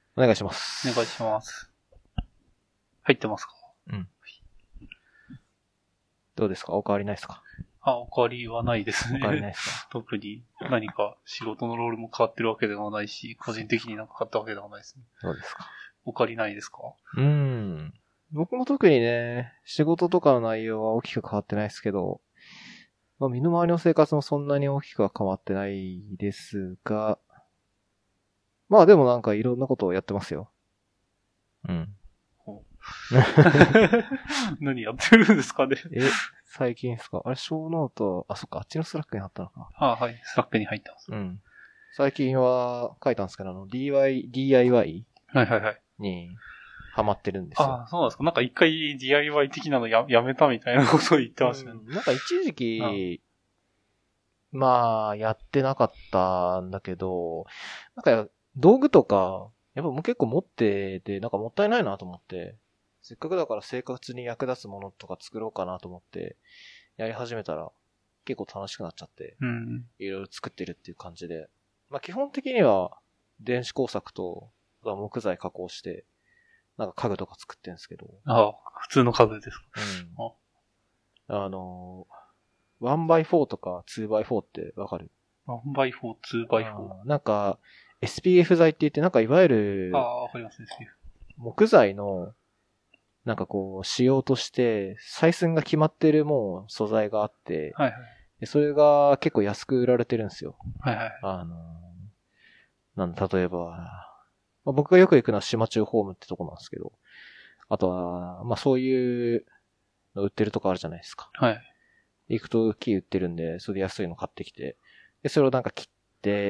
お願いします。 お願いします。入ってますか？ うん。どうですか？お変わりないですか？ お変わりはないですね。 お変わりないですか？ 特に何か仕事のロールも変わってるわけではないし、個人的になんか変わったわけではないですね。 どうですか？ お変わりないですか？ 僕も特にね、仕事とかの内容は大きく変わってないですけど、まあ身の回りの生活もそんなに大きくは変わってないですが、まあでもなんかいろんなことをやってますよ。うん。 何やってるんですかね。 最近ですか？あれ、小ノート、そっか、あっちのスラックに貼ったのかな。 はい。スラックに入ってます。 うん。最近は書いたんですけど、DIY はいはいはい。 にハマってるんですよ。 そうなんですか。なんか一回 DIY 的なのやめたみたいなことを言ってましたね。 なんか一時期、まあ、やってなかったんだけど、なんか道具とか、やっぱもう結構持ってて、なんかもったいないなと思って、せっかくだから生活に役立つものとか作ろうかなと思って、やり始めたら結構楽しくなっちゃって、いろいろ作ってるっていう感じで。まあ基本的には電子工作と木材加工して、なんか家具とか作ってるんですけど。 普通の家具ですか？ 1x4 とか 2x4 ってわかる？ 1x4、2x4。 なんか、SPF 材って言って、なんかいわゆる、 わかりますね、SPF。 木材の、なんかこう、仕様として、採寸が決まってるもう素材があって、 はいはい。 でそれが結構安く売られてるんですよ。 はいはい。 例えば、まあ、僕がよく行くのは島中ホームってとこなんですけど、あとは、まあそういうの売ってるとこあるじゃないですか。 はい。 行くと木売ってるんで、それで安いの買ってきて、で、それをなんか切って、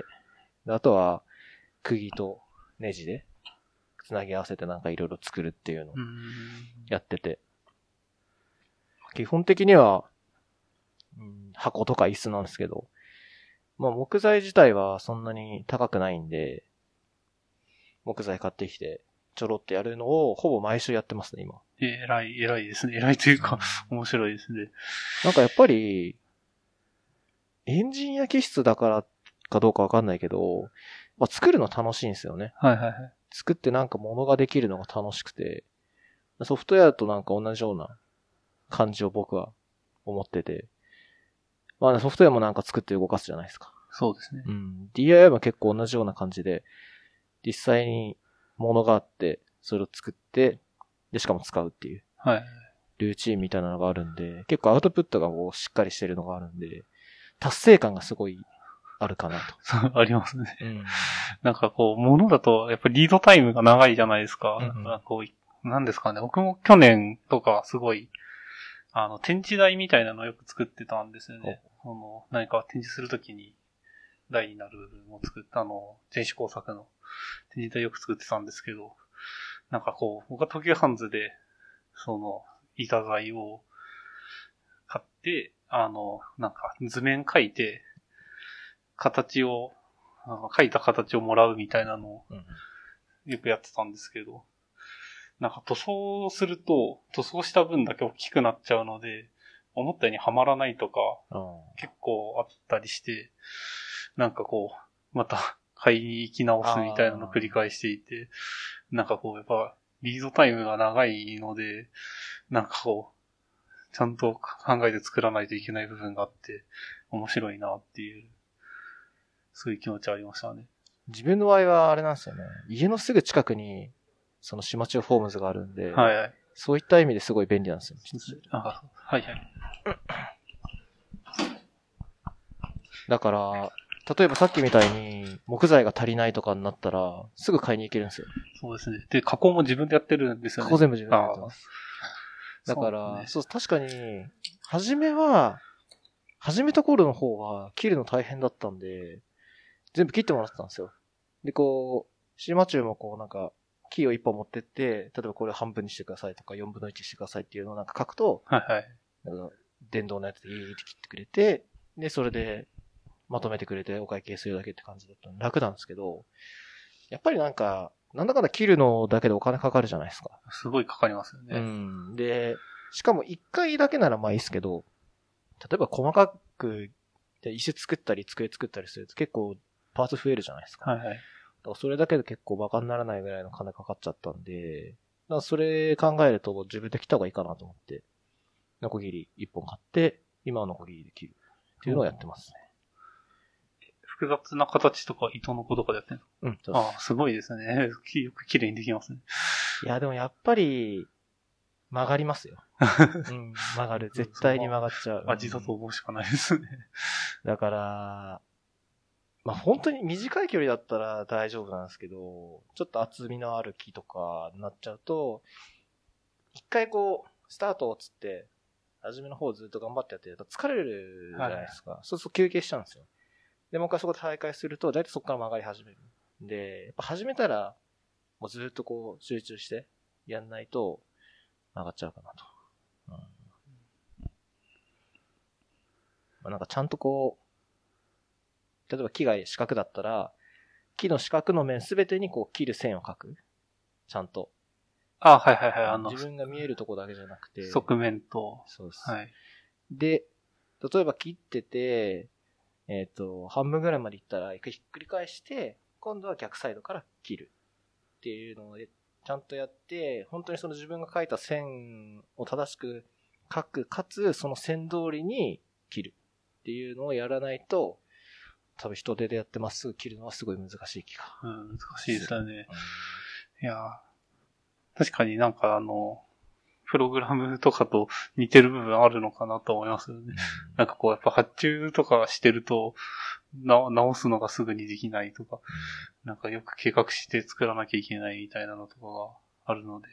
であとは、釘とネジで、つなぎ合わせてなんかいろいろ作るっていうのをやってて、基本的には、箱とか椅子なんですけど、まあ木材自体はそんなに高くないんで、木材買ってきて、ちょろってやるのをほぼ毎週やってますね、今。 偉いですね。偉いというか、面白いですね。 なんかやっぱり、エンジニア気質だからかどうかわかんないけど、まあ作るの楽しいんですよね。 はいはいはい。 作ってなんか物ができるのが楽しくて、ソフトウェアとなんか同じような感じを僕は思ってて、まあソフトウェアもなんか作って動かすじゃないですか。 そうですね。 DIY も結構同じような感じで、実際に物があって、それを作って、で、しかも使うっていう。 はい。 ルーチンみたいなのがあるんで、結構アウトプットがこうしっかりしてるのがあるんで、達成感がすごいあるかなと。 そうありますね。なんかこう、物だと、やっぱりリードタイムが長いじゃないですか。なんですかね。僕も去年とかすごい、展示台みたいなのをよく作ってたんですよね。何か展示するときに台になる部分を作った電子工作の展示台よく作ってたんですけど、なんかこう、僕は東急ハンズで、板材を買って、なんか図面描いて、形を、描いた形をもらうみたいなのをよくやってたんですけど、なんか塗装すると、塗装した分だけ大きくなっちゃうので、思ったようにはまらないとか、結構あったりして、なんかこう、また買いに行き直すみたいなのを繰り返していて、なんかこう、やっぱ、リードタイムが長いので、なんかこう、ちゃんと考えて作らないといけない部分があって、面白いなっていう、そういう気持ちありましたね。 自分の場合はあれなんですよね。家のすぐ近くに、その島中ホームズがあるんで、 はいはい。 そういった意味ですごい便利なんですよ。 はいはい。 だから、例えばさっきみたいに木材が足りないとかになったら、すぐ買いに行けるんですよ。 そうですね。で、加工も自分でやってるんですよね。 加工全部自分でやってます。だから、そう、確かに、初めた頃の方は切るの大変だったんで、全部切ってもらってたんですよ。で、こう、島中もこうなんか、キーを一本持ってって、例えばこれを半分にしてくださいとか、4分の1してくださいっていうのをなんか書くと、 はいはい。 なんか電動のやつでいいって切ってくれて、で、それでまとめてくれてお会計するだけって感じだったので楽なんですけど、やっぱりなんか、なんだかんだ切るのだけでお金かかるじゃないですか。 すごいかかりますよね。 で、しかも一回だけならまあいいですけど、例えば細かく、椅子作ったり机作ったりすると結構パーツ増えるじゃないですか。 はいはい。 からそれだけで結構バカにならないぐらいの金かかっちゃったんで、だからそれ考えると自分で切った方がいいかなと思って、ノコギリ1本買って、今はノコギリで切るっていうのをやってますね。 複雑な形とか糸の子とかでやってるの？ そうです。ああ、すごいですね。よく綺麗にできますね。 いや、でもやっぱり、曲がりますよ。曲がる。絶対に曲がっちゃう。 味だと思うしかないですね。 だから、本当に短い距離だったら大丈夫なんですけど、ちょっと厚みのある木とかになっちゃうと、一回スタートをつって、初めの方ずっと頑張ってやってると疲れるじゃないですか。そうすると休憩しちゃうんですよ。で、もう一回そこで再開すると、だいたいそこから曲がり始める。で、やっぱ始めたら、もうずっと集中してやんないと曲がっちゃうかなと。なんかちゃんと例えば木が四角だったら、木の四角の面すべてに切る線を描く。ちゃんと。 あ、はいはいはい。 自分が見えるとこだけじゃなくて。 側面と。 そうです。 はい。 で、例えば切ってて、半分ぐらいまでいったら、ひっくり返して、今度は逆サイドから切る。っていうのをちゃんとやって、本当にその自分が描いた線を正しく描く、かつその線通りに切る。っていうのをやらないと、多分人手でやってまっすぐ切るのはすごい難しい気が。 難しいですよね。いや、確かになんかプログラムとかと似てる部分あるのかなと思いますよね。なんかやっぱ発注とかしてると、直すのがすぐにできないとか、なんかよく計画して作らなきゃいけないみたいなのとかがあるので、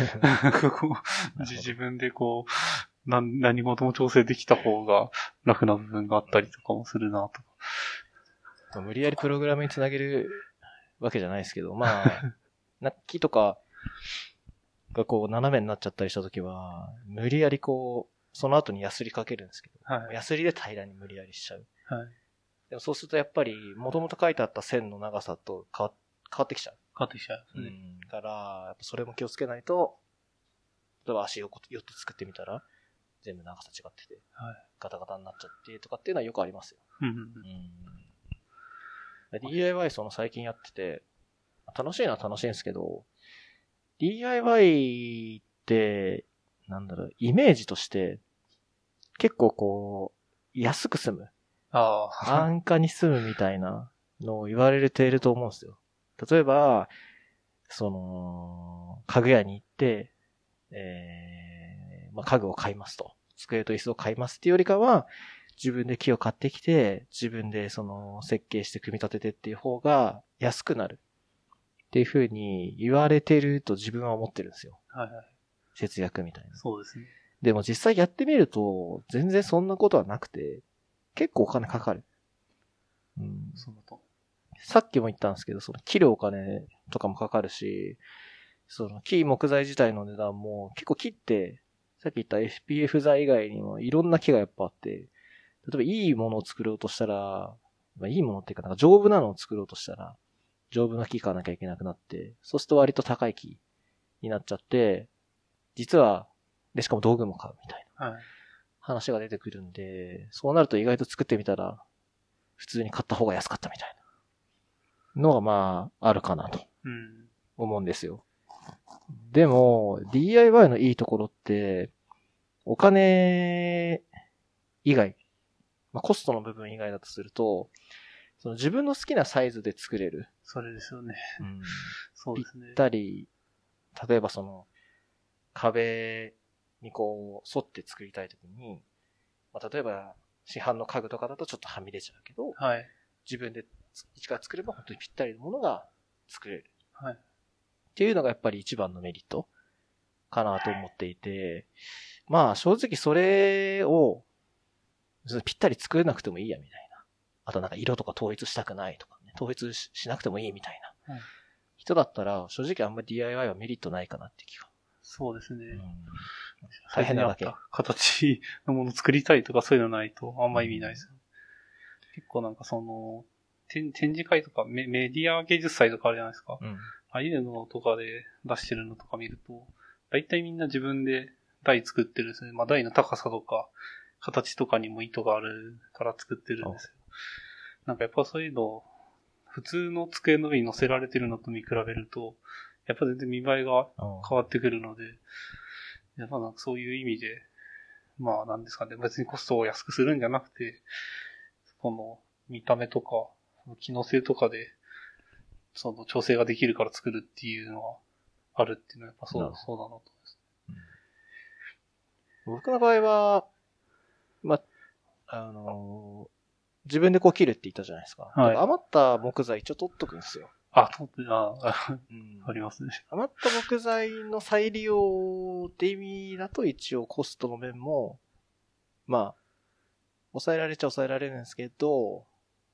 自分で何事も調整できた方が楽な部分があったりとかもするなとか。 無理やりプログラムにつなげるわけじゃないですけど、木とかが斜めになっちゃったりしたときは、無理やりその後にヤスリかけるんですけど、ヤスリで平らに無理やりしちゃう。でもそうするとやっぱり、もともと書いてあった線の長さと変わってきちゃう。 変わってきちゃう。 だから、やっぱそれも気をつけないと、例えば足4つ作ってみたら、全部長さ違ってて、ガタガタになっちゃってとかっていうのはよくありますよ。DIY 最近やってて、楽しいのは楽しいんですけど、DIY って、イメージとして、結構安く済む。安価に済むみたいなのを言われていると思うんですよ。例えば、家具屋に行って、家具を買いますと。机と椅子を買いますっていうよりかは、自分で木を買ってきて、自分で設計して組み立ててっていう方が安くなる。っていう風に言われてると自分は思ってるんですよ。節約みたいな。 そうですね。 でも実際やってみると、全然そんなことはなくて、結構お金かかる。 そうだと。さっきも言ったんですけど、切るお金とかもかかるし、木材自体の値段も結構切って、さっき言った SPF 材以外にもいろんな木がやっぱあって、例えばいいものを作ろうとしたら、いいものっていうか丈夫なのを作ろうとしたら、丈夫な木買わなきゃいけなくなって、そうすると割と高い木になっちゃって、実は、しかも道具も買うみたいな話が出てくるんで、そうなると意外と作ってみたら、普通に買った方が安かったみたいなのがあるかなと思うんですよ。でも、DIY のいいところって、お金以外、コストの部分以外だとすると、自分の好きなサイズで作れる。 それですよね。そうですね。 ぴったり、例えば壁に沿って作りたいときに、例えば市販の家具とかだとちょっとはみ出ちゃうけど、自分で一から作れば本当にぴったりのものが作れる。っていうのがやっぱり一番のメリットかなと思っていて、正直それをぴったり作れなくてもいいやみたいな。あと色とか統一したくないとかね、統一しなくてもいいみたいな。人だったら正直あんまり DIY はメリットないかなって気が。 そうですね。 大変なだけ。 形のもの作りたいとかそういうのないとあんま意味ないですよ。結構なんか展示会とかメディア芸術祭とかあるじゃないですか。ああいうのとかで出してるのとか見ると、大体みんな自分で台作ってるんですね。台の高さとか、形とかにも意図があるから作ってるんですよ。なんかやっぱそういうの、 普通の机の上に乗せられてるのと見比べると、やっぱ全然見栄えが変わってくるので、やっぱなんかそういう意味で、まあなんですかね、別にコストを安くするんじゃなくて、この見た目とか、機能性とかで、その調整ができるから作るっていうのはあるっていうのはやっぱそうだなと思います。 僕の場合は、ま、自分でこう切るって言ったじゃないですか。はい、余った木材一応取っとくんですよ。 取ってありますね。 余った木材の再利用って意味だと一応コストの面も、まあ、抑えられちゃ抑えられるんですけど、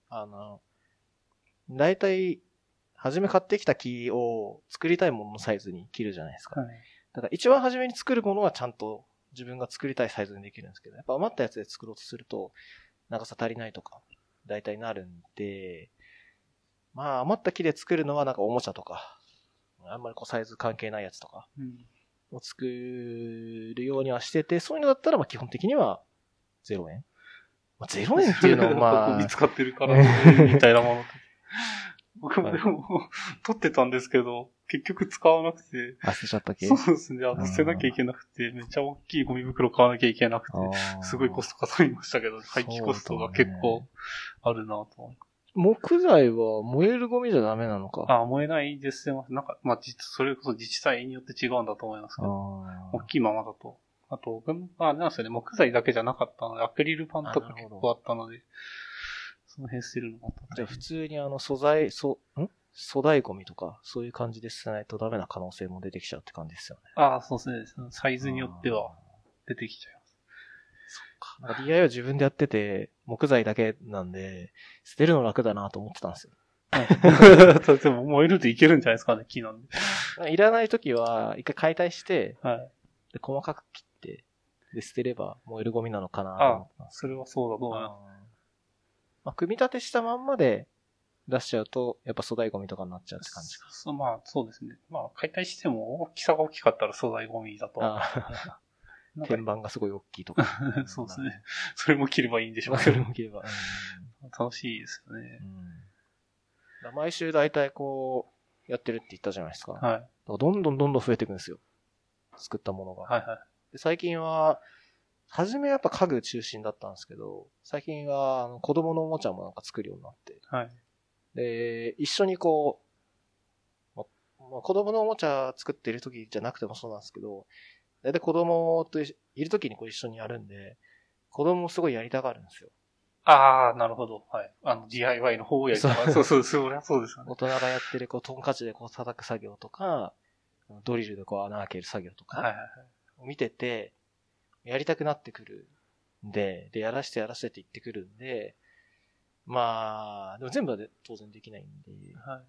だいたい、初め買ってきた木を作りたいもののサイズに切るじゃないですか。はい、だから一番初めに作るものはちゃんと自分が作りたいサイズにできるんですけど、やっぱ余ったやつで作ろうとすると、長さ足りないとか、だいたいなるんで、まあ余った木で作るのはなんかおもちゃとか、あんまりこうサイズ関係ないやつとか、を作るようにはしてて、そういうのだったらまあ基本的には0円。まあ、0円っていうのはまあ。 見つかってるからみたいなもの。僕もでも、取ってたんですけど、結局使わなくて。 捨てちゃったっけ？ そうですね。捨てなきゃいけなくて、めっちゃ大きいゴミ袋買わなきゃいけなくて、すごいコストかかりましたけど、廃棄コストが結構あるなと思って。 木材は燃えるゴミじゃダメなのか。 燃えないですよ。なんか、まあ、それこそ自治体によって違うんだと思いますけど、大きいままだと。あと、なんですよね、木材だけじゃなかったので、アクリル板とか結構あったので、その辺捨てるのがあった。 じゃあ普通に粗大ゴミとか、そういう感じで捨てないとダメな可能性も出てきちゃうって感じですよね。 そうですね。サイズによっては出てきちゃいます。 そっか。なんか DIY は自分でやってて、木材だけなんで、捨てるの楽だなと思ってたんですよ。 でも燃えるといけるんじゃないですかね、木なんで。いらないときは、一回解体して、 はい、 で細かく切って、で捨てれば燃えるゴミなのかなと思ってます。 それはそうだと思います。 まあ、組み立てしたまんまで出しちゃうと、やっぱ粗大ゴミとかになっちゃうって感じか。 そうですね。まあ、解体しても大きさが大きかったら粗大ゴミだと。 天板がすごい大きいとか。 そうですね。それも切ればいいんでしょうけど。 それも切れば。 楽しいですよね。 毎週大体こう、やってるって言ったじゃないですか。 はい。 どんどん増えていくんですよ。作ったものが。 はいはい。 で最近は、初めやっぱ家具中心だったんですけど、最近は子供のおもちゃもなんか作るようになって。 はい。 で、一緒にこう、子供のおもちゃ作ってる時じゃなくてもそうなんですけど、だいたい子供といる時にこう一緒にやるんで、子供もすごいやりたがるんですよ。 なるほど。はい。DIY の方をやりたがる。そう、そりゃそうですよね。 大人がやってるこうトンカチでこう叩く作業とか、ドリルでこう穴開ける作業とか、を見てて、やりたくなってくるんで、やらせてって言ってくるんで、まあ、でも全部は当然できないんで、 はい、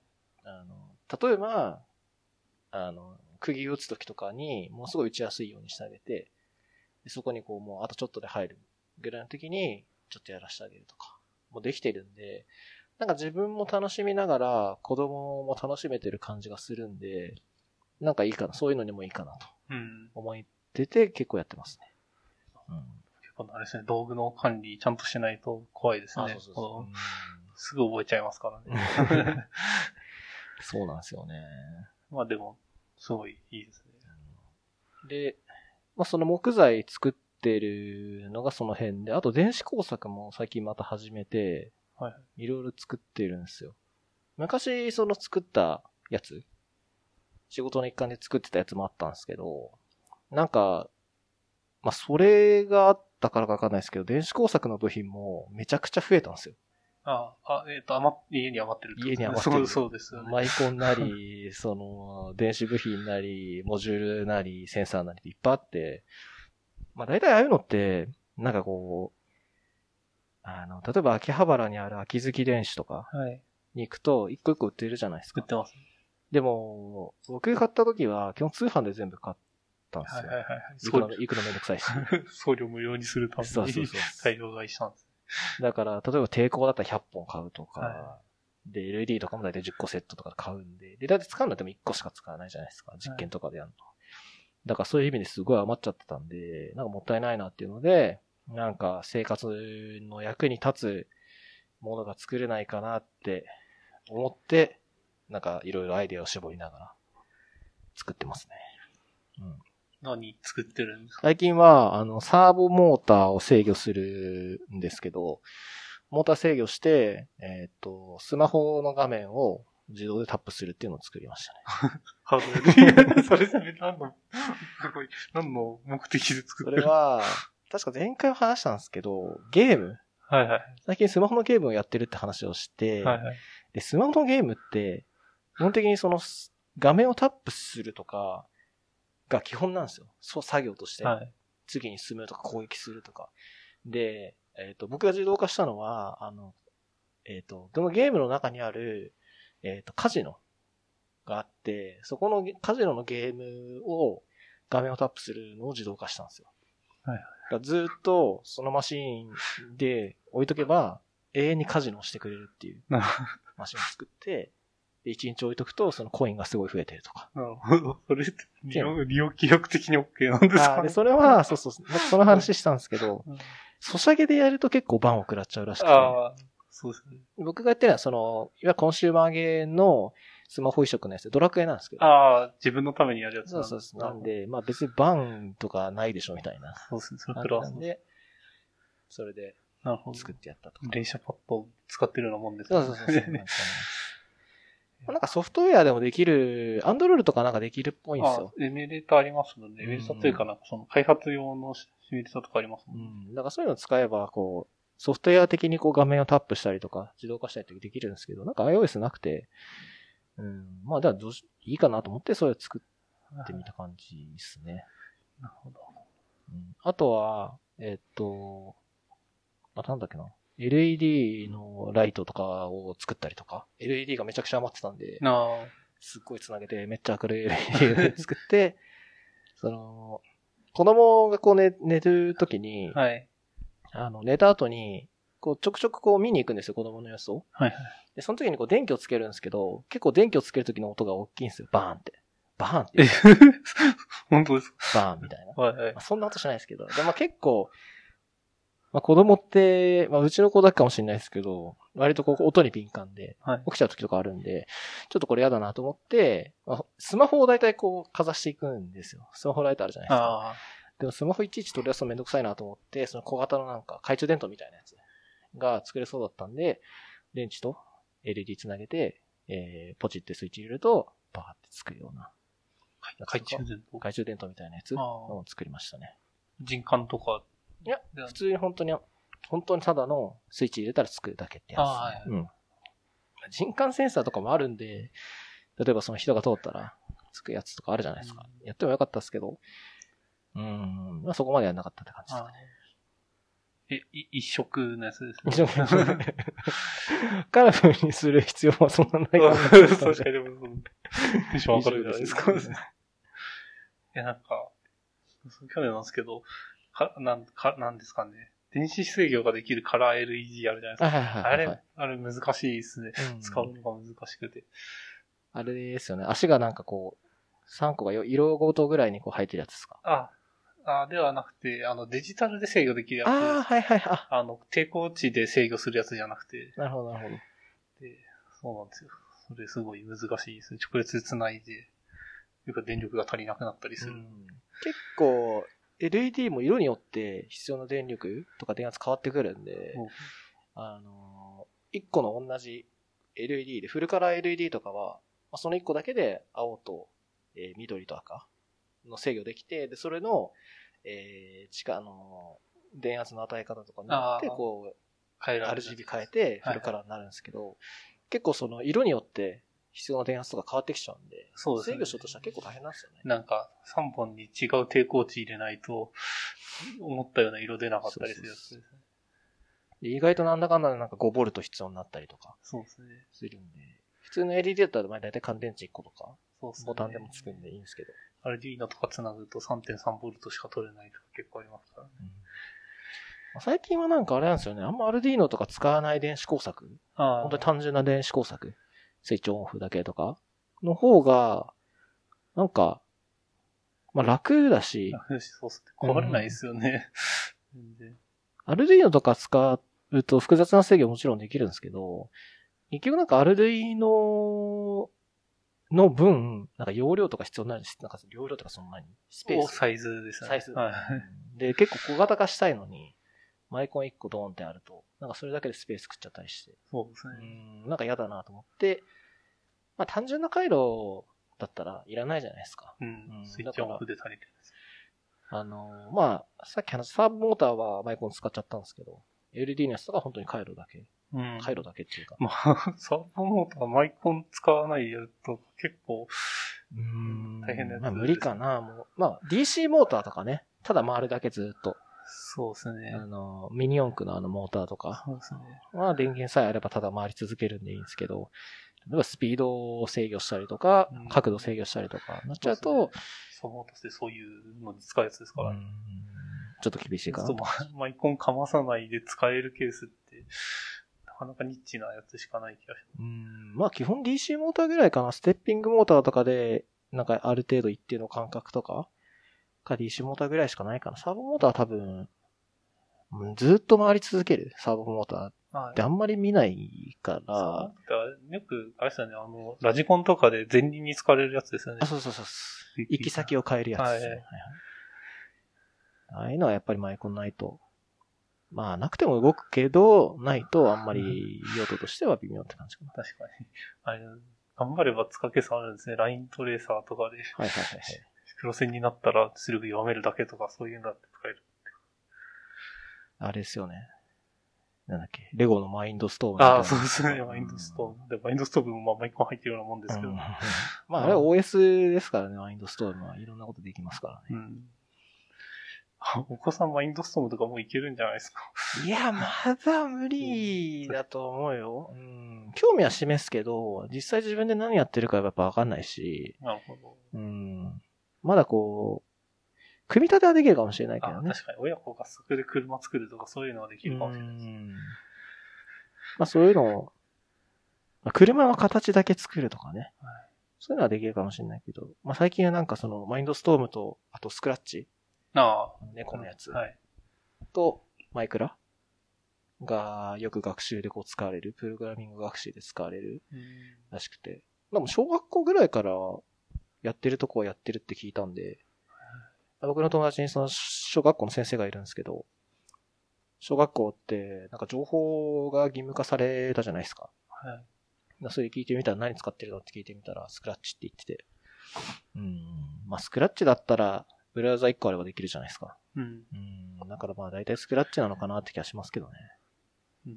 例えば、釘打つときとかに、もうすごい打ちやすいようにしてあげて、でそこにこう、もうあとちょっとで入るぐらいの時に、ちょっとやらせてあげるとか、もうできてるんで、なんか自分も楽しみながら、子供も楽しめてる感じがするんで、なんかいいかな、そういうのにもいいかなと思ってて、結構やってますね。 結構あれですね、道具の管理ちゃんとしないと怖いですね。すぐ覚えちゃいますからね。 そうなんですよね。 まあでも、すごいいいですね。 で、まあその木材作ってるのがその辺で、あと電子工作も最近また始めて、いろいろ作ってるんですよ。昔その作ったやつ、仕事の一環で作ってたやつもあったんですけど、なんか、まあそれがあったからかわかんないですけど、電子工作の部品もめちゃくちゃ増えたんですよ。 家に余ってる。 家に余ってる。 そうですよね。 マイコンなり、電子部品なり、モジュールなり、センサーなりいっぱいあって、まあ大体ああいうのって、なんかこう、例えば秋葉原にある秋月電子とかに行くと、一個一個売ってるじゃないですか。 売ってます。 でも、僕が買った時は、基本通販で全部買ったんですよ。行くのめんどくさいし。 送料無料にするために大量買いしたんです。 だから、例えば抵抗だったら100本買うとか、で、LED とかも大体10個セットとか買うんで、大体使うのでも1個しか使わないじゃないですか。実験とかでやると。だからそういう意味ですごい余っちゃってたんで、なんかもったいないなっていうので、なんか生活の役に立つものが作れないかなって思って、なんかいろいろアイデアを絞りながら作ってますね。うん。 何作ってるんですか？ 最近は、サーボモーターを制御するんですけど、モーター制御して、スマホの画面を自動でタップするっていうのを作りましたね。 ハードルそれ何の目的で作ってる？ それは、確か前回話したんですけど、ゲーム、 はいはい。 最近スマホのゲームをやってるって話をして、 はいはい。 で、スマホのゲームって、基本的にその画面をタップするとかが基本なんですよ。そう作業として。 はい、 次に進むとか攻撃するとか。で、僕が自動化したのは、どのゲームの中にある、カジノがあって、そこのカジノのゲームを画面をタップするのを自動化したんですよ。 はいはい。 だからずっとそのマシーンで置いとけば永遠にカジノをしてくれるっていうマシンを作って、で1日置いとくとそのコインがすごい増えてるとか。 なるほど。それって利用規約的に OK なんですか？ で、それは、そう、その話したんですけど、ソシャゲでやると結構バンを食らっちゃうらしくて。 そうですね。 僕がやってるのは、いわゆるコンシューマーゲーのスマホ移植のやつで、ドラクエなんですけど。 自分のためにやるやつなんそう。なんで、まあ別にバンとかないでしょみたいな。 そうですね。それプラス。 なんで、それで、作ってやったとか。 連射パッド使ってるようなもんですね。そう。なんかソフトウェアでもできる、アンドロイドとかなんかできるっぽいんですよ。 エミュレーターありますので、エミュレーターというかなんかその開発用のシミュレーターとかありますもんね。 だからそういうのを使えば、こう、ソフトウェア的にこう画面をタップしたりとか、自動化したりとかできるんですけど、なんか iOS なくて、まあ、だからいいかなと思ってそれを作ってみた感じですね。 なるほど。 あとは、なんだっけな。LED のライトとかを作ったりとか、LED がめちゃくちゃ余ってたんで、すっごい繋げてめっちゃ明るい LED を作って、子供がこう寝るときに、 はい。 寝た後に、こうちょくちょくこう見に行くんですよ、子供の様子を。 はいはい。 で、その時にこう電気をつけるんですけど、結構電気をつける時の音が大きいんですよ、バーンって。バーンって。 本当ですか？ バーンみたいな。 はいはい。 そんな音しないですけど。で、まあ結構、まあ子供って、まあうちの子だけかもしれないですけど、割とこう音に敏感で、起きちゃう時とかあるんで、ちょっとこれ嫌だなと思って、まあ、スマホをだいたいこうかざしていくんですよ。スマホライトあるじゃないですか。でもスマホいちいち取り出すのめんどくさいなと思って、その小型のなんか懐中電灯みたいなやつが作れそうだったんで、電池と LED つなげて、ポチってスイッチ入れると、バーってつくような。 懐中電灯みたいなやつを作りましたね。 人感とか？ いや、普通に本当にただのスイッチ入れたらつくだけってやつ。人感センサーとかもあるんで、例えばその人が通ったらつくやつとかあるじゃないですか。やってもよかったですけど、まあそこまでやんなかったって感じですかね。 一色のやつですね。 カラフルにする必要はそんなないかな。 確かにでも、テンション上がるじゃないですか。いや、なんか、去年なんですけど、なんですかね。電子制御ができるカラー LED あるじゃないですか。あれ難しいですね。使うのが難しくて。 あれですよね。足がなんかこう、3個が色ごとぐらいにこう入ってるやつですか？ ではなくて、デジタルで制御できるやつ。抵抗値で制御するやつじゃなくて。 なるほど。 で、そうなんですよ。それすごい難しいですね。直列で繋いで、電力が足りなくなったりする。 結構、LED も色によって必要な電力とか電圧変わってくるんで、1個の同じ LED で、フルカラー LED とかは、その1個だけで青と、緑と赤の制御できて、で、それの、電圧の与え方とかによって、こう、RGB 変えてフルカラーになるんですけど、結構その色によって必要な電圧とか変わってきちゃうんで、制御しようとしたら結構大変なんですよね。 なんか、3本に違う抵抗値入れないと、思ったような色出なかったりするやつですね。 意外となんだかんだでなんか5ボルト必要になったりとか。 そうですね。 するんで。普通の LED だったらだいたい乾電池1個とか、ボタンでもつくんでいいんですけど。 Arduino とかつなぐと 3.3 ボルトしか取れないとか結構ありますからね。 最近はなんかあれなんですよね。あんま Arduino とか使わない電子工作。本当に単純な電子工作。スイッチオンオフだけとかの方が、なんか、まあ楽だし。 楽だし、そうっすね。壊れないですよね。 Arduino とか使うと複雑な制御もちろんできるんですけど、 結局なんかアルドゥイノの分、なんか容量とか必要になるんです。なんか容量とかそんなにスペース。 サイズですね。 サイズ。 はい。 で、結構小型化したいのに、マイコン1個ドーンってあると、なんかそれだけでスペース食っちゃったりして。 そうですね。 なんか嫌だなと思って、まあ単純な回路だったらいらないじゃないですか。 スイッチオフで足りてるんです。 まあ、さっき話したサーブモーターはマイコン使っちゃったんですけど、LD のやつとか本当に回路だけ。回路だけっていうか。 まあ、サーボモーターマイコン使わないでやると結構、大変なやつ、 まあ無理かな、もう。まあ DC モーターとかね、ただ回るだけずっと。 そうですね。 ミニ四駆のモーターとか。 そうですね。 まあ電源さえあればただ回り続けるんでいいんですけど、例えばスピードを制御したりとか、角度制御したりとかなっちゃうと、 サボーターってそういうのに使うやつですから、 ちょっと厳しいかな。 マイコンかまさないで使えるケースって、なかなかニッチなやつしかない気がします。 まあ基本 DC モーターぐらいかな。ステッピングモーターとかで、なんかある程度一定の間隔とか、DC モーターぐらいしかないかな。サーボモーターは多分、ずっと回り続けるサーボモーターってあんまり見ないから。 よく、あれですよね、ラジコンとかで前輪に使われるやつですよね。 そう。行き先を変えるやつですね。はいああいうのはやっぱりマイコンないと。まあ、なくても動くけど、ないとあんまり用途としては微妙って感じかな。 確かに。頑張れば使けそうあるんですね。ライントレーサーとかで。 はい。 黒線になったら出力弱めるだけとかそういうのだって使える。 あれですよね。なんだっけ。レゴのマインドストームみたいな。 そうですね。マインドストーム。で、マインドストームもマイコン入ってるようなもんですけど。 まあ、あれは OS ですからね、マインドストームはいろんなことできますからね。 お子さんマインドストームとかもういけるんじゃないですか。 いや、まだ無理だと思うよ。興味は示すけど、実際自分で何やってるかやっぱわかんないし。 なるほど。 まだこう、組み立てはできるかもしれないけどね。 確かに親子がそこで車作るとかそういうのはできるかもしれないです。 まあそういうのを、車の形だけ作るとかね。そういうのはできるかもしれないけど、まあ最近はなんかそのマインドストームと、あとスクラッチ。猫のやつ。と、マイクラがよく学習でこう使われる、プログラミング学習で使われるらしくて。でも小学校ぐらいからやってるとこはやってるって聞いたんで、僕の友達にその小学校の先生がいるんですけど、小学校ってなんか情報が義務化されたじゃないですか。それ聞いてみたら何使ってるのって聞いてみたらスクラッチって言ってて。まあスクラッチだったらブラウザ1個あればできるじゃないですか。だからまあ大体スクラッチなのかなって気がしますけどね。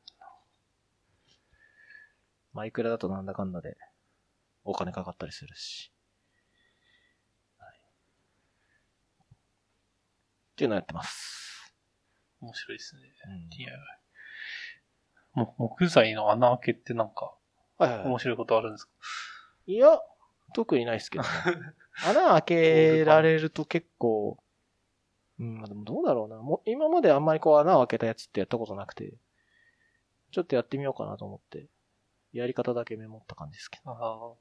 マイクラだとなんだかんだでお金かかったりするし。っていうのをやってます。 面白いですね。木材の穴開けってなんか、面白いことあるんですか？ いや、特にないですけどね。穴開けられると結構、でもどうだろうな。今まであんまりこう穴を開けたやつってやったことなくて、ちょっとやってみようかなと思って、やり方だけメモった感じですけど。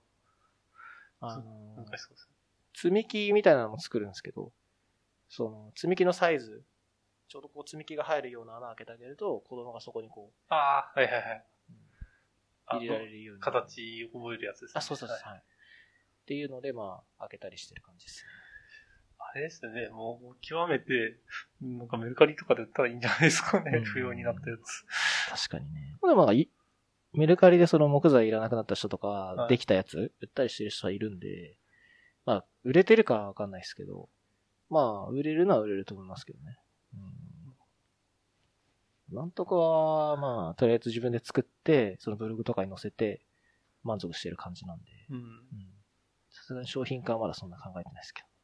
積み木みたいなのも作るんですけど、その積み木のサイズ、ちょうどこう積み木が入るような穴開けてあげると、子供がそこにこう、入れられるように。 形を覚えるやつですね。 そう。っていうので、まあ、開けたりしてる感じですね。 あれですね、もう極めて、なんかメルカリとかで売ったらいいんじゃないですかね、不要になったやつ。 確かにね。でもメルカリでその木材いらなくなった人とか、できたやつ、売ったりしてる人はいるんで、まあ、売れてるかはわかんないですけど、まあ、売れるのは売れると思いますけどね。なんとかは、まあ、とりあえず自分で作って、そのブログとかに載せて、満足してる感じなんで。さすがに商品化はまだそんな考えてないですけど。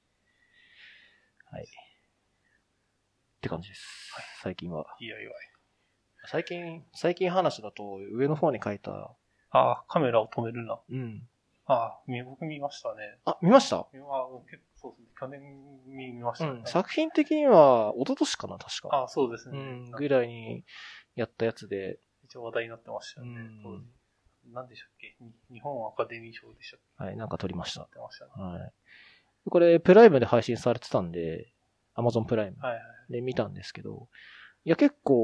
はい。って感じです。最近は。 DIY。 最近話だと、上の方に書いた。 カメラを止めるな。僕見ましたね。 見ました？ 結構そうですね。去年見ましたね。 作品的には、一昨年かな、確か。 そうですね。 ぐらいにやったやつで。 一応話題になってましたよね。何でしたっけ？日本アカデミー賞でしたっけ？ はい、なんか撮りました。 はい。 これ、プライムで配信されてたんで、Amazon プライムで見たんですけど、いや、結構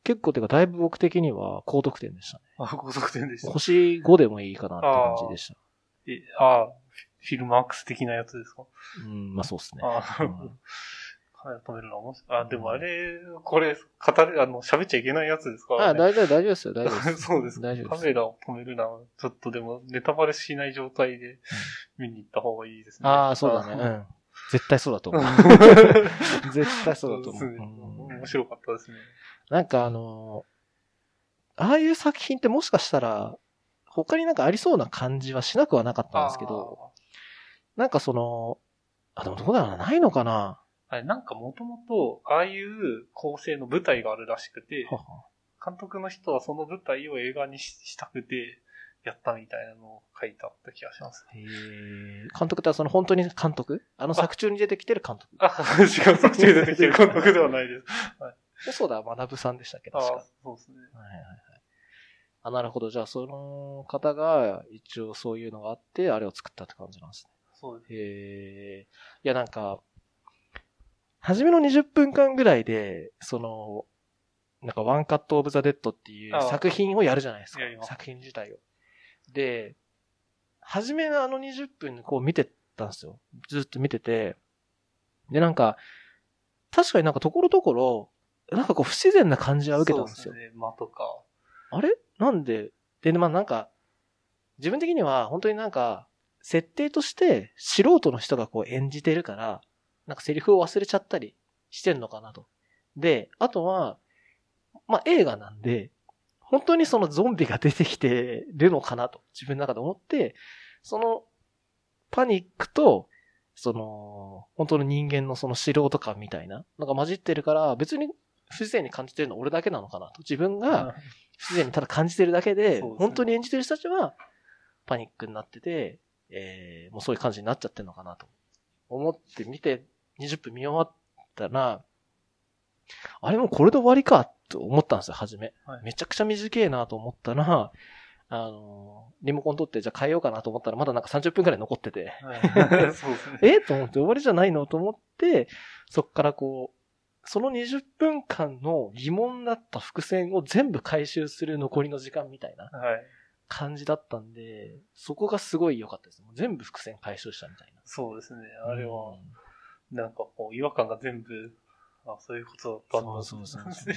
結構てかだいぶ僕的には高得点でしたね。 高得点でした。 星5でもいいかなって感じでした。 フィルマークス的なやつですか？ まあそうですね。 カメラ止めるのは面白い。でもあれ、これ、喋っちゃいけないやつですからね。 大丈夫ですよ、大丈夫です。 そうです。 大丈夫です。 カメラを止めるのは、ちょっとでも、ネタバレしない状態で見に行った方がいいですね。 そうだね。絶対そうだと思う。絶対そうだと思う。 面白かったですね。 なんかああいう作品ってもしかしたら、他になんかありそうな感じはしなくはなかったんですけど、なんかでもどうだろうな、ないのかな？ なんかもともと、ああいう構成の舞台があるらしくて、監督の人はその舞台を映画にしたくて、やったみたいなのを書いてあった気がします。 監督って本当に監督？作中に出てきてる監督？ 違う、作中に出てきてる監督ではないです。はい、 そうだ、学さんでしたっけ、確か。 そうですね。 なるほど。じゃあ、その方が一応そういうのがあって、あれを作ったって感じなんですね。 そうです。 いや、なんか、初めの20分間ぐらいで、なんかワンカットオブザ・デッドっていう作品をやるじゃないですか。作品自体を。で、初めの20分こう見てたんですよ。ずっと見てて。で、なんか、確かになんかところどころ、なんかこう不自然な感じは受けたんですよ。 そうですね、間とか。 あれなんでなんか、自分的には本当になんか、設定として素人の人がこう演じてるから、なんかセリフを忘れちゃったりしてんのかなと。で、あとは、映画なんで、本当にそのゾンビが出てきてるのかなと自分の中で思って、そのパニックと、本当の人間のその素人感みたいなのが混じってるから、別に不自然に感じてるのは俺だけなのかなと。自分が不自然にただ感じてるだけで、本当に演じてる人たちはパニックになってて、もうそういう感じになっちゃってるのかなと思って見て20分見終わったら、あれもうこれで終わりかと思ったんですよ、初め。めちゃくちゃ短いなと思ったら、リモコン取ってじゃあ変えようかなと思ったらまだなんか30分くらい残ってて。そうですね。と思って終わりじゃないのと思って、そっからこう、その20分間の疑問だった伏線を全部回収する残りの時間みたいな感じだったんで、そこがすごい良かったです。もう全部伏線回収したみたいな。 そうですね。あれは、なんかこう、違和感が全部、そういうことだったんですね。そう。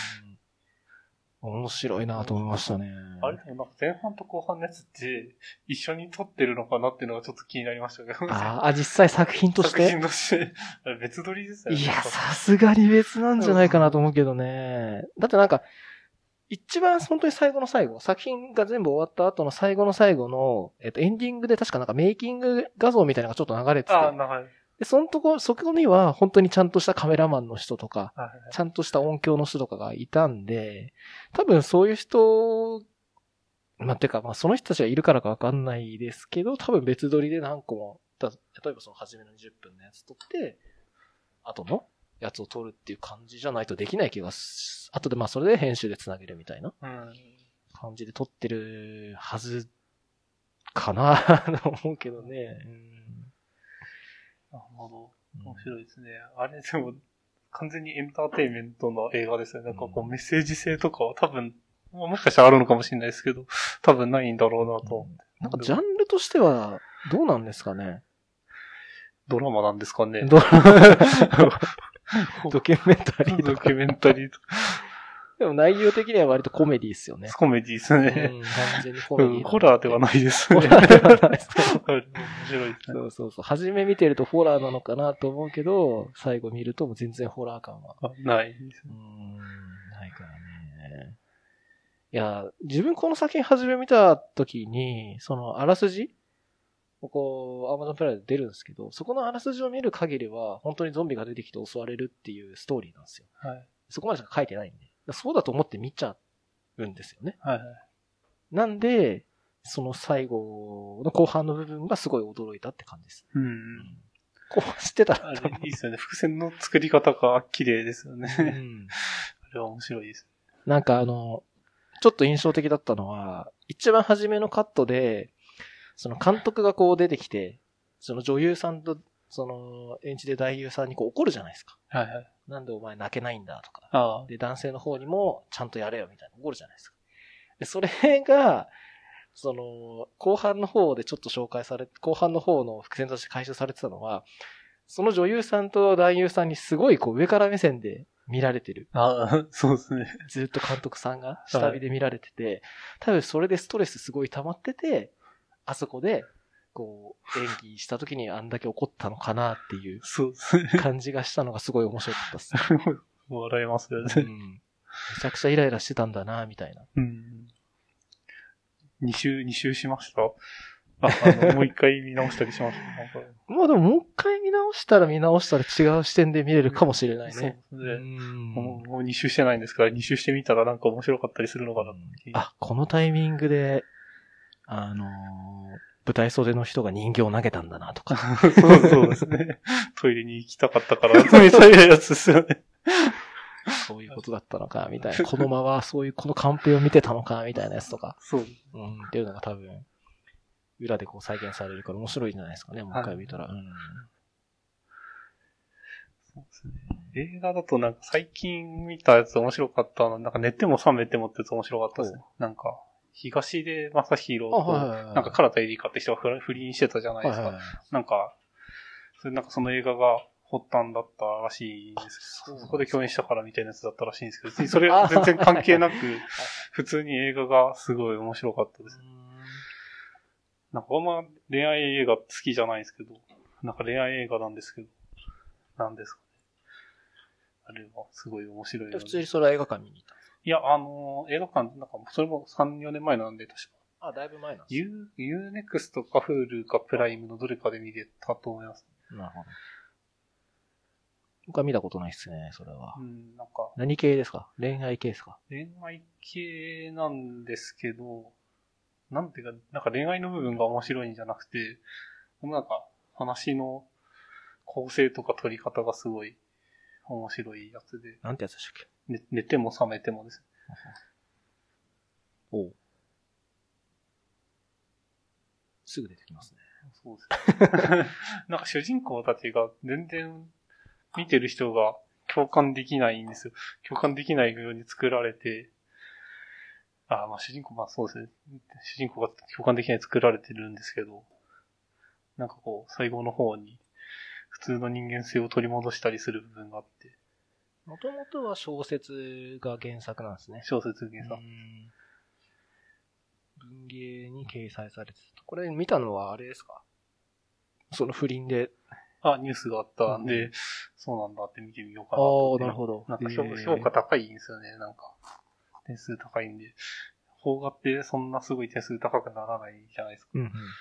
面白いなと思いましたね。 あれでもなんか前半と後半のやつって一緒に撮ってるのかなっていうのがちょっと気になりましたけど。 実際作品として。 作品として。別撮りですよね。 いや、さすがに別なんじゃないかなと思うけどね。だってなんか、一番本当に最後の最後、作品が全部終わった後の最後の最後の、エンディングで確かなんかメイキング画像みたいなのがちょっと流れてて。で、そこには本当にちゃんとしたカメラマンの人とか、ちゃんとした音響の人とかがいたんで、多分そういう人、てかその人たちがいるからかわかんないですけど、多分別撮りで何個も、例えばその初めの20分のやつ撮って、後のやつを撮るっていう感じじゃないとできない気が後でそれで編集で繋げるみたいな感じで撮ってるはずかなと思うけどね。 なるほど。面白いですね。あれでも、完全にエンターテインメントの映画ですよね。なんかこうメッセージ性とかは多分、もしかしたらあるのかもしれないですけど、多分ないんだろうなと思って。 なんかジャンルとしては、どうなんですかね。 ドラマなんですかね。 ドキュメンタリーとか。 ドキュメンタリーとか。 でも内容的には割とコメディですよね。 コメディですね。 完全にコメディ。 ホラーではないですね。 ホラーではないです。 面白いですね。そう。初め見てるとホラーなのかなと思うけど、最後見るともう全然ホラー感は。 ないです。 ないからね。いや、自分この作品初め見た時に、あらすじこう、Amazon プライムで出るんですけど、そこのあらすじを見る限りは、本当にゾンビが出てきて襲われるっていうストーリーなんですよ。 はい。 そこまでしか書いてないんで。そうだと思って見ちゃうんですよね。 はい。 なんで、その最後の後半の部分がすごい驚いたって感じです。こう知ってたら。 いいですよね。伏線の作り方が綺麗ですよね。あれは面白いです。 なんかちょっと印象的だったのは、一番初めのカットで、その監督がこう出てきて、その女優さんと、その演じで男優さんにこう怒るじゃないですか。 はいはい。 なんでお前泣けないんだとか。 ああ。 で、男性の方にもちゃんとやれよみたいな怒るじゃないですか。で、それが、後半の方でちょっと紹介され、後半の方の伏線として回収されてたのは、その女優さんと男優さんにすごい上から目線で見られてる。 ああ、そうですね。 ずっと監督さんが下火で見られてて、多分それでストレスすごい溜まってて、あそこで、演技した時にあんだけ怒ったのかなっていう感じがしたのがすごい面白かったっす。 笑えますよね。 めちゃくちゃイライラしてたんだなみたいな。 2周しました。もう一回見直したりしました。 まあでももう一回見直したら違う視点で見れるかもしれないね。そうですね。もう2周してないんですから、2周してみたらなんか面白かったりするのかな。 このタイミングで、舞台袖の人が人形を投げたんだなとか。 そうですね。トイレに行きたかったから集めたやつですよね。 そういうことだったのか、みたいな。このままこのカンペを見てたのか、みたいなやつとか。 そう。 っていうのが多分、裏で再現されるから面白いんじゃないですかね、もう一回見たら。 そうですね。映画だとなんか最近見たやつ面白かったの、なんか寝ても覚めてもってやつ面白かったですね。なんか、東出正宏と、なんか唐田エリカって人が不倫してたじゃないですか。なんかその映画が発端だったらしいんですけど、そこで共演したからみたいなやつだったらしいんですけど、それ全然関係なく、普通に映画がすごい面白かったです。なんかあんま恋愛映画好きじゃないんですけど、なんか恋愛映画なんですけど、なんですかね。あれはすごい面白い。 普通にそれは映画館見に行ったんですか？ いや、映画館、なんかそれも3、4年前なんで確か。 だいぶ前なんですか？ Unext か Hulu かプライムのどれかで見れたと思います。 なるほど。僕は見たことないっすね、それは。 なんか。 何系ですか？恋愛系ですか？ 恋愛系なんですけど、なんていうか、なんか恋愛の部分が面白いんじゃなくて、なんか話の構成とか取り方がすごい面白いやつで。 なんてやつでしたっけ？寝ても覚めてもです。 おう。すぐ出てきますね。 そうですね。なんか主人公たちが全然見てる人が共感できないんですよ。共感できないように作られて、主人公、そうですね。主人公が共感できないように作られてるんですけど、なんか最後の方に普通の人間性を取り戻したりする部分があって。 もともとは小説が原作なんですね。 小説原作。 文芸に掲載されてた。これ見たのはあれですか？その不倫で。 ニュースがあったんで、そうなんだって見てみようかなと。 なるほど。 なんか評価高いんですよね、なんか。点数高いんで。邦画ってそんなすごい点数高くならないじゃないですか。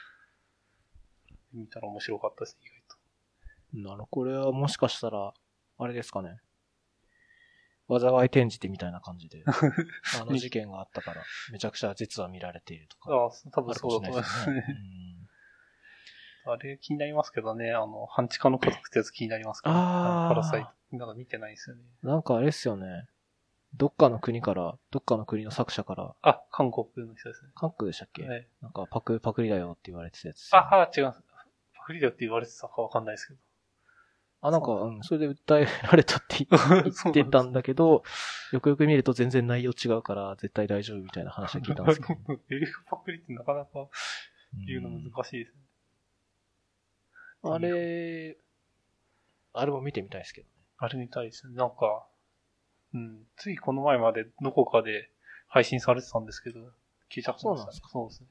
見たら面白かったです、意外と。 これはもしかしたら、あれですかね。災い転じてみたいな感じで、事件があったから、めちゃくちゃ実は見られているとか。 多分そうだと思いますね。あれ気になりますけどね、半地下の家族ってやつ気になりますけど、パラサイト。なんか見てないですよね。 なんかあれですよね。どっかの国の作者から。 韓国の人ですね。 韓国でしたっけ？はい。なんかパクリだよって言われてたやつ。 違います。パクリだよって言われてたかわかんないですけど。 それで訴えられたって言ってたんだけど、よくよく見ると全然内容違うから絶対大丈夫みたいな話は聞いたんですけど。 映画パクリってなかなか言うの難しいですね。 あれも見てみたいですけどね。 あれ見たいですね。なんか、ついこの前までどこかで配信されてたんですけど、消えちゃったんですか？そうですね。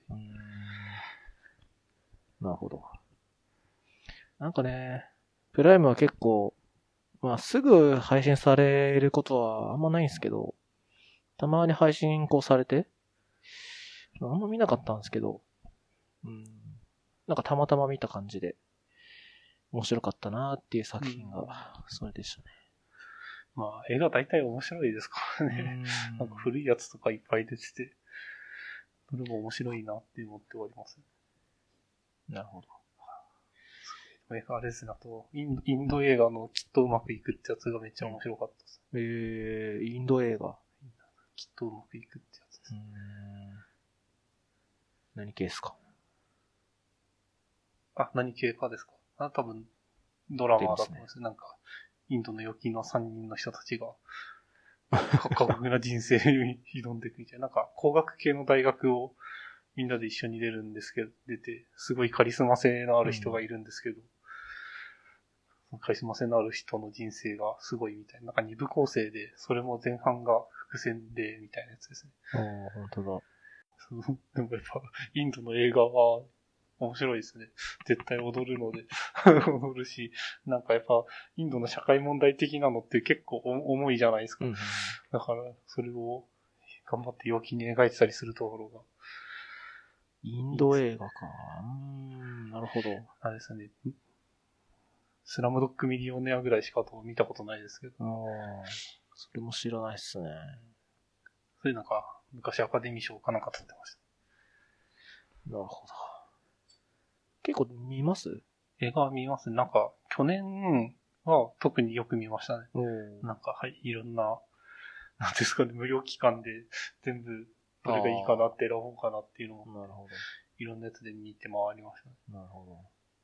なるほど。なんかね、プライムは結構、すぐ配信されることはあんまないんですけど、たまに配信されて、あんま見なかったんですけど、なんかたまたま見た感じで、面白かったなっていう作品が、それでしたね。 映画大体面白いですからね。なんか古いやつとかいっぱい出てて、それも面白いなって思っております。 なるほど。 あれですね、あと、インド映画のきっとうまくいくってやつがめっちゃ面白かったです。 インド映画。 きっとうまくいくってやつです。 何系ですか？ 何系かですか？多分、ドラマだと思います。なんか、 インドの良きの3人の人たちが、過酷な人生に挑んでいくみたいな。なんか、工学系の大学をみんなで一緒に出て、すごいカリスマ性のある人がいるんですけど、カリスマ性のある人の人生がすごいみたいな。なんか二部構成で、それも前半が伏線で、みたいなやつですね。 ああ、本当だ。 でもやっぱ、インドの映画は面白いですね。絶対踊るので。踊るし、なんかやっぱ、インドの社会問題的なのって結構重いじゃないですか。だから、それを頑張って陽気に描いてたりするところが。 インド映画か。なるほど。 あれですね。スラムドッグミリオネアぐらいしか見たことないですけど。 それも知らないっすね。 それなんか、昔アカデミー賞かなんか取ってました。 なるほど。結構見ます？ 映画見ますね。なんか、去年は特によく見ましたね。なんか、はい、いろんな、なんですかね、無料期間で全部、どれがいいかなって選ぼうかなっていうのも、 なるほど。 いろんなやつで見て回りましたね。 なるほど。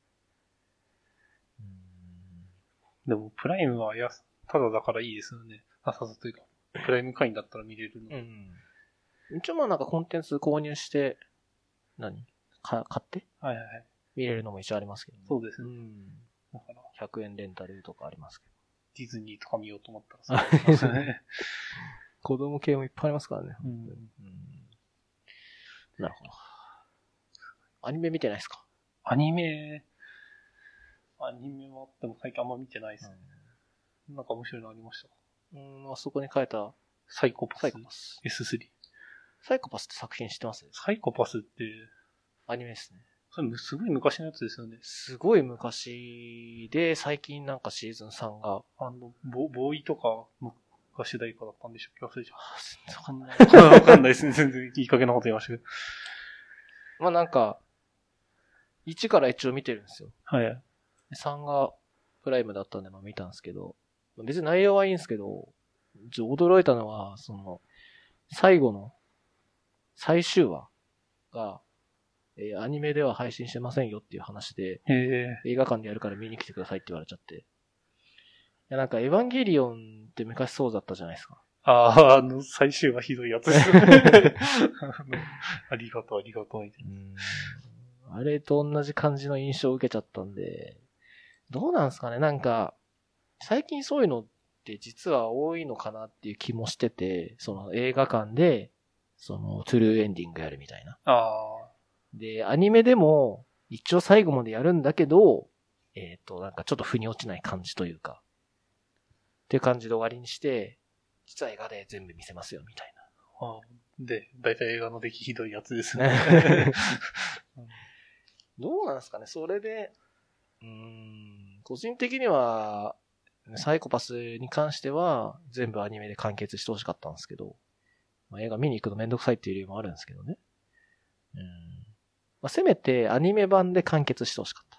でも、プライムはただだからいいですよね。ただというか、プライム会員だったら見れるの。 一応まあなんかコンテンツ購入して、買って、 はいはいはい。 見れるのも一応ありますけどね。 そうですね。 だから100円レンタルとかありますけど。 ディズニーとか見ようと思ったらそうですね。 子供系もいっぱいありますからね。なるほど。アニメ見てないですか？ アニメもでも最近あんま見てないですね。なんか面白いのありましたか？ あそこに書いたサイコパス。S3。 サイコパスって作品知ってます？ サイコパスって、 アニメですね。 それすごい昔のやつですよね。 すごい昔で、最近なんかシーズン3が。 ボーイとかが主題歌だったんでしょう？忘れちゃった。 わかんないですね。全然いい加減なこと言いましたけど。 まあなんか、1から一応見てるんですよ。 はい。 3がプライムだったんで見たんですけど、別に内容はいいんですけど、驚いたのは、最後の最終話が、アニメでは配信してませんよっていう話で、映画館でやるから見に来てくださいって言われちゃって。いやなんかエヴァンゲリオンって昔そうだったじゃないですか。 最終話ひどいやつですね。ありがとうみたいな。あれと同じ感じの印象を受けちゃったんで、どうなんですかね？なんか、最近そういうのって実は多いのかなっていう気もしてて、映画館で、トゥルーエンディングやるみたいな。で、アニメでも、一応最後までやるんだけど、なんかちょっと腑に落ちない感じというか、っていう感じで終わりにして、実は映画で全部見せますよ、みたいな。 で、だいたい映画の出来ひどいやつですね。 どうなんですかね？それで、個人的には、サイコパスに関しては、全部アニメで完結してほしかったんですけど、まあ、映画見に行くのめんどくさいっていう理由もあるんですけどね。まあ、せめてアニメ版で完結してほしかった。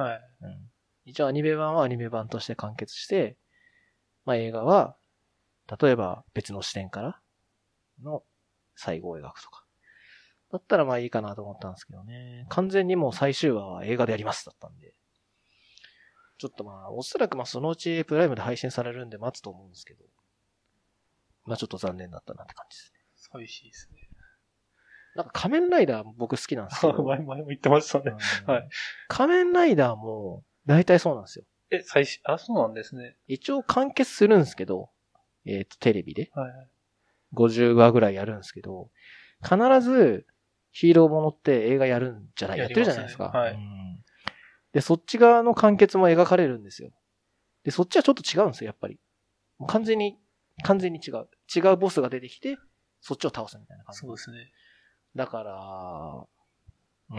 はい。 一応アニメ版はアニメ版として完結して、まあ、映画は、例えば別の視点からの最後を描くとか。だったらまあいいかなと思ったんですけどね。完全にもう最終話は映画でやりますだったんで。ちょっとまあ、おそらくまあそのうちプライムで配信されるんで待つと思うんですけど。まあちょっと残念だったなって感じですね。 寂しいですね。 なんか仮面ライダー僕好きなんですけど。 前も言ってましたね。はい。 仮面ライダーも大体そうなんですよ。 そうなんですね。 一応完結するんですけど、テレビで。 はい。 50話ぐらいやるんですけど、必ずヒーローものって映画やってるじゃないですか。 はい。 で、そっち側の完結も描かれるんですよ。で、そっちはちょっと違うんですよ、やっぱり。もう完全に違う。違うボスが出てきて、そっちを倒すみたいな感じ。 そうですね。 だから、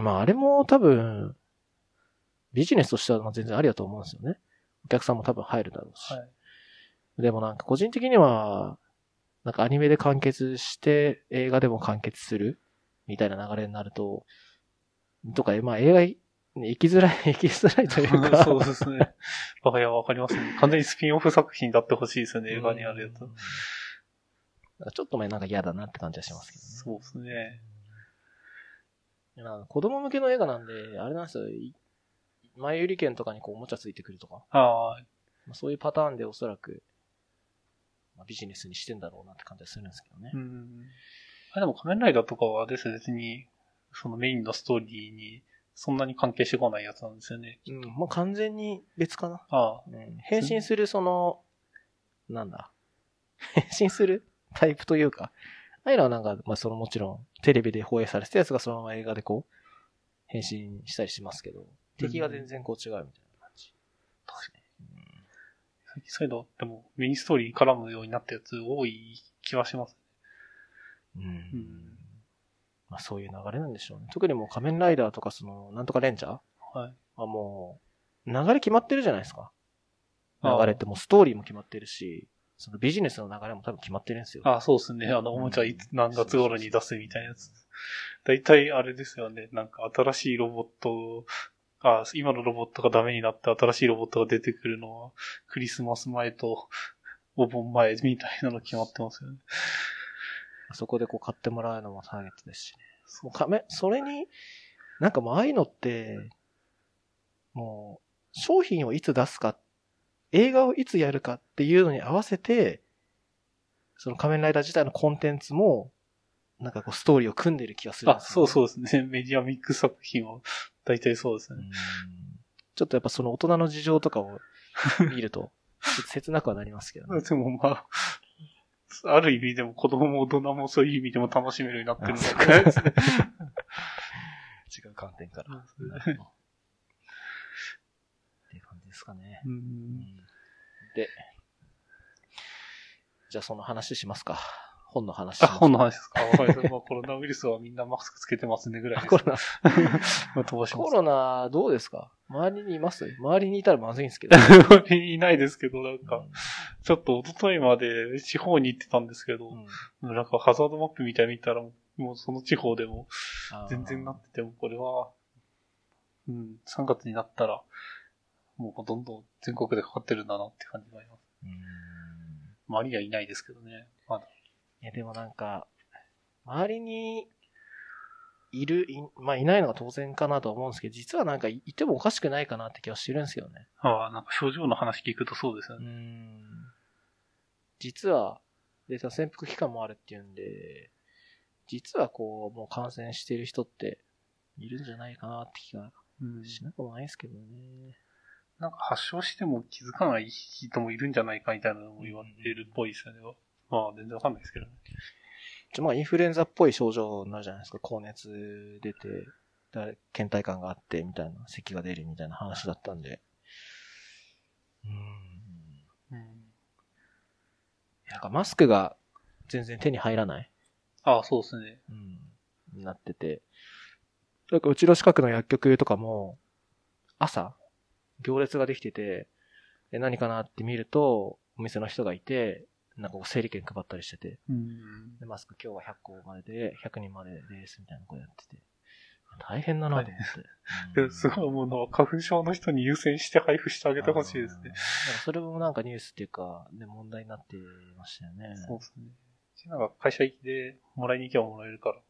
まああれも多分、ビジネスとしては全然ありだと思うんですよね。お客さんも多分入るだろうし。はい、でもなんか個人的には、なんかアニメで完結して映画でも完結するみたいな流れになると、とか、まあ映画行きづらいというか。 そうですね。わかりますね。完全にスピンオフ作品だってほしいですよね、映画にあるやつ。 ちょっとなんか嫌だなって感じはしますけどね。 そうですね。 子供向けの映画なんで、あれなんですよ。前売り券とかにこうおもちゃついてくるとか。 そういうパターンでおそらく、ビジネスにしてんだろうなって感じはするんですけどね。 でも仮面ライダーとかはですね、別に、そのメインのストーリーにそんなに関係してこないやつなんですよね。 もう完全に別かな。 ああ。 変身するなんだ。変身するタイプというか、ああいうのはなんか、もちろんテレビで放映されてたやつがそのまま映画で変身したりしますけど、敵が全然違うみたいな感じ。 確かに。最近そういうの、でもメインストーリーに絡むようになったやつ多い気はしますね。 そういう流れなんでしょうね。特にもう仮面ライダーとかなんとかレンジャーはもう、流れ決まってるじゃないですか。流れってもうストーリーも決まってるし、そのビジネスの流れも多分決まってるんですよ。 そうですね。おもちゃ何月頃に出すみたいなやつ。だいたいあれですよね。なんか新しいロボット、今のロボットがダメになって新しいロボットが出てくるのは、クリスマス前とお盆前みたいなの決まってますよね。 そこで買ってもらうのもターゲットですしね。それに、なんかもうああいうのって、もう、商品をいつ出すか、映画をいつやるかっていうのに合わせて、その仮面ライダー自体のコンテンツも、なんかストーリーを組んでる気がするんですよね。 そうですね。メディアミックス作品は大体そうですね。 ちょっとやっぱその大人の事情とかを見ると、ちょっと切なくはなりますけどね。 でもある意味でも子供も大人もそういう意味でも楽しめるようになってるんですね。 違う観点から。っていう感じですかね。で、じゃあその話しますか。本の話しますか。 本の話ですか。わかります。コロナウイルスはみんなマスクつけてますねぐらいです。 コロナどうですか？周りにいます？周りにいたらまずいんですけど。 周りにいないですけど、なんか、ちょっと一昨日まで地方に行ってたんですけど、なんかハザードマップみたいに見たら、もうその地方でも全然なってても、これは、3月になったら、もうどんどん全国でかかってるんだなって感じがあります。周りにはいないですけどね、まだ。 いやでもなんか、周りにいないのが当然かなと思うんですけど、実はなんかいてもおかしくないかなって気はしてるんですよね。 なんか症状の話聞くとそうですよね。 実は、潜伏期間もあるっていうんで、実はもう感染している人っているんじゃないかなって気がしなくもないですけどね。 なんか発症しても気づかない人もいるんじゃないかみたいなのも言われてるっぽいですよね。全然わかんないですけどね。 インフルエンザっぽい症状になるじゃないですか。高熱出て、倦怠感があってみたいな、咳が出るみたいな話だったんで。なんかマスクが全然手に入らない。 そうですね。 なってて。なんかうちの近くの薬局とかも、朝、行列ができてて、何かなって見ると、お店の人がいて、なんか整理券配ったりしてて、でマスク今日は100個までで、100人までですみたいなことやってて、大変だなと思って。 すごいもう花粉症の人に優先して配布してあげてほしいですね。 それもなんかニュースっていうか、問題になってましたよね。 そうですね。なんか会社行ってもらいに行けばもらえるから、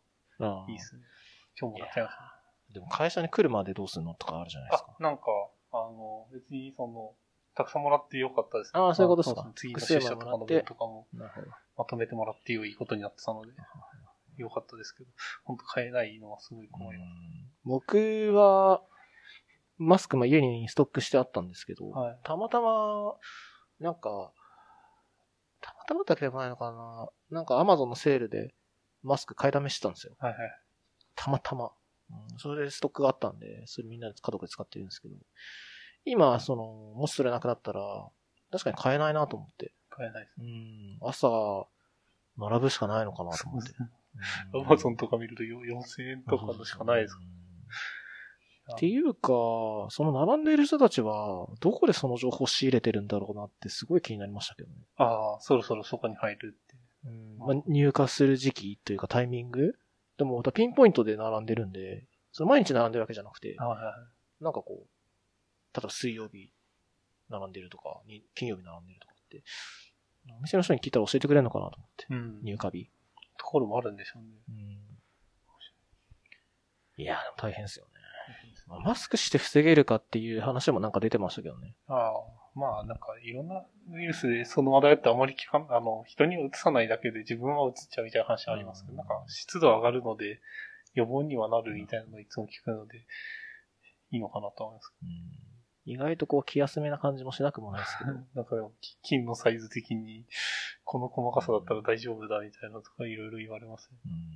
いいですね。今日もらっちゃいましたね。 でも会社に来るまでどうするのとかあるじゃないですか。 なんか、別にたくさんもらってよかったですね。 そういうことですか。 次の出社とかの分とかも、まとめてもらっていいことになってたので、よかったですけど、本当買えないのはすごい困ります。 僕は、マスク家にストックしてあったんですけど、たまたま、なんか、たまたまだけでもないのかな。なんか Amazon のセールでマスク買いだめしてたんですよ。たまたま。それでストックがあったんで、それみんなで家族で使ってるんですけど、今、もしそれなくなったら、確かに買えないなと思って。 買えないです。 朝、並ぶしかないのかなと思って。 Amazon とか見ると4000円とかのしかないですか。 っていうか、その並んでいる人たちは、どこでその情報を仕入れてるんだろうなってすごい気になりましたけどね。 そろそろそこに入るって。 入荷する時期というかタイミングでも、ピンポイントで並んでるんで、毎日並んでるわけじゃなくて、なんか例えば水曜日並んでるとか、金曜日並んでるとかって、お店の人に聞いたら教えてくれるのかなと思って。入荷日。 ところもあるんでしょうね。 いや、でも大変ですよね。 マスクして防げるかっていう話もなんか出てましたけどね。 ああ、まあなんかいろんなウイルスでその話題ってあまり聞かん、人にうつさないだけで自分はうつっちゃうみたいな話ありますけど、なんか湿度上がるので予防にはなるみたいなのをいつも聞くので、いいのかなと思います。 意外とこう気休めな感じもしなくもないですけど。 なんか菌のサイズ的にこの細かさだったら大丈夫だみたいなとかいろいろ言われますね。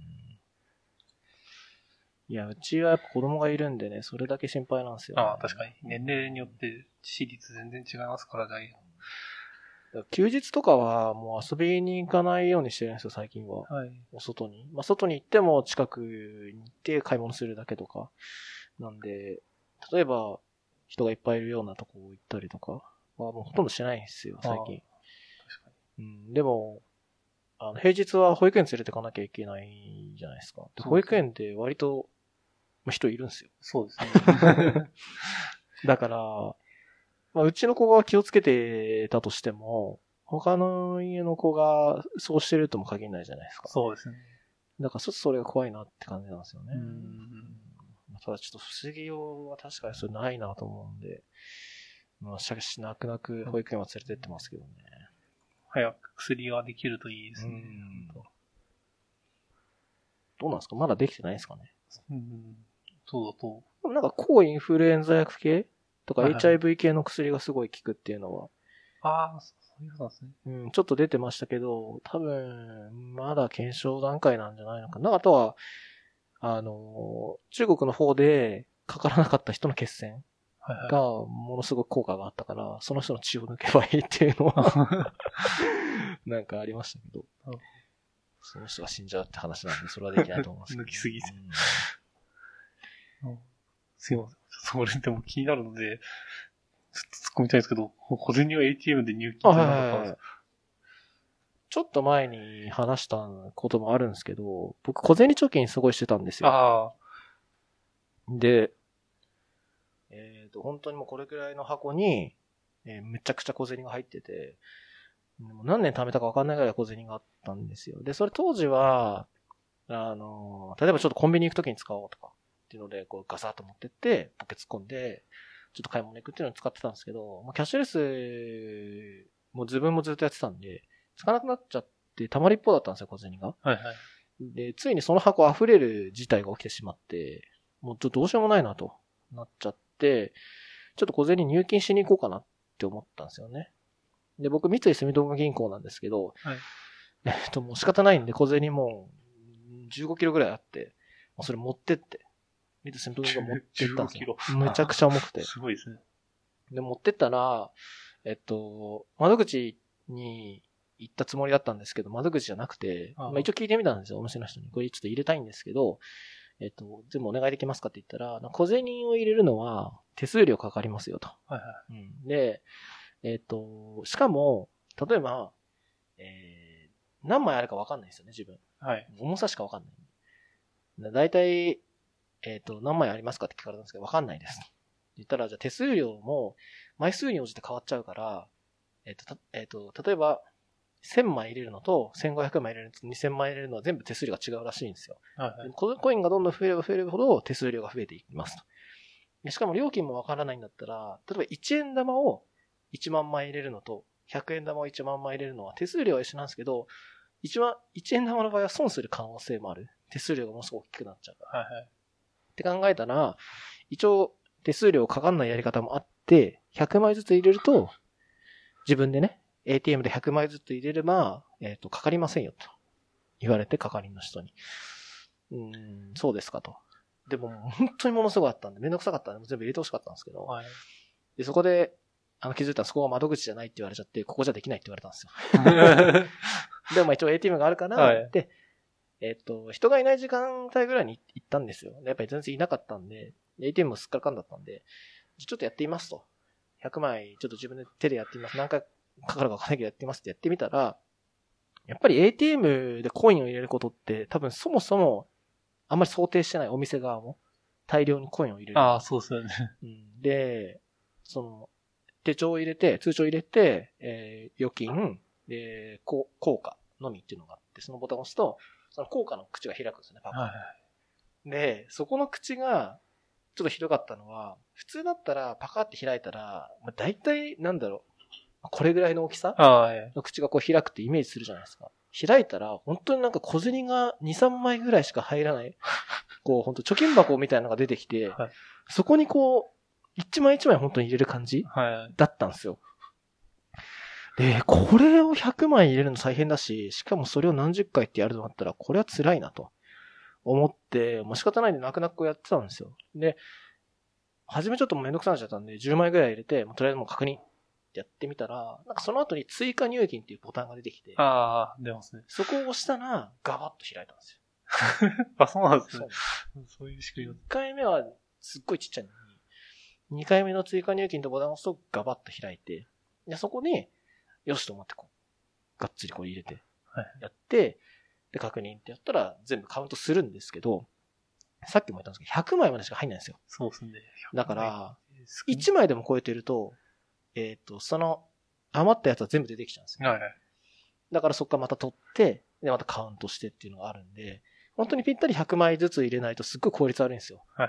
いや、うちはやっぱ子供がいるんでね、それだけ心配なんですよ、ね。 ああ、確かに。年齢によって致死率全然違いますからね。 休日とかはもう遊びに行かないようにしてるんですよ、最近は。 はい。 外に。まあ、外に行っても近くに行って買い物するだけとか。なんで、例えば人がいっぱいいるようなとこ行ったりとかはもうほとんどしないんですよ、最近。 確かに。でも、平日は保育園連れてかなきゃいけないじゃないですか。で保育園って割と、人いるんですよ。 そうですね。 だから、まあ、うちの子が気をつけてたとしても、他の家の子がそうしてるとも限らないじゃないですか。 そうですね。だからちょっとそれが怖いなって感じなんですよね。ただちょっと防ぎようは確かにそれないなと思うんで、まあ、しかし泣く泣く保育園は連れてってますけどね。 早く薬ができるといいですね。 どうなんですか？まだできてないですかね？ そうだと。 なんか抗インフルエンザ薬系とか HIV 系の薬がすごい効くっていうのは。 ああ、そういうことですね。ちょっと出てましたけど、多分、まだ検証段階なんじゃないのかな。あとは、中国の方でかからなかった人の血栓がものすごく効果があったから、その人の血を抜けばいいっていうのはなんかありましたけど、その人が死んじゃうって話なんで、それはできないと思いますけど。 抜きすぎて。すいません。それでも気になるので、ちょっと突っ込みたいんですけど、小銭を ATM で入金ってなかったんですか？ ちょっと前に話したこともあるんですけど、僕小銭貯金すごいしてたんですよ。で、本当にもうこれくらいの箱に、めちゃくちゃ小銭が入ってて、何年貯めたか分かんないぐらい小銭があったんですよ。で、それ当時は、例えばちょっとコンビニ行くときに使おうとか、っていうので、こうガサッと持ってって、ポケ突っ込んで、ちょっと買い物行くっていうのを使ってたんですけど、キャッシュレス、もう自分もずっとやってたんで、使わなくなっちゃって、溜まりっぽだったんですよ、小銭が。 はいはい。 で、ついにその箱溢れる事態が起きてしまって、もうちょっとどうしようもないなとなっちゃって、ちょっと小銭入金しに行こうかなって思ったんですよね。で、僕、三井住友銀行なんですけど、 はい、 もう仕方ないんで小銭もう15キロぐらいあって、もうそれ持ってって、三井住友銀行持ってったんですよ。めちゃくちゃ重くて。 すごいですね。 で、持ってったら、窓口に行ったつもりだったんですけど、窓口じゃなくて、一応聞いてみたんですよ、お店の人に。これちょっと入れたいんですけど、全部お願いできますかって言ったら、小銭を入れるのは手数料かかりますよと。 はいはい。 で、しかも、例えば、何枚あるか分かんないですよね、自分。 はい。 重さしか分かんない。だいたい、何枚ありますかって聞かれたんですけど、分かんないです。言ったら、じゃあ手数料も枚数に応じて変わっちゃうから、例えば、1000枚入れるのと、1500枚入れるのと、2000枚入れるのは全部手数料が違うらしいんですよ。 はいはい、 コインがどんどん増えれば増えるほど手数料が増えていきますと。しかも料金もわからないんだったら、例えば1円玉を1万枚入れるのと、100円玉を1万枚入れるのは手数料は一緒なんですけど、1円玉の場合は損する可能性もある。手数料がものすごく大きくなっちゃうから。 はいはい、 って考えたら、一応手数料かかんないやり方もあって、100枚ずつ入れると、自分でね、ATM で100枚ずつ入れれば、かかりませんよと言われて、係員の人に。そうですかと。でも、本当にものすごかったんで、めんどくさかったんで、全部入れてほしかったんですけど、 はい、 で、そこで、気づいたらそこが窓口じゃないって言われちゃって、ここじゃできないって言われたんですよ。でも、一応 ATM があるから、はい、で、人がいない時間帯ぐらいに行ったんですよ。やっぱり全然いなかったんで、ATM もすっからかんだったんで、ちょっとやってみますと。100枚、ちょっと自分で手でやってみます。何回かかるかわかんないけどやってみますってやってみたら、やっぱり ATM でコインを入れることって多分そもそもあんまり想定してないお店側も大量にコインを入れる。 ああ、そうですよね。 で、手帳を入れて、通帳入れて、預金、で、効果のみっていうのがあって、そのボタンを押すと、その効果の口が開くんですよね、パカッ。はい、で、そこの口が、 ちょっとひどかったのは、普通だったらパカって開いたら、だいたいこれぐらいの大きさの口がこう開くってイメージするじゃないですか。開いたら、本当になんか小銭が2、3枚ぐらいしか入らない。こう本当貯金箱みたいなのが出てきて、はい、そこにこう、一枚一枚本当に入れる感じ、はい、だったんですよ。で、これを100枚入れるの大変だし、しかもそれを何十回ってやるとなったら、これは辛いなと思って、もう仕方ないんで泣く泣くやってたんですよ。で、初めちょっとめんどくさくなっちゃったんで、10枚ぐらい入れて、とりあえずもう確認ってやってみたら、なんかその後に追加入金っていうボタンが出てきて、 ああ、出ますね。 そこを押したら、ガバッと開いたんですよ。 あ、そうなんですね。そういう仕組み。 1回目はすっごいちっちゃいのに、2回目の追加入金とボタンを押すとガバッと開いて、でそこに、よしと思ってこう、がっつりこう入れて、やって、で、確認ってやったら全部カウントするんですけど、さっきも言ったんですけど、100枚までしか入んないんですよ。 そうですね。 だから、1枚でも超えてると、その余ったやつは全部出てきちゃうんですよ。はいはい。だからそこからまた取って、で、またカウントしてっていうのがあるんで、本当にぴったり100枚ずつ入れないとすっごい効率悪いんですよ。はいはい。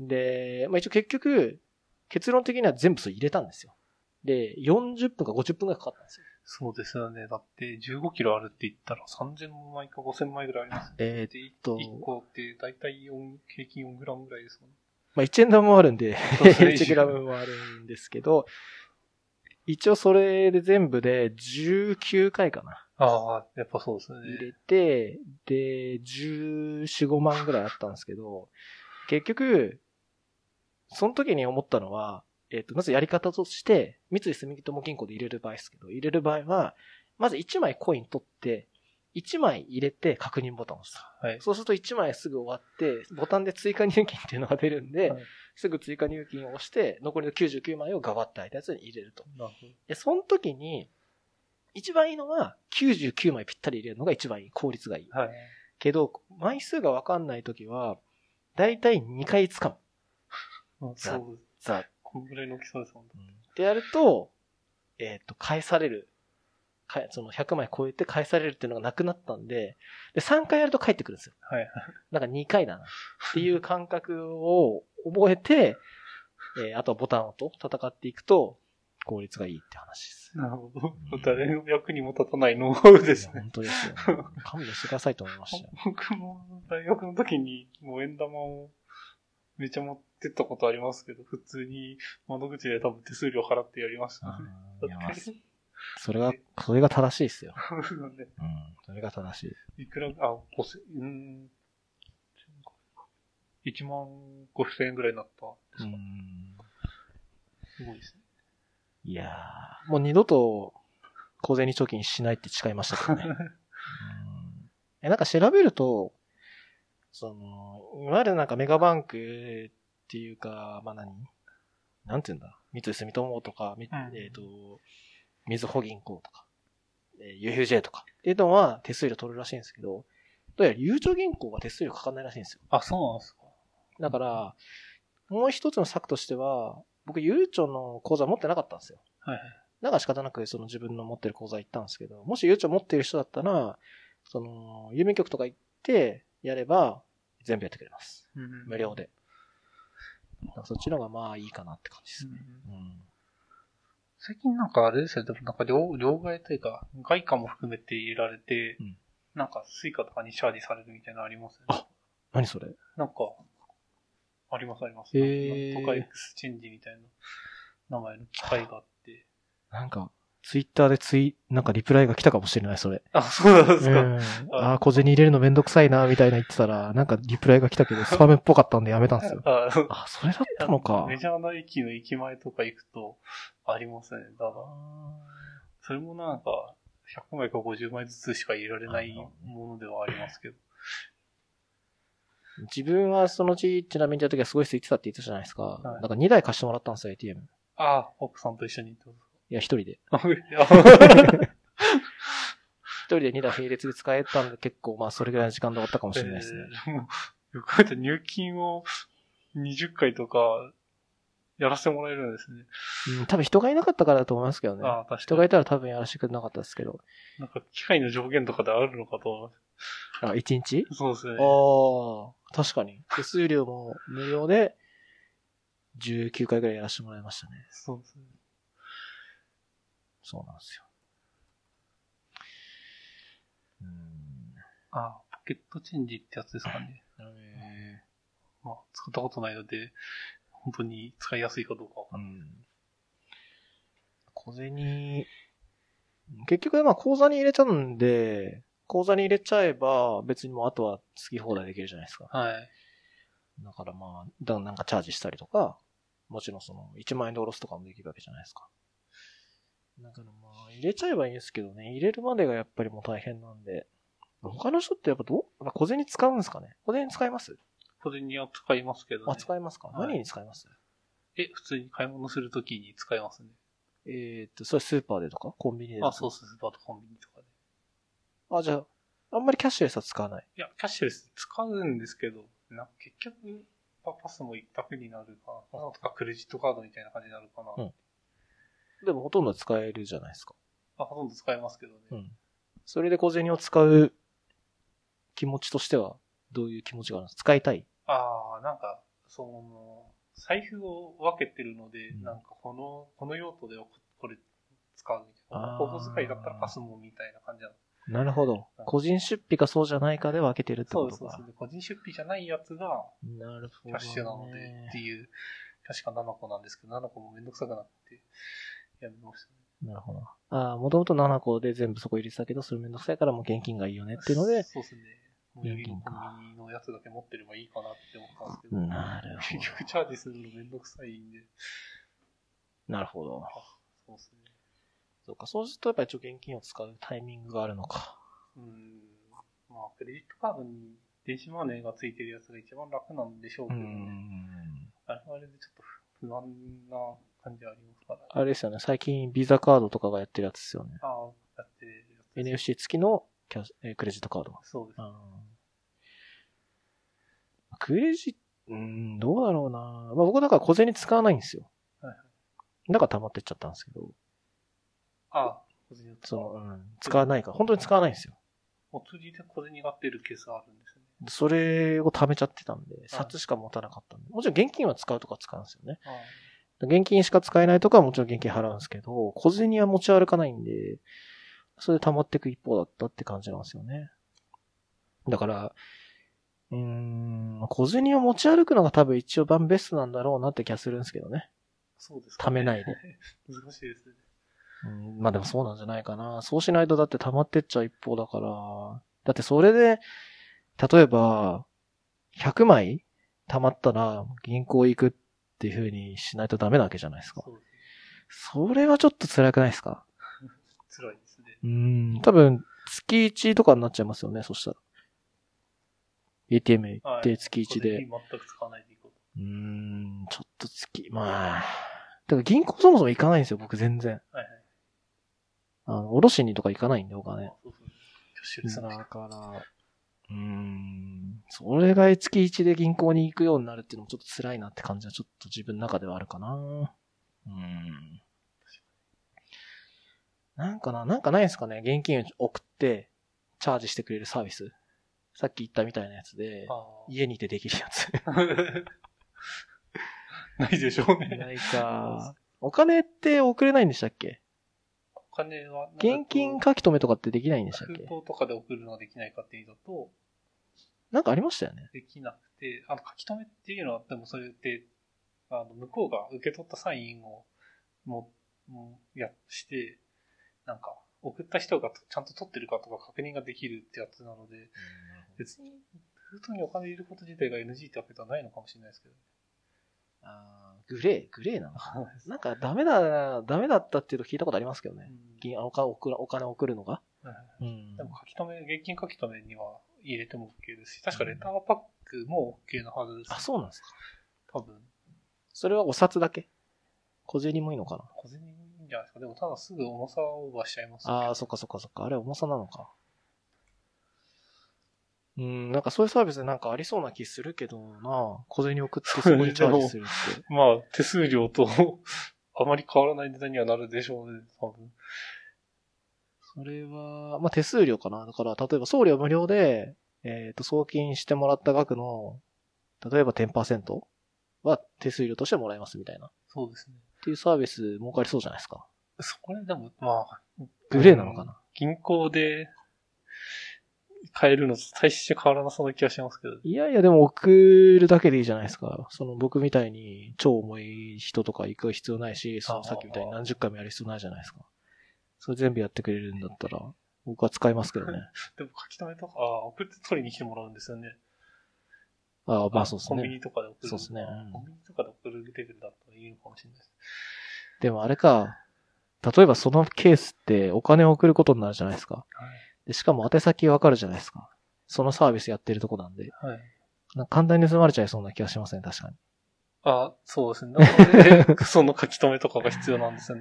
で、まあ一応結局、結論的には全部それ入れたんですよ。で、40分か50分くらいかかったんですよ。 そうですよね。だって15キロあるって言ったら3000枚か5000枚ぐらいあります、ね。1個ってだいたい平均4グラムぐらいですもんね。 まあ1円玉もあるんで、1グラムもあるんですけど、一応それで全部で19回かな。 ああ、やっぱそうですね。 入れて、で、14、5万ぐらいあったんですけど、結局、その時に思ったのは、まずやり方として、三井住友銀行で入れる場合ですけど、入れる場合は、まず1枚コイン取って、1枚入れて確認ボタンを押す。はい。そうすると1枚すぐ終わって、ボタンで追加入金っていうのが出るんで、はい、すぐ追加入金を押して、残りの99枚をガバッと開いたやつに入れると。なるほど。で、その時に、一番いいのは99枚ぴったり入れるのが一番いい。効率がいい。はい。けど、枚数がわかんない時は、だいたい2回掴む。 そう。このぐらいの大きさですもんね。 ってやると、返される。その100枚超えて返されるっていうのがなくなったんで、で、3回やると返ってくるんですよ。はい。なんか2回だな。っていう感覚を覚えて、あとはボタンと戦っていくと、効率がいいって話です。 なるほど。誰の役にも立たないノウハウですね。 本当ですよ、ね。勘弁してくださいと思いましたよ。 僕も大学の時にもう円玉をめちゃ持ってったことありますけど、普通に窓口で多分手数料払ってやりましたね。 それが正しいですよ。ね、それが正しい。いくら、1万5000円ぐらいになったんですか。すごいですね。 いやー、もう二度と小銭貯金しないって誓いましたけどね。なんか調べると、いわゆるなんかメガバンクっていうか、まあなんていうんだ、三井住友とか、みずほ銀行とか、UFJ とかっていうのは手数料取るらしいんですけど、どうやらゆうちょ銀行は手数料かかんないらしいんですよ。 あ、そうなんですか。 だから、もう一つの策としては、僕ゆうちょの口座持ってなかったんですよ。はい。だから仕方なくその自分の持ってる口座行ったんですけど、もしゆうちょ持ってる人だったら、郵便局とか行ってやれば全部やってくれます。無料で。そっちの方がまあいいかなって感じですね。 最近なんかあれですよ、でもなんか両替というか、外貨も含めて入れられて、なんかスイカとかにチャージされるみたいなのありますよね。 あ、何それ？ なんか、ありますあります。なんとかエクスチェンジみたいな名前の機械があって。 なんか、ツイッターでなんかリプライが来たかもしれない、それ。 あ、そうなんですか。 小銭入れるのめんどくさいな、みたいな言ってたら、なんかリプライが来たけど、スパムっぽかったんでやめたんですよ。それだったのか。 メジャーな駅の駅前とか行くと、ありますね。だから、それもなんか、100枚か50枚ずつしか入れられないものではありますけど。 自分はそのうちちなみに行った時はすごい空いてたって言ってたじゃないですか。はい、なんか2台貸してもらったんですよ、ATM。 ああ、奥さんと一緒に行ったんですか？ いや、一人で。一人で2台並列で使えたんで結構まあそれぐらいの時間で終わったかもしれないですね。 よく考えたら入金を20回とかやらせてもらえるんですね。 多分人がいなかったからだと思いますけどね。確かに人がいたら多分やらせてくれなかったですけど。 なんか機械の上限とかであるのかと思います。 あ、1日？ そうですね。 ああ、確かに。手数料も無料で、19回ぐらいやらせてもらいましたね。 そうですね。 そうなんですよ。 ポケットチェンジってやつですかね。まあ、使ったことないので、本当に使いやすいかどうかわかんない。 小銭、結局まあ口座に入れちゃうんで、口座に入れちゃえば別にもうあとは好き放題できるじゃないですか。 はい。 だからまあ、なんかチャージしたりとか、もちろんその1万円で下ろすとかもできるわけじゃないですか。だからまあ、入れちゃえばいいんですけどね、入れるまでがやっぱりもう大変なんで、他の人ってやっぱ小銭使うんですかね？小銭使います？ 小銭は使いますけどね。 あ、使いますか？はい、何に使います？ 普通に買い物するときに使いますね。 それスーパーでとかコンビニでとか？ そうスーパーとコンビニとかで。 じゃあ、あんまりキャッシュレスは使わない？ いや、キャッシュレス使うんですけど、結局、パスも一択になるかな。とかクレジットカードみたいな感じになるかな。 でもほとんど使えるじゃないですか。 ほとんど使えますけどね。 それで小銭を使う気持ちとしては、どういう気持ちがあるんですか？使いたい？ なんか、財布を分けてるので、なんかこの用途でこれ使うみたいな。小遣いだったらパスもみたいな感じなの。 なるほど。個人出費かそうじゃないかで分けてるってことか。 そう。個人出費じゃないやつが、 なるほど、ね。 キャッシュなのでっていう、確か7個なんですけど、7個もめんどくさくなって、やめましたね。 なるほど。もともと7個で全部そこ入れてたけど、それめんどくさいからもう現金がいいよねっていうので。 そうですね。もうよりコンビニのやつだけ持ってればいいかなって思ったんですけど。 なるほど。 結局チャージするのめんどくさいんで。 なるほど。 そうですね。 そうか、そうするとやっぱり一応現金を使うタイミングがあるのか。 まあ、クレジットカードに電子マネーがついてるやつが一番楽なんでしょうけどね。あれでちょっと不安な感じはありますから、ね。 あれですよね、最近ビザカードとかがやってるやつですよね。 やってるやつ。NFC 付きのクレジットカード。 そうです。 クレジどうだろうな。まあ僕だから小銭使わないんですよ。だから溜まってっちゃったんですけど。使わないから、本当に使わないんですよ。 お釣りで小銭が出るケースあるんですね。 それを貯めちゃってたんで、札しか持たなかったんで。もちろん現金は使うとか使うんですよね。現金しか使えないとかはもちろん現金払うんですけど、小銭は持ち歩かないんで、それで溜まっていく一方だったって感じなんですよね。だから、小銭を持ち歩くのが多分一応ベストなんだろうなって気がするんですけどね。 そうですか、 ね。貯めないで。 難しいですね。 まあでもそうなんじゃないかな。そうしないとだって溜まってっちゃう一方だから。だってそれで、例えば、100枚溜まったら銀行行くっていう風にしないとダメなわけじゃないですか。それはちょっと辛くないですか？ 辛いですね。 多分、月1とかになっちゃいますよね、そしたら。ATM 行って月1で。 全く使わないでいこう。 ちょっとまあ。だから銀行そもそも行かないんですよ、僕全然。おろしにとか行かないんで、お金。だから、それが月1で銀行に行くようになるっていうのもちょっと辛いなって感じはちょっと自分の中ではあるかな。なんかないですかね、現金を送ってチャージしてくれるサービス。さっき言ったみたいなやつで、家にてできるやつ。 ないでしょうね。 ないか。お金って送れないんでしたっけ？ お金は現金書き留めとかってできないんでしたっけ？ 封筒とかで送るのができないかっていうのと、 なんかありましたよね。 できなくて、書き留めっていうのは、でもそれって、向こうが受け取ったサインをして、なんか、送った人がちゃんと取ってるかとか確認ができるってやつなので、別に封筒にお金入れること自体が NG ってわけではないのかもしれないですけどね。 グレーなのなんかダメだったっていうと聞いたことありますけどね。お金送るのが。 でも現金書き留めには入れても OK ですし、確かレターパックも OK なはずです。 そうなんですか。 多分。 それはお札だけ？小銭もいいのかな？ 小銭いいんじゃないですか。でもただすぐ重さをオーバーしちゃいます。 そっか。あれ重さなのか。なんかそういうサービスでなんかありそうな気するけどな。小銭送ってそこにチャージするって。 まあ、手数料とあまり変わらない値段にはなるでしょうね、多分。 それは、まあ、手数料かな。だから、例えば送料無料で、送金してもらった額の、例えば 10% は手数料としてもらえますみたいな。 そうですね。 っていうサービス儲かりそうじゃないですか。 そこでも、まあ、 グレーなのかな。 銀行で買えるのと大して変わらなそうな気がしますけど。 いやいや、でも送るだけでいいじゃないですか。僕みたいに超重い人とか行く必要ないし、さっきみたいに何十回もやる必要ないじゃないですか。それ全部やってくれるんだったら、僕は使いますけどね。 でも書き留めとか、送って取りに来てもらうんですよね。 まあそうですね。 コンビニとかで送る。 そうですね。 コンビニとかで送るレベルだったらいいのかもしれないです。 でもあれか、例えばそのケースってお金を送ることになるじゃないですか。はい、でしかも宛先わかるじゃないですか。そのサービスやってるとこなんで。はい。なんか簡単に盗まれちゃいそうな気がしますね、確かに。 そうですね。その書き留めとかが必要なんですよね。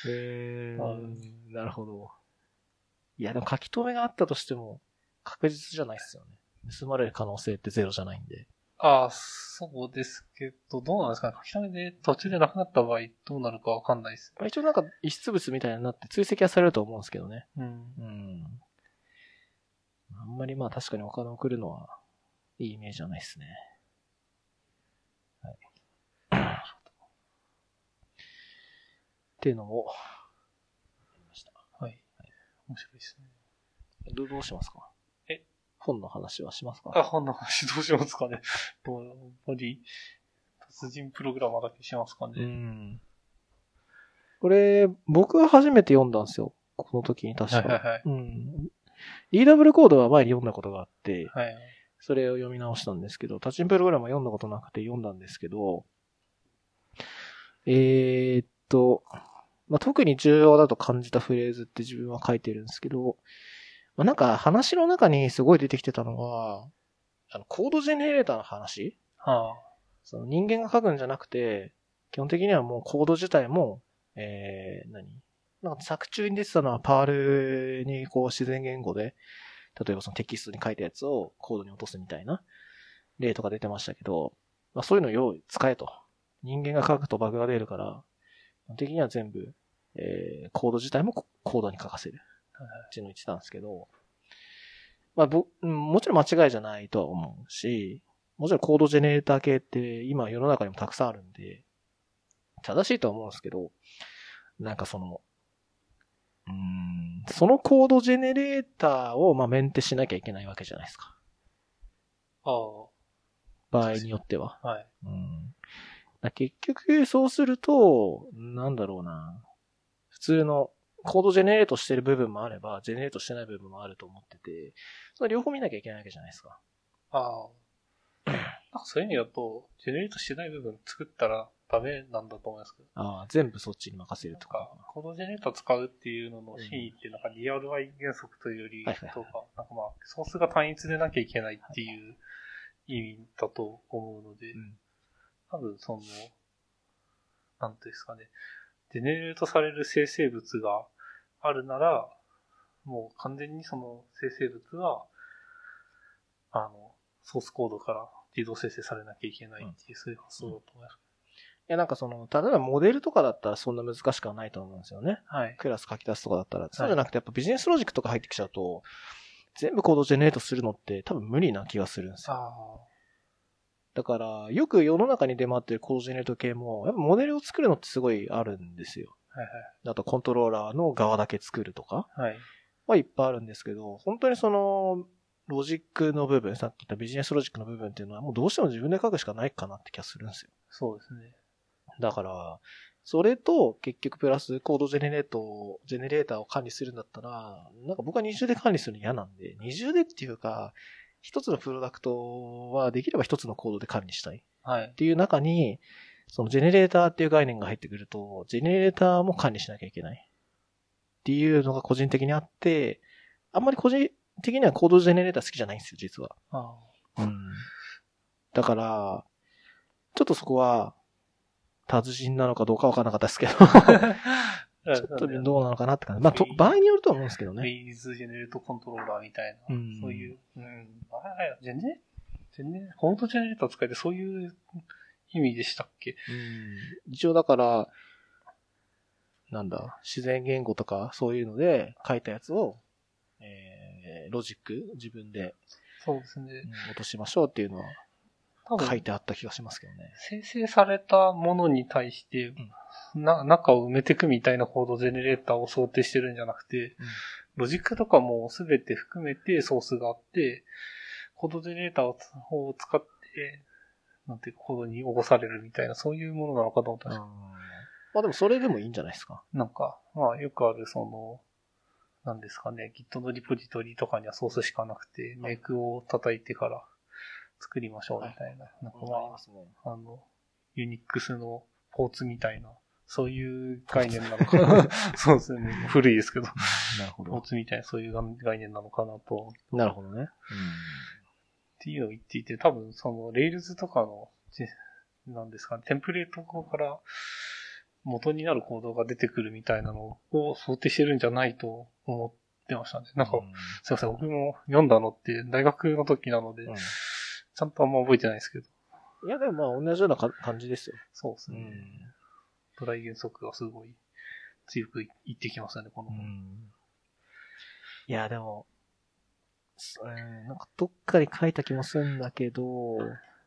なるほど。いや、でも書き留めがあったとしても、確実じゃないですよね。盗まれる可能性ってゼロじゃないんで。 そうですけど、どうなんですかね。書き留めで途中でなくなった場合どうなるかわかんないです。 一応なんか遺失物みたいになって追跡はされると思うんですけどね。あんまりまあ確かにお金送るのはいいイメージじゃないですね。はい。っていうのも、 はい。面白いですね。 どうしますか？本の話はしますか？ 本の話どうしますかね。やっぱり、達人プログラマーだけしますかね。 これ、僕は初めて読んだんですよ。この時に確か。リーダブルコードは前に読んだことがあって、それを読み直したんですけど、達人プログラマー読んだことなくて読んだんですけど、まあ、特に重要だと感じたフレーズって自分は書いてるんですけど、まあ、なんか話の中にすごい出てきてたのは、コードジェネレーターの話、その人間が書くんじゃなくて、基本的にはもうコード自体も、なんか作中に出てたのはパールにこう自然言語で、例えばそのテキストに書いたやつをコードに落とすみたいな例とか出てましたけど、まあそういうのを使えと。人間が書くとバグが出るから、基本的には全部、コード自体もコードに書かせる。っていうのを言ってたんですけど、まあもちろん間違いじゃないとは思うし、もちろんコードジェネレーター系って今世の中にもたくさんあるんで、正しいとは思うんですけど、なんかそのコードジェネレーターをまあメンテしなきゃいけないわけじゃないですか。場合によっては。はい。結局そうすると、なんだろうな。普通のコードジェネレートしてる部分もあれば、ジェネレートしてない部分もあると思ってて、その両方見なきゃいけないわけじゃないですか。 なんかそういう意味だと、ジェネレートしてない部分作ったらダメなんだと思いますけど。 全部そっちに任せるとか。 コードジェネレーター使うっていうのの真意ってなんか DRI 原則というよりとか、なんかまあ、ソースが単一でなきゃいけないっていう意味だと思うので、多分なんていうんですかね、ジェネレートされる生成物があるなら、もう完全にその生成物は、ソースコードから自動生成されなきゃいけないっていう、そういう発想だと思います。 いや、なんか例えばモデルとかだったらそんな難しくはないと思うんですよね。はい。クラス書き出すとかだったら。そうじゃなくてやっぱビジネスロジックとか入ってきちゃうと、全部コードジェネレートするのって多分無理な気がするんですよ。だから、よく世の中に出回ってるコードジェネレート系も、やっぱモデルを作るのってすごいあるんですよ。はいはい。あとコントローラーの側だけ作るとか。はい。はいっぱいあるんですけど、本当にロジックの部分、さっき言ったビジネスロジックの部分っていうのはもうどうしても自分で書くしかないかなって気がするんですよ。 そうですね。 だから、それと結局プラスコードジェネレーターを管理するんだったら、なんか僕は二重で管理するの嫌なんで、二重でっていうか、一つのプロダクトはできれば一つのコードで管理したい。はい。っていう中に、そのジェネレーターっていう概念が入ってくると、ジェネレーターも管理しなきゃいけない。っていうのが個人的にあって、あんまり個人的にはコードジェネレーター好きじゃないんですよ、実は。だから、ちょっとそこは、達人なのかどうかわからなかったですけど、ちょっとどうなのかなって感じ。まあ、場合によると思うんですけどね。 フェイズジェネレートコントローラーみたいな、そういう、コードジェネレーター使えてそういう意味でしたっけ？ 一応だから、 自然言語とかそういうので書いたやつを、ロジック自分で、 そうですね。 落としましょうっていうのは書いてあった気がしますけどね。 生成されたものに対して、中を埋めていくみたいなコードジェネレーターを想定してるんじゃなくて、ロジックとかもすべて含めてソースがあって、コードジェネレーターを使って、コードに起こされるみたいな、そういうものなのかと思ったんですけど。 まあでもそれでもいいんじゃないですか。 まあよくあるなんですかね、Git のリポジトリとかにはソースしかなくて、メイクを叩いてから作りましょうみたいな。ユニックスのポーツみたいな、そういう概念なのかな。そうですね。古いですけど。 なるほど。 ポーツみたいなそういう概念なのかなと。 なるほどね。 っていうのを言っていて、多分レイルズとかの、なんですかね、テンプレートから元になるコードが出てくるみたいなのを想定してるんじゃないと思ってましたね。すいません、僕も読んだのって大学の時なので、ちゃんとあんま覚えてないですけど。 いや、でもまあ同じような感じですよ。 そうですね。トライ原則がすごい強く言ってきますよね、この。 いや、でも、どっかに書いた気もするんだけど、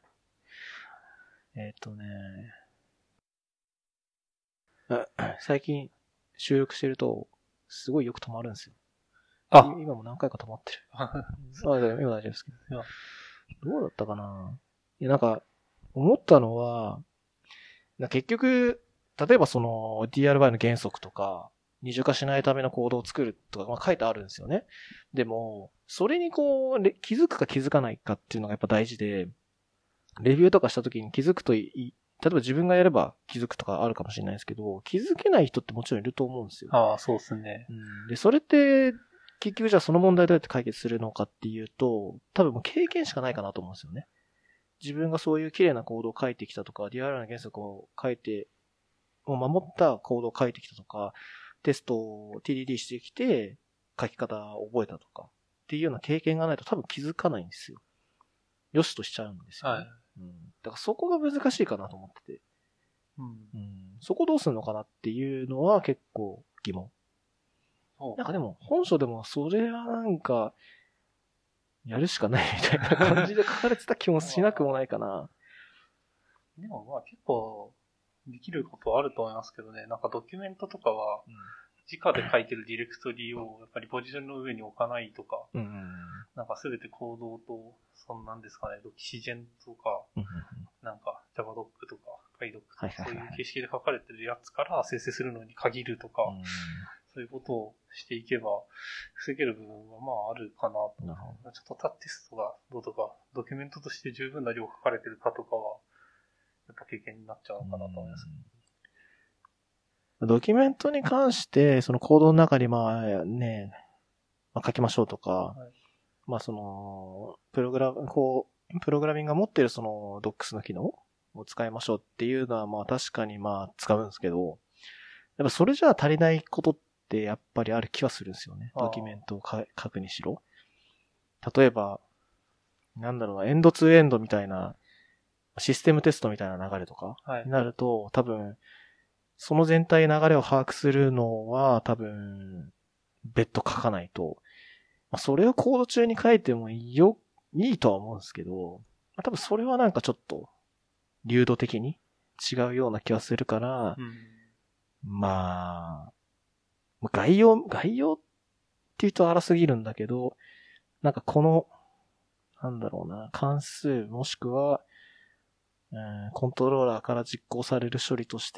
最近収録してると、すごいよく止まるんですよ。今も何回か止まってる。今大丈夫ですけど。どうだったかな。いや、思ったのは、結局、例えばDRY の原則とか、二重化しないためのコードを作るとか、書いてあるんですよね。でも、それに気づくか気づかないかっていうのがやっぱ大事で、レビューとかした時に気づくと例えば自分がやれば気づくとかあるかもしれないですけど、気づけない人ってもちろんいると思うんですよ。 ああ、そうですね。 で、それって、結局じゃあその問題どうやって解決するのかっていうと、多分もう経験しかないかなと思うんですよね。自分がそういう綺麗なコードを書いてきたとか、DRI の原則を書いて、守ったコードを書いてきたとか、テストを TDD してきて、書き方を覚えたとか、っていうような経験がないと多分気づかないんですよ。よしとしちゃうんですよ、ね。だからそこが難しいかなと思ってて。そこどうするのかなっていうのは結構疑問。でも、本書でもそれはやるしかないみたいな感じで書かれてた気もしなくもないかな。 でもまあ結構できることはあると思いますけどね。ドキュメントとかは、直で書いてるディレクトリをやっぱりポジションの上に置かないとか、すべてコードと、なんですかね、ドキシジェンとか、JavaDoc とか、PyDoc とか、そういう形式で書かれてるやつから生成するのに限るとか、そういうことをしていけば、防げる部分はまああるかなと。ちょっとテストがどうとか、ドキュメントとして十分な量書かれてるかとかは、やっぱ経験になっちゃうのかなと思います。 ドキュメントに関して、そのコードの中に書きましょうとか、プログラミングが持っているDocs の機能を使いましょうっていうのは確かに使うんですけど、やっぱそれじゃ足りないことってやっぱりある気はするんですよね。ドキュメントを書くにしろ。例えば、エンドツーエンドみたいな、システムテストみたいな流れとかになると、多分、その全体流れを把握するのは多分、別途書かないと、それをコード中に書いてもいいとは思うんですけど、多分それはちょっと、流動的に違うような気はするから、概要って言うと荒すぎるんだけど、関数もしくは、コントローラーから実行される処理として、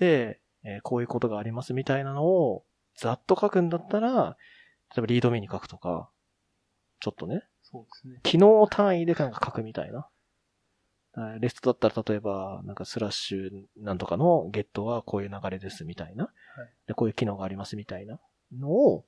こういうことがありますみたいなのをざっと書くんだったら、例えばリードメに書くとか、ちょっとね、 そうですね。 機能単位で書くみたいな。レストだったら例えば、スラッシュなんとかのゲットはこういう流れですみたいな。でこういう機能がありますみたいなのを、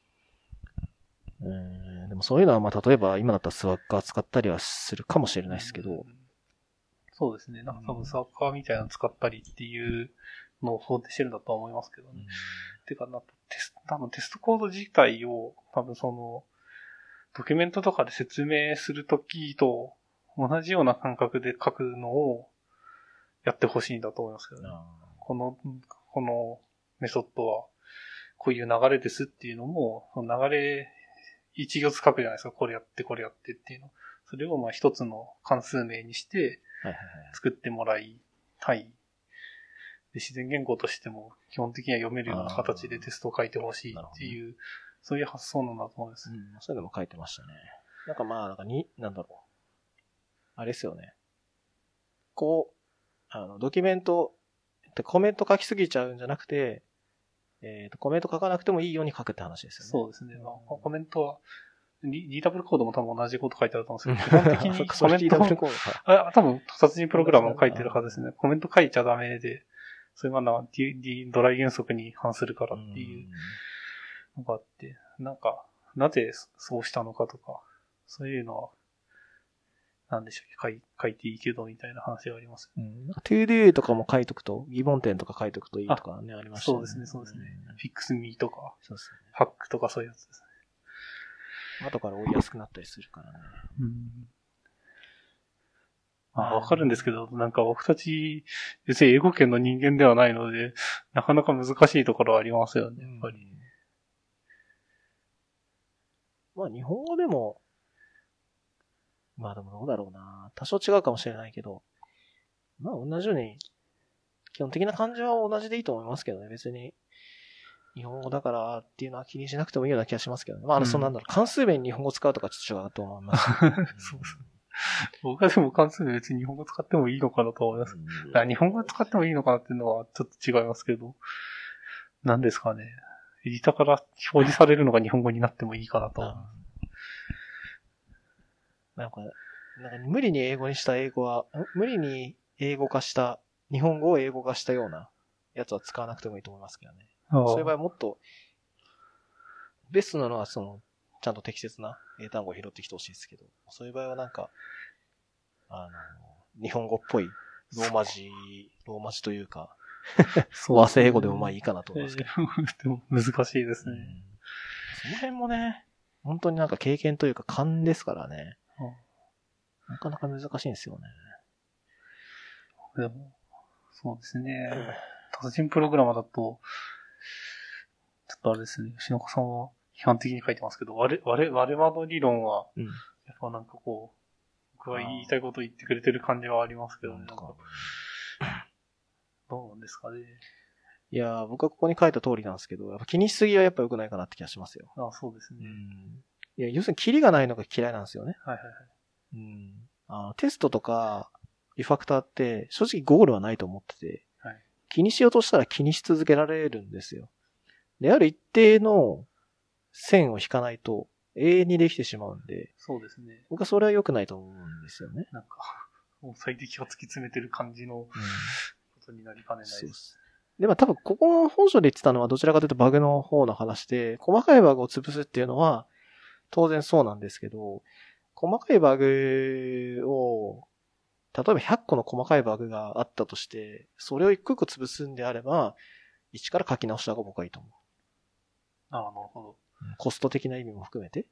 でもそういうのは例えば今だったらスワッカー使ったりはするかもしれないですけど。 そうですね。多分スワッカーみたいなの使ったりっていうのを想定してるんだとは思いますけどね。てか、多分テストコード自体を多分ドキュメントとかで説明するときと同じような感覚で書くのをやってほしいんだと思いますけどね。このメソッドはこういう流れですっていうのも、その流れ、一行ずつ書くじゃないですか。これやってこれやってっていうの。それをまあ一つの関数名にして、作ってもらいたい。で、自然言語としても基本的には読めるような形でテストを書いてほしいっていう、そういう発想なんだと思います。 そういうのも書いてましたね。なんかなんだろう。あれですよね。こう、ドキュメント、コメント書きすぎちゃうんじゃなくて、コメント書かなくてもいいように書くって話ですよね。 そうですね。まあ、コメントは、リーダブルコードも多分同じこと書いてあると思うんですけど、基本的にコメントも、多分殺人プログラムも書いてるはずですね。コメント書いちゃダメで、それがドライ原則に反するからっていうのがあって、なんか、なぜそうしたのかとか、そういうのは、なんでしょう、書いていいけどみたいな話があります。 ToDo とかも書いとくと、疑問点とか書いとくといいとかね、ありましたね。 そうですね、そうですね。Fix Me とか、 そうですね。 ハックとかそういうやつですね。後から追いやすくなったりするからね。 わかるんですけど、なんか僕たち、別に英語圏の人間ではないので、なかなか難しいところはありますよね、やっぱり。 まあ日本語でも、まあでもどうだろうな。多少違うかもしれないけど、まあ同じように、基本的な感じは同じでいいと思いますけどね。別に、日本語だからっていうのは気にしなくてもいいような気がしますけどね。まあ、なんだろう、関数名に日本語使うとかちょっと違うと思います。 そうそう。僕はでも関数名別に日本語使ってもいいのかなと思います。日本語使ってもいいのかなっていうのはちょっと違いますけど、何ですかね。エディターから表示されるのが日本語になってもいいかなと思います。 なんか無理に英語にした無理に英語化した、日本語を英語化したようなやつは使わなくてもいいと思いますけどね。そういう場合はもっと、ベストなのはちゃんと適切な英単語を拾ってきてほしいですけど、そういう場合はなんか、日本語っぽい、ローマ字というか、和製英語でもまあいいかなと思いますけど。 でも難しいですね。 その辺もね、本当になんか経験というか勘ですからね。なかなか難しいんですよね。 でも、そうですね。達人プログラマーだと、ちょっとあれですね、吉中さんは批判的に書いてますけど、我々理論は、やっぱなんかこう、僕は言いたいこと言ってくれてる感じはありますけどね。どうなんですかね。 いやー、僕はここに書いた通りなんですけど、やっぱ気にしすぎはやっぱ良くないかなって気がしますよ。 そうですね。 いや、要するにキリがないのが嫌いなんですよね。 はいはいはい。テストとか、リファクターって、正直ゴールはないと思ってて、 はい、 気にしようとしたら気にし続けられるんですよ。で、ある一定の線を引かないと永遠にできてしまうんで、 そうですね。 僕はそれは良くないと思うんですよね。 なんか、もう最適を突き詰めてる感じのことになりかねないです。 そうです。で、まあ多分ここの本書で言ってたのはどちらかというとバグの方の話で、細かいバグを潰すっていうのは当然そうなんですけど、細かいバグを、例えば100個の細かいバグがあったとして、それを一個一個潰すんであれば、一から書き直した方が僕はいいと思う。 なるほど。 コスト的な意味も含めて。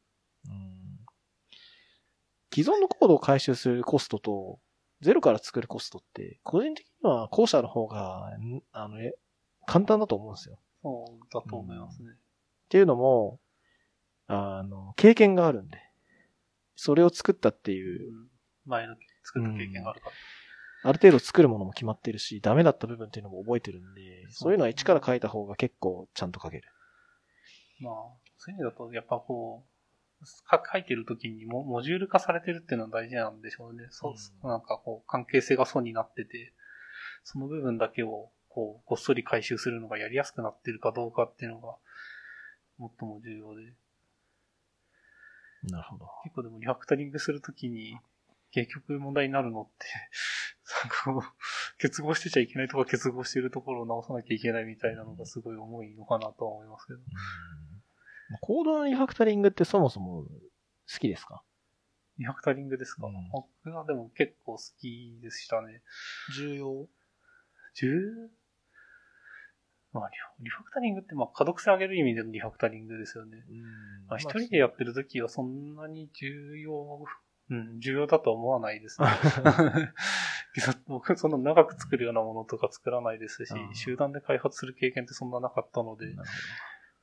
既存のコードを回収するコストと、ゼロから作るコストって、個人的には後者の方が、簡単だと思うんですよ。 そうだと思いますね。 っていうのも、経験があるんで。それを作ったっていう。 前の作った経験があるから。 ある程度作るものも決まってるし、ダメだった部分っていうのも覚えてるんで、そういうのは一から書いた方が結構ちゃんと書ける。 まあ、そういう意味だと、やっぱこう、書いてる時にモジュール化されてるっていうのは大事なんでしょうね。なんかこう、関係性がそうになってて、その部分だけを、こう、ごっそり回収するのがやりやすくなってるかどうかっていうのが、最も重要で。 なるほど。 結構でもリファクタリングするときに、結局問題になるのって、なんか結合してちゃいけないところ結合しているところを直さなきゃいけないみたいなのがすごい重いのかなとは思いますけど。 コードのリファクタリングってそもそも好きですか？ リファクタリングですか？僕はでも結構好きでしたね。まあ、リファクタリングって可読性上げる意味でのリファクタリングですよね。一人でやってるときはそんなに重要だとは思わないですね。僕そんな長く作るようなものとか作らないですし、集団で開発する経験ってそんななかったので、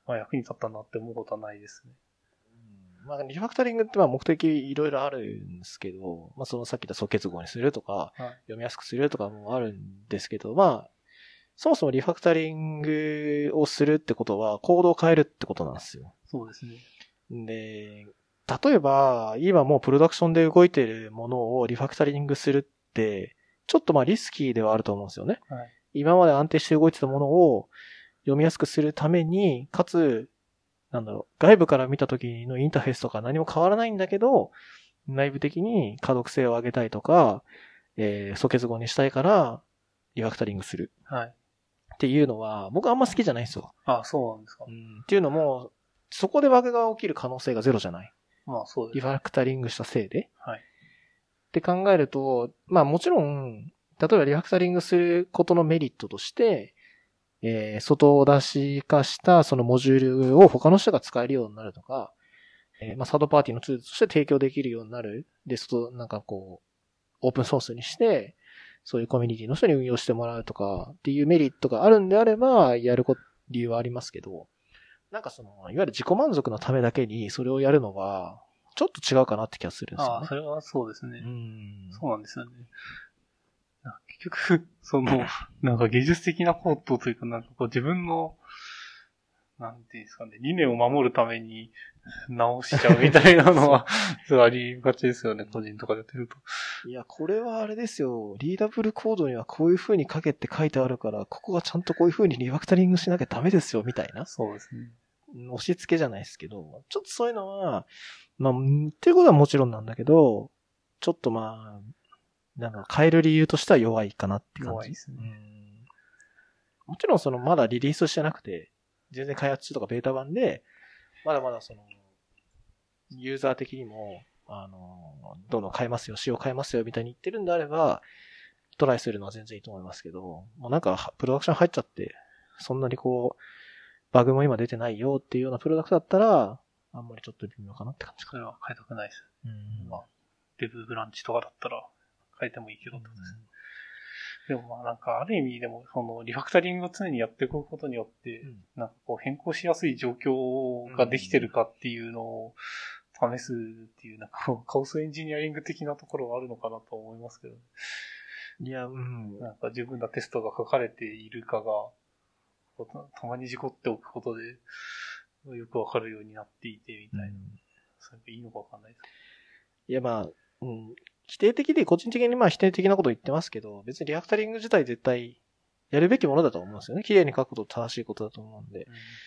まあ役に立ったなって思うことはないですね。 まあ、リファクタリングってまあ目的いろいろあるんですけど、まあそのさっき言った素結合にするとか、はい、読みやすくするとかもあるんですけど、まあ、そもそもリファクタリングをするってことはコードを変えるってことなんですよ。 そうですね。 で、例えば、今もうプロダクションで動いているものをリファクタリングするって、ちょっとまあリスキーではあると思うんですよね。 はい、 今まで安定して動いてたものを読みやすくするために、かつ、外部から見た時のインターフェースとか何も変わらないんだけど、内部的に可読性を上げたいとか、素結合にしたいから、リファクタリングする。 はい。 っていうのは、僕あんま好きじゃないんですよ。 あ、そうなんですか。 っていうのも、そこでバグが起きる可能性がゼロじゃない。 まあそうです。 リファクタリングしたせいで。 はい。 って考えると、まあもちろん、例えばリファクタリングすることのメリットとして、外出し化したそのモジュールを他の人が使えるようになるとか、まあサードパーティーのツールとして提供できるようになる。で、なんかこう、オープンソースにして、そういうコミュニティの人に運用してもらうとかっていうメリットがあるんであれば、やる理由はありますけど、なんかいわゆる自己満足のためだけにそれをやるのは、ちょっと違うかなって気がするんですよね。 ああ、それはそうですね。そうなんですよね。結局、なんか技術的なことというか、なんかこう自分の、なんていうんですかね、理念を守るために直しちゃうみたいなのは、ありがちですよね、個人とかでやってると。 いや、これはあれですよ。リーダブルコードにはこういう風に書けって書いてあるから、ここがちゃんとこういう風にリファクタリングしなきゃダメですよ、みたいな。 そうですね。 押し付けじゃないですけど、ちょっとそういうのは、まあ、っていうことはもちろんなんだけど、ちょっとまあ、なんか変える理由としては弱いかなって感じ。 弱いですね。 もちろんまだリリースしてなくて、全然開発中とかベータ版で、まだまだユーザー的にも、どんどん変えますよ、仕様変えますよ、みたいに言ってるんであれば、トライするのは全然いいと思いますけど、もうなんか、プロダクション入っちゃって、そんなにバグも今出てないよっていうようなプロダクトだったら、あんまりちょっと微妙かなって感じか。 それは変えたくないです。まあ、デブブランチとかだったら変えてもいいけどってことです。でもまあなんかある意味でもリファクタリングを常にやっていくことによって、なんか変更しやすい状況ができてるかっていうのを試すっていう、なんかカオスエンジニアリング的なところはあるのかなと思いますけど。 いや、 なんか十分なテストが書かれているかが、たまに事故っておくことで、よくわかるようになっていて、みたいな。それがいいのかわかんないです。 いや、まあ、否定的で、個人的にまあ否定的なこと言ってますけど、別にリファクタリング自体絶対やるべきものだと思うんですよね。綺麗に書くこと正しいことだと思うんで。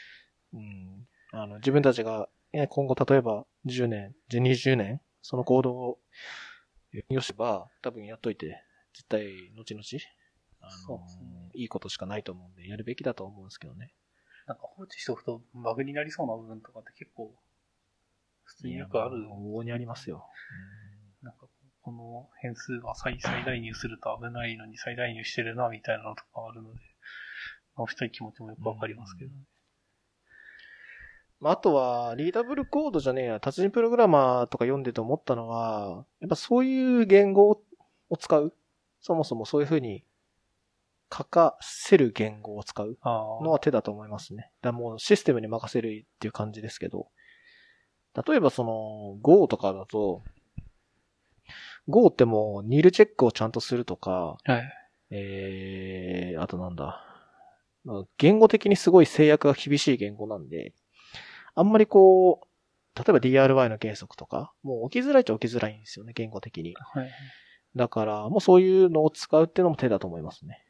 自分たちが、今後例えば10年、20年、その行動をよしば、多分やっといて、絶対、後々、いいことしかないと思うんで、やるべきだと思うんですけどね。 なんか放置しておくとバグになりそうな部分とかって結構、普通によくある。 往々にありますよ。 なんか、この変数が最大入すると危ないのに最大入してるな、みたいなのとかあるので、直したい気持ちもよくわかりますけどね。 あとは、リーダブルコードじゃねえや、達人プログラマーとか読んでて思ったのは、やっぱそういう言語を使う。そもそもそういう風に書かせる言語を使うのは手だと思いますね。だからもうシステムに任せるっていう感じですけど、例えばGo とかだと、Go ってもうニールチェックをちゃんとするとか、 はい。 あとなんだ、言語的にすごい制約が厳しい言語なんで、あんまり例えば DRY の原則とか、もう起きづらいっちゃ起きづらいんですよね、言語的に。 はい。 だから、もうそういうのを使うっていうのも手だと思いますね。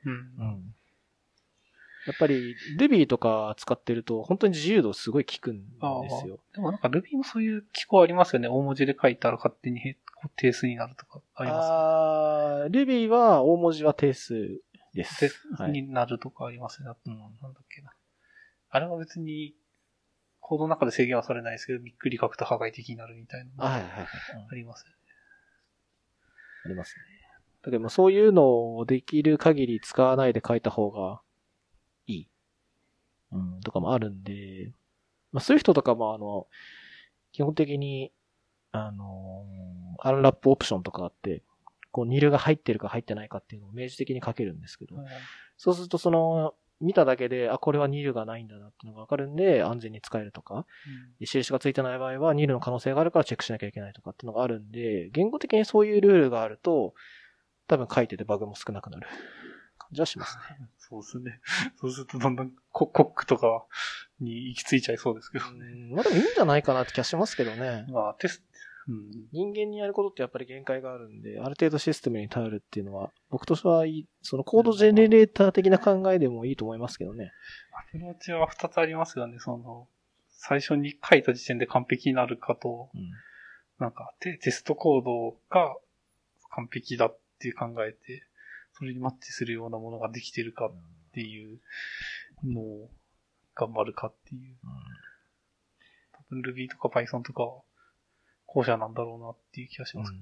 やっぱり Ruby とか使ってると本当に自由度すごい効くんですよ。 でもなんか Ruby もそういう機構ありますよね。大文字で書いたら勝手に定数になるとかありますね。 Ruby は大文字は定数です。 定数になるとかありますね。なんだっけな。あれは別にコードの中で制限はされないですけど、びっくり書くと破壊的になるみたいな。 ありますよね。 ありますね。だけどそういうのをできる限り使わないで書いた方がいい。とかもあるんで、そういう人とかも基本的に、アンラップオプションとかあって、ニルが入ってるか入ってないかっていうのを明示的に書けるんですけど、そうすると見ただけで、これはニルがないんだなっていうのがわかるんで、安全に使えるとか、印がついてない場合はニルの可能性があるからチェックしなきゃいけないとかっていうのがあるんで、言語的にそういうルールがあると、多分書いててバグも少なくなる感じはしますね。 そうですね。そうするとだんだんコックとかに行き着いちゃいそうですけどね。 まあでもいいんじゃないかなって気がしますけどね。 まあ人間にやることってやっぱり限界があるんで、ある程度システムに頼るっていうのは、僕としてはそのコードジェネレーター的な考えでもいいと思いますけどね。 アプローチは2つありますよね。最初に書いた時点で完璧になるかと、なんかテストコードが完璧だって考えて、それにマッチするようなものができてるかっていうのを頑張るかっていう。多分 Ruby とか Python とかは後者なんだろうなっていう気がします。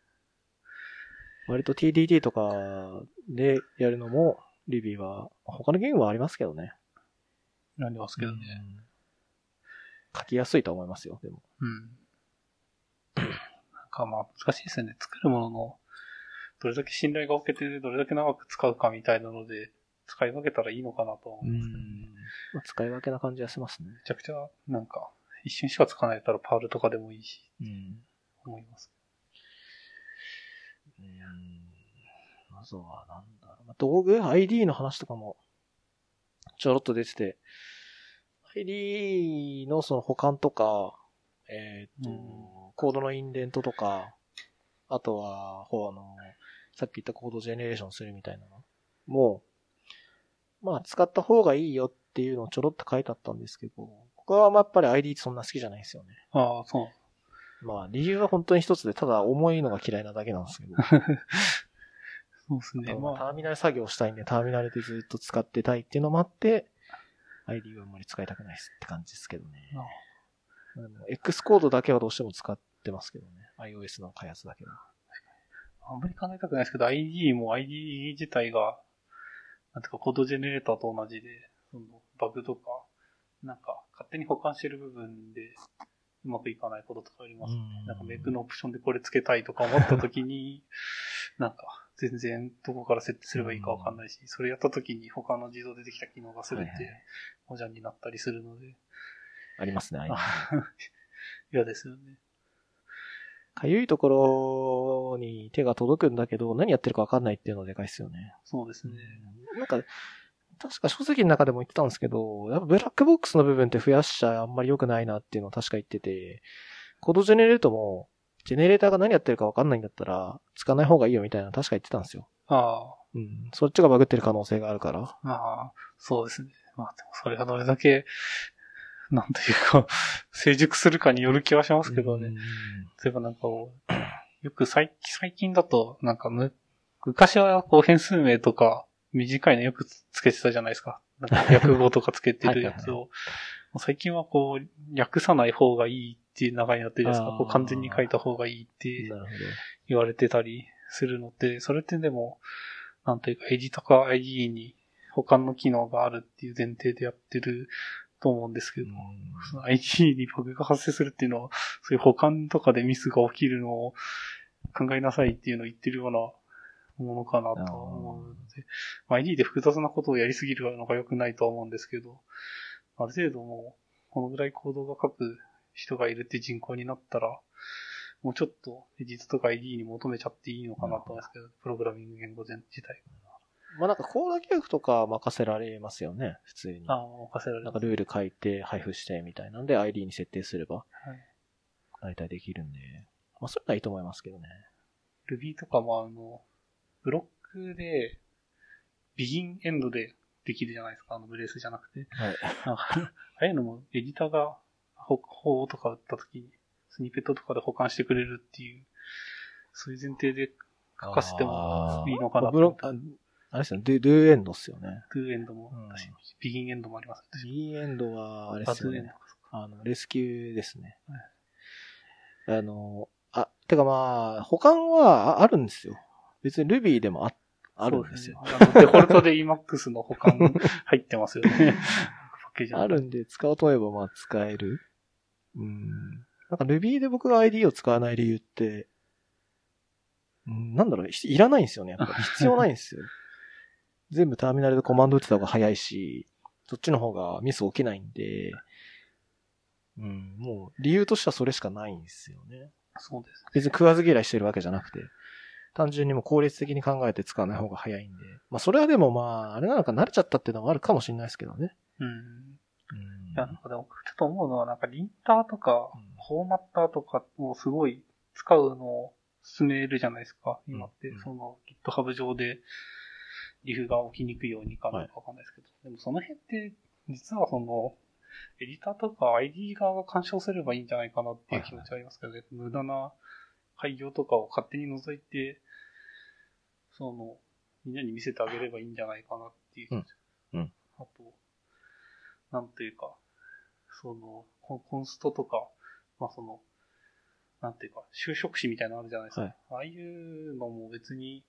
割と TDD とかでやるのも Ruby は他の言語はありますけどね。 ありますけどね。 書きやすいと思いますよ、でも。 なんかまあ難しいですよね。作るもののどれだけ信頼が置けてどれだけ長く使うかみたいなので使い分けたらいいのかなと思いますけどね。 使い分けな感じがしますね。 めちゃくちゃなんか一瞬しか使わないったらパールとかでもいいし、思います。 まずはなんだろう。道具 ?ID の話とかもちょろっと出てて、ID のその保管とか、コードのインデントとか、あとは、さっき言ったコードジェネレーションするみたいなのも、まあ使った方がいいよっていうのをちょろっと書いてあったんですけど、僕はやっぱり ID そんな好きじゃないんですよね。 ああ、そう。 まあ理由は本当に一つで、ただ重いのが嫌いなだけなんですけど。 そうですね。 まあ、ターミナル作業したいんで、ターミナルでずっと使ってたいっていうのもあって、ID はあんまり使いたくないですって感じですけどね。でも X コードだけはどうしても使ってますけどね。iOS の開発だけは。 あんまり考えたくないですけど、ID も ID 自体が、なんていうかコードジェネレーターと同じで、バグとか、なんか勝手に保管してる部分でうまくいかないこととかありますね。なんかメイクのオプションでこれつけたいとか思った時に、なんか全然どこから設定すればいいかわかんないし、それやった時に他の自動でできた機能が全て保邪になったりするので。 ありますね。 嫌ですよね。 かゆいところに手が届くんだけど、何やってるかわかんないっていうのでかいですよね。 そうですね。 なんか、確か書籍の中でも言ってたんですけど、やっぱブラックボックスの部分って増やしちゃあんまり良くないなっていうのを確か言ってて、コードジェネレートも、ジェネレーターが何やってるかわかんないんだったら、使わない方がいいよみたいなの確か言ってたんですよ。そっちがバグってる可能性があるから。 そうですね。まあでもそれがどれだけ、なんというか、成熟するかによる気はしますけどね。例えばなんかよく最近だと、なんか昔は変数名とか短いのよくつけてたじゃないですか。なんか略語とかつけてるやつを。最近は略さない方がいいっていう流れになってるじゃないですか。完全に書いた方がいいって言われてたりするので、それってでも、なんというか、エジとか ID に他の機能があるっていう前提でやってると思うんですけど、その ID にバグが発生するっていうのは、そういう保管とかでミスが起きるのを考えなさいっていうのを言ってるようなものかなと思うので、ID で複雑なことをやりすぎるのが良くないとは思うんですけど、ある程度もう、このぐらいコードが書く人がいるって人口になったら、もうちょっとエディットとか ID に求めちゃっていいのかなと思うんですけど、プログラミング言語自体。 まあなんかコード記憶とか任せられますよね、普通に。 任せられる。 なんかルール書いて配布してみたいなんで ID に設定すれば、大体できるんで、まあそれはいいと思いますけどね。 Ruby とかもブロックで、ビギンエンドでできるじゃないですか、ブレースじゃなくて。ああいうのもエディターが法とか打った時に、スニペットとかで保管してくれるっていう、そういう前提で書かせてもいいのかなと。 あれですよね、do エンドっすよね。 do エンドも、ビギンエンドもあります。 ビギンエンドは、あれですよね。レスキューですね。てかまあ、保管はあるんですよ。別に Ruby でもあるんですよ。 デフォルトで Emacs の保管入ってますよね。 あるんで、使おうと思えばまあ使える。なんか Ruby で僕が ID を使わない理由って、なんだろう、いらないんですよね。やっぱり必要ないんですよ。 全部ターミナルでコマンド打ってた方が早いし、そっちの方がミス起きないんで、もう理由としてはそれしかないんですよね。 そうです。 別に食わず嫌いしてるわけじゃなくて、単純にもう効率的に考えて使わない方が早いんで。まあそれはでもまあ、あれなのか慣れちゃったっていうのもあるかもしれないですけどね。 いや、なんかでも、ちょっと思うのは、なんかリンターとか、フォーマッターとかをすごい使うのを進めるじゃないですか、今って。その GitHub 上でリフが起きにくいようにかなわかんないですけど。でもその辺って、実はその、エディターとか ID 側が干渉すればいいんじゃないかなっていう気持ちはありますけどね。無駄な開業とかを勝手に除いて、その、みんなに見せてあげればいいんじゃないかなっていう気持ち。あと、なんというか、その、コンストとか、まあその、なんていうか、就職誌みたいなのあるじゃないですか。はい、ああいうのも別に、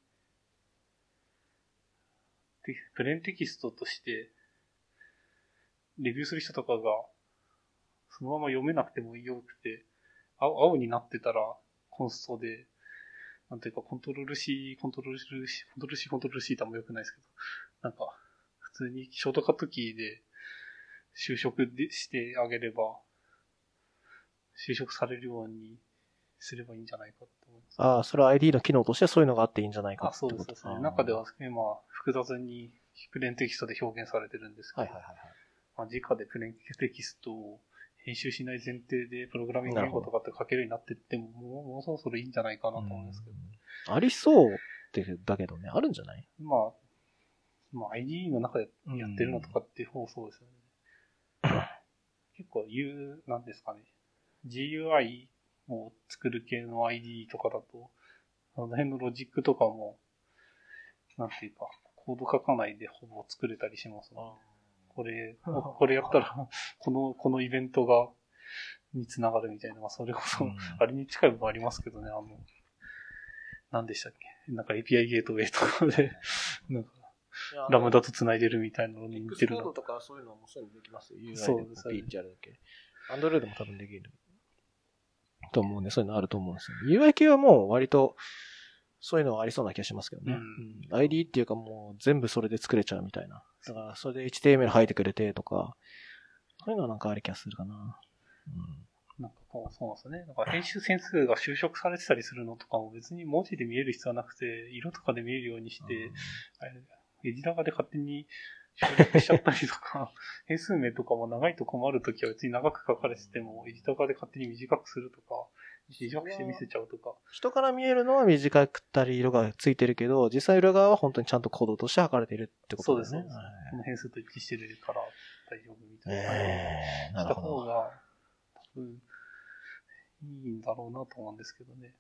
プレーンテキストとして、レビューする人とかが、そのまま読めなくてもよくて、青になってたら、コンストで、なんていうか、コントロール C ともよくないですけど、なんか、普通にショートカットキーで、就職してあげれば、就職されるようにすればいいんじゃないかって思います。 ああ、それは ID の機能としてそういうのがあっていいんじゃないかってこと。そうですね。中では今、複雑にプレーンテキストで表現されてるんですけど、まあ、直でプレーンテキストを編集しない前提でプログラミング言語とかって書けるようになってっても、もうそろそろいいんじゃないかなと思いますけど。 ありそうってだけどね、あるんじゃない？ まあ ID の中でやってるのとかってそうですよね。結構なんですかね。GUI を作る系の ID とかだと、あの辺のロジックとかも、なんていうか、コード書かないでほぼ作れたりしますね。これやったら、このイベントにつながるみたいな、まあそれこそ、あれに近い部分ありますけどね、何でしたっけ？なんか API ゲートウェイとかで、なんか、ラムダと繋いでるみたいなのに似てるな。 Xcode とかそういうのもそういうのできますよ。UI でコピーってやるだけ。Android でも多分できる。と思うんで、そういうのあると思うんですよ。UI 系はもう割と、そういうのはありそうな気がしますけどね。ID っていうかもう全部それで作れちゃうみたいな。だからそれで HTML 書いてくれてとか、そういうのはなんかあり気がするかな。 なんかそうなんですよね。なんか編集センスが修飾されてたりするのとかも別に文字で見える必要はなくて、色とかで見えるようにして、エディターで勝手に省略しちゃったりとか、変数名とかも長いと困るときは別に長く書かれてても、エディターで勝手に短くするとか、短くして見せちゃうとか。 人から見えるのは短くったり色がついてるけど、実際裏側は本当にちゃんとコードとして測れてるってことですね。そうです。 この変数と一致してるから大丈夫みたいな。した方が、多分、いいんだろうなと思うんですけどね。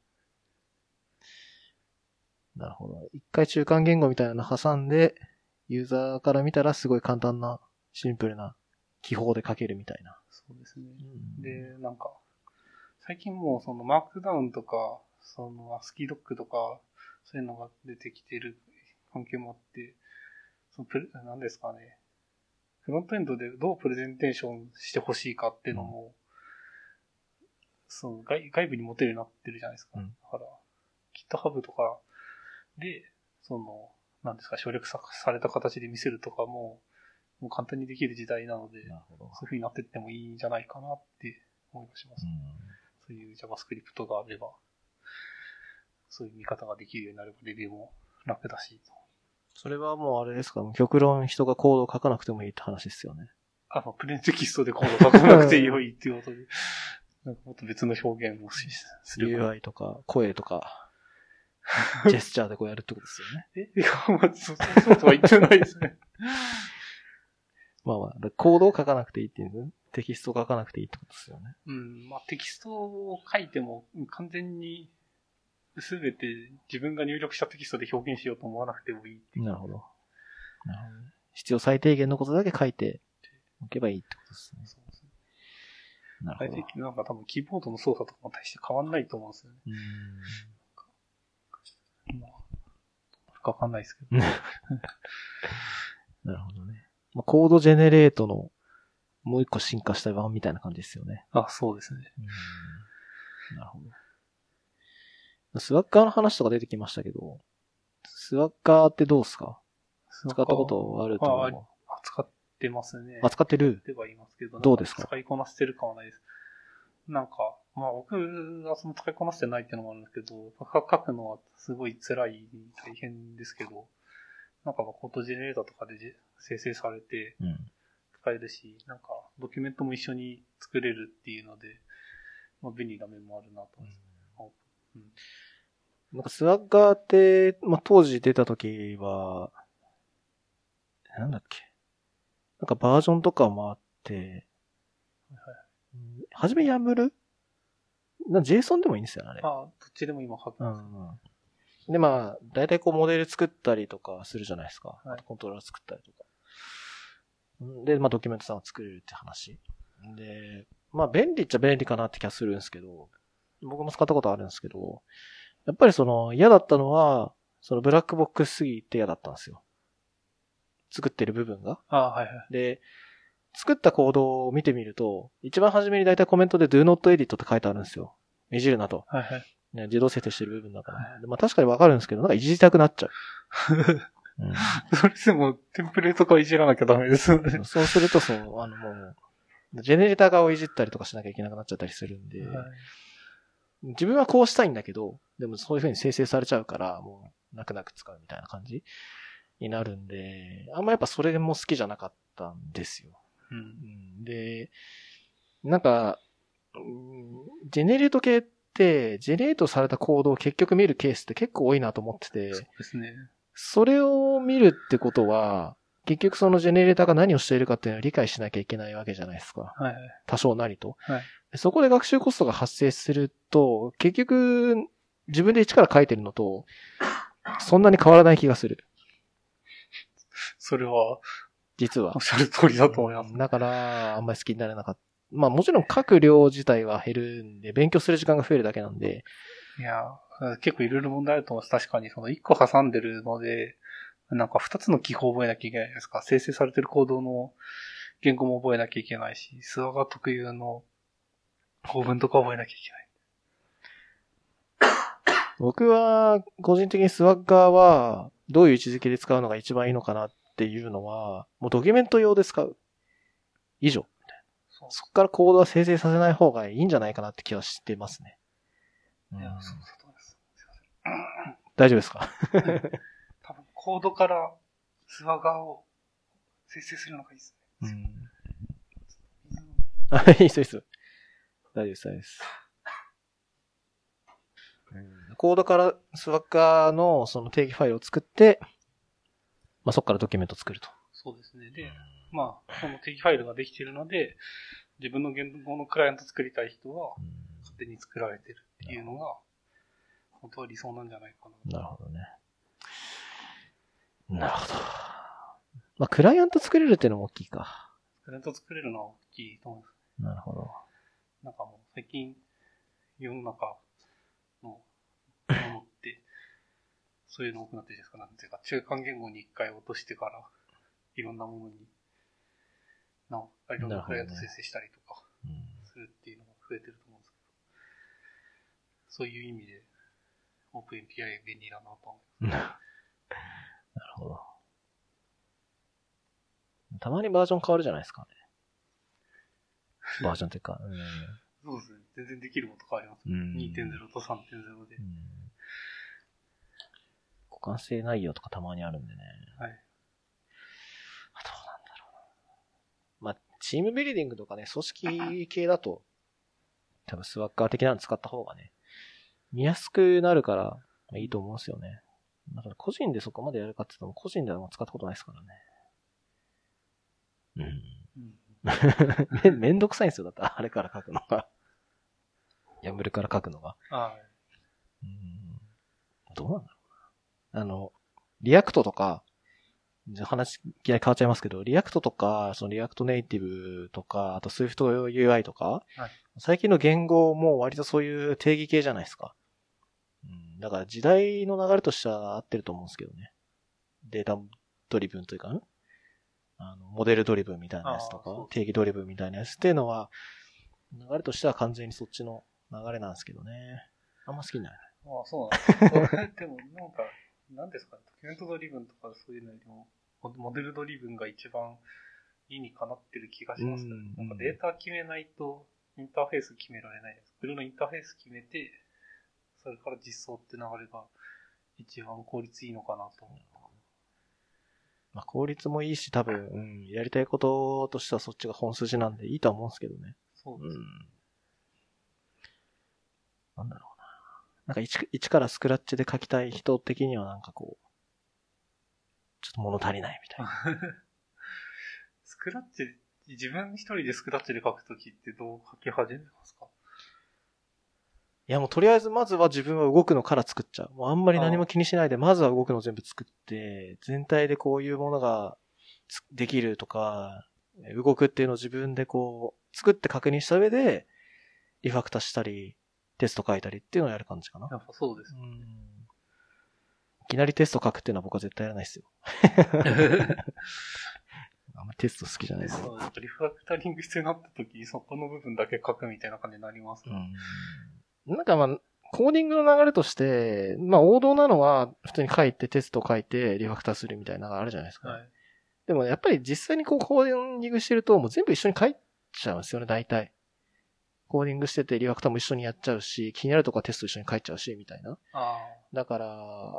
なるほど。一回中間言語みたいなの挟んで、ユーザーから見たらすごい簡単な、シンプルな記法で書けるみたいな。 そうですね。で、なんか、最近もうそのマークダウンとか、そのアスキードックとか、そういうのが出てきてる関係もあって、何ですかね。フロントエンドでどうプレゼンテーションしてほしいかっていうのも、その外部に持てるようになってるじゃないですか。だから、GitHub とかで、その、何ですか、省略された形で見せるとかもう簡単にできる時代なので、そういう風になっていってもいいんじゃないかなって思いします。そういう JavaScript があれば、そういう見方ができるようになればレビューも楽だし。 それはもうあれですか、極論人がコードを書かなくてもいいって話ですよね。 プレーンテキストでコード書かなくてよいっていうことで、なんかもっと別の表現もする。 UI とか、声とか、ジェスチャーでこうやるってことですよね。 いや、そうとは言ってないですね。 まあ、コードを書かなくていいっていう、テキストを書かなくていいってことですよね。 まあテキストを書いても完全にすべて自分が入力したテキストで表現しようと思わなくてもいいっていう。 なるほど。必要最低限のことだけ書いておけばいいってことですね。そうですね。 なるほど。なんか多分キーボードの操作とかも大して変わんないと思うんですよね。まあ、わかんないですけど。 なるほどね。まあ、コードジェネレートのもう一個進化した版みたいな感じですよね。 そうですね。 なるほど。スワッガーの話とか出てきましたけど、スワッガーってどうですか？ 使ったことあると思う。 使ってますね。 使ってる？ ではいますけど、 どうですか？ 使いこなしてる感はないです。なんか、まあ僕はその使いこなしてないっていうのもあるんですけど、書くのはすごい辛い、大変ですけど、なんかコードジェネレーターとかで生成されて使えるし、なんかドキュメントも一緒に作れるっていうので、まあ便利な面もあるなと思います。 なんかスワッガーって、まあ当時出た時は、なんだっけ。なんかバージョンとかもあって、はじめヤムルJSON でもいいんですよね、あれ。 どっちでも今書きます。 で、まあ、だいたいこうモデル作ったりとかするじゃないですか。コントローラー作ったりとか。で、まあドキュメントさんを作れるって話。で、まあ便利っちゃ便利かなって気がするんですけど、僕も使ったことあるんですけど、やっぱりその嫌だったのは、そのブラックボックスすぎて嫌だったんですよ。作ってる部分が。で、作ったコードを見てみると、一番初めにだいたいコメントで do not edit って書いてあるんですよ。いじるなと。ね、自動設定してる部分だから。まあ確かにわかるんですけど、なんかいじりたくなっちゃう。 それでもテンプレートからいじらなきゃダメですよね。 そうするともう、ジェネレーター側をいじったりとかしなきゃいけなくなっちゃったりするんで、自分はこうしたいんだけど、でもそういう風に生成されちゃうから、もう泣く泣く使うみたいな感じになるんで、あんまやっぱそれも好きじゃなかったんですよ。で、なんか、ジェネレート系って、ジェネレートされたコードを結局見るケースって結構多いなと思ってて、 そうですね。 それを見るってことは、結局そのジェネレーターが何をしているかっていうのを理解しなきゃいけないわけじゃないですか。多少なりと。そこで学習コストが発生すると、結局、自分で一から書いてるのと、そんなに変わらない気がする。 それは、 実は。 おっしゃる通りだと思います。 だから、あんまり好きになれなかった。まあもちろん書く量自体は減るんで、勉強する時間が増えるだけなんで。 いや、結構いろいろ問題あると思います。確かに、その1個挟んでるので、なんか2つの記法を覚えなきゃいけないですか。生成されてるコードの言語も覚えなきゃいけないし、スワガ特有の構文とか覚えなきゃいけない。 僕は、個人的にスワッガーは、どういう位置づけで使うのが一番いいのかなっていうのは、もうドキュメント用で使う。以上。そっからコードは生成させない方がいいんじゃないかなって気はしてますね。 いや、そうです。すいません。 大丈夫ですか？ 多分コードからスワガーを生成するのがいいですね。 いいです。大丈夫です。コードからスワッガーのその定義ファイルを作って、まあ、そこからドキュメントを作ると。 そうですね。で、まあ、その定義ファイルができているので、自分の言語のクライアント作りたい人は、勝手に作られてるっていうのが、本当は理想なんじゃないかな。 なるほどね。なるほど。まあ、クライアント作れるっていうのも大きいか。 クライアント作れるのは大きいと思います。 なるほど。 なんかもう最近、世の中のものって、そういうの多くなってるじゃないですか。なんていうか、中間言語に一回落としてから、いろんなものに、いろんなクライアント生成したりとか、するっていうのが増えてると思うんですけど、そういう意味で、OpenAPI 便利だなと思います。 なるほど。たまにバージョン変わるじゃないですかね。バージョンっていうか。 そうですね。全然できること変わります。2.0 と 3.0 で。 互換性ないよとかたまにあるんでね。 はい。 どうなんだろう。まあ、チームビルディングとかね、組織系だと、多分スワッガー的なの使った方がね、見やすくなるから、いいと思うんですよね。だから個人でそこまでやるかって言っても、個人では使ったことないですからね。めんどくさいんですよ。だってあれから書くのが。ヤムルから書くのが。どうなんだろうな。リアクトとか、話いきなり変わっちゃいますけど、リアクトとか、そのリアクトネイティブとか、あと Swift UI とか、最近の言語も割とそういう定義系じゃないですか。だから時代の流れとしては合ってると思うんですけどね。データドリブンというか、モデルドリブンみたいなやつとか、定義ドリブンみたいなやつっていうのは、流れとしては完全にそっちの流れなんですけどね。あんま好きになれない。 そうなんです。でもなんか、なんですかね、ドキュメントドリブンとかそういうのよりも、 モデルドリブンが一番理にかなってる気がしますね。なんかデータ決めないとインターフェース決められないです。プロのインターフェース決めて、それから実装って流れが一番効率いいのかなと思う。 まあ効率もいいし、多分、やりたいこととしてはそっちが本筋なんでいいとは思うんですけどね。 そうですね。 なんだろうな。なんか一からスクラッチで書きたい人的にはなんかこう、ちょっと物足りないみたいな。 スクラッチ、自分一人でスクラッチで書くときってどう書き始めますか？ いやもうとりあえずまずは自分は動くのから作っちゃう。もうあんまり何も気にしないで、まずは動くのを全部作って、全体でこういうものができるとか、動くっていうのを自分でこう、作って確認した上で、リファクターしたり、テスト書いたりっていうのをやる感じかな。 やっぱそうです。 いきなりテスト書くっていうのは僕は絶対やらないですよ。あんまりテスト好きじゃないですよ。 リファクタリング必要になった時、そこの部分だけ書くみたいな感じになりますね。 なんかまあ、コーディングの流れとして、まあ王道なのは普通に書いてテスト書いてリファクターするみたいなのがあるじゃないですか。はい、でもやっぱり実際にこうコーディングしてるともう全部一緒に書いちゃうんですよね、大体。コーディングしててリファクターも一緒にやっちゃうし、気になるとこはテスト一緒に書いちゃうし、みたいな。だから、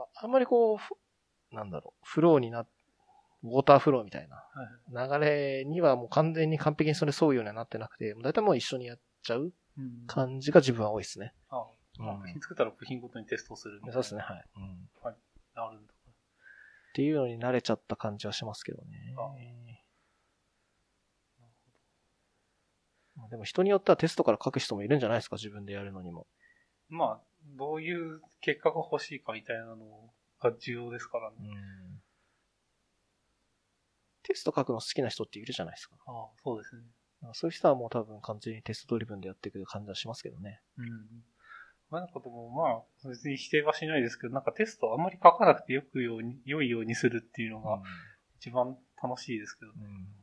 あんまりこう、なんだろう、フローにウォーターフローみたいな流れにはもう完全に完璧にそれ沿うようにはなってなくて、大体もう一緒にやっちゃう感じが自分は多いですね。 部品作ったら部品ごとにテストするみたいな。 そうですね、はい。 はい。なるほど。 っていうのに慣れちゃった感じはしますけどね。でも人によってはテストから書く人もいるんじゃないですか、自分でやるのにも。 まあ、どういう結果が欲しいかみたいなのが重要ですからね。 テスト書くの好きな人っているじゃないですか。 そうですね。 そういう人はもう多分完全にテストドリブンでやっていく感じはしますけどね。 まあなんかでもまあ、別に否定はしないですけど、なんかテストあんまり書かなくて良いようにするっていうのが一番楽しいですけどね。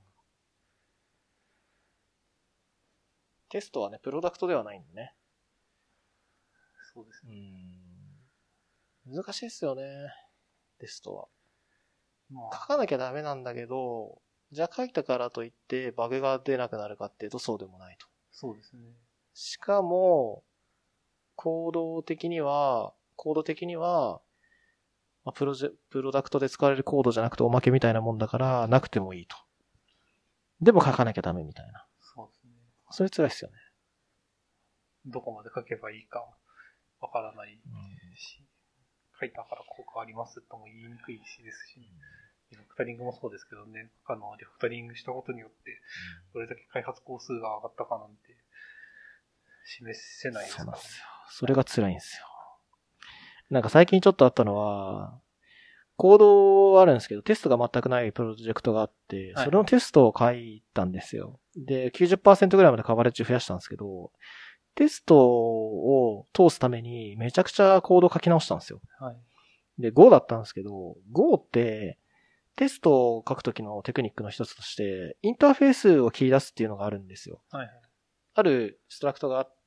テストはね、プロダクトではないんでね。 そうですね。 難しいですよね、テストは。書かなきゃダメなんだけど、じゃあ書いたからといってバグが出なくなるかっていうとそうでもないと。 そうですね。 しかも、コード的には、まあ、プロダクトで使われるコードじゃなくておまけみたいなもんだからなくてもいいと。でも書かなきゃダメみたいな。 そうですね。 それ辛いですよね。 どこまで書けばいいかわからないし、書いたから効果ありますとも言いにくいしですし、リファクタリングもそうですけどね、リファクタリングしたことによって、どれだけ開発工数が上がったかなんて、示せないですからね。そうなんですよ。 それが辛いんですよ。なんか最近ちょっとあったのは、コードはあるんですけど、テストが全くないプロジェクトがあって、それのテストを書いたんですよ。で、90% ぐらいまでカバレッジ増やしたんですけど、テストを通すためにめちゃくちゃコードを書き直したんですよ。で、Go だったんですけど、Go ってテストを書くときのテクニックの一つとして、インターフェースを切り出すっていうのがあるんですよ。あるストラクトがあって、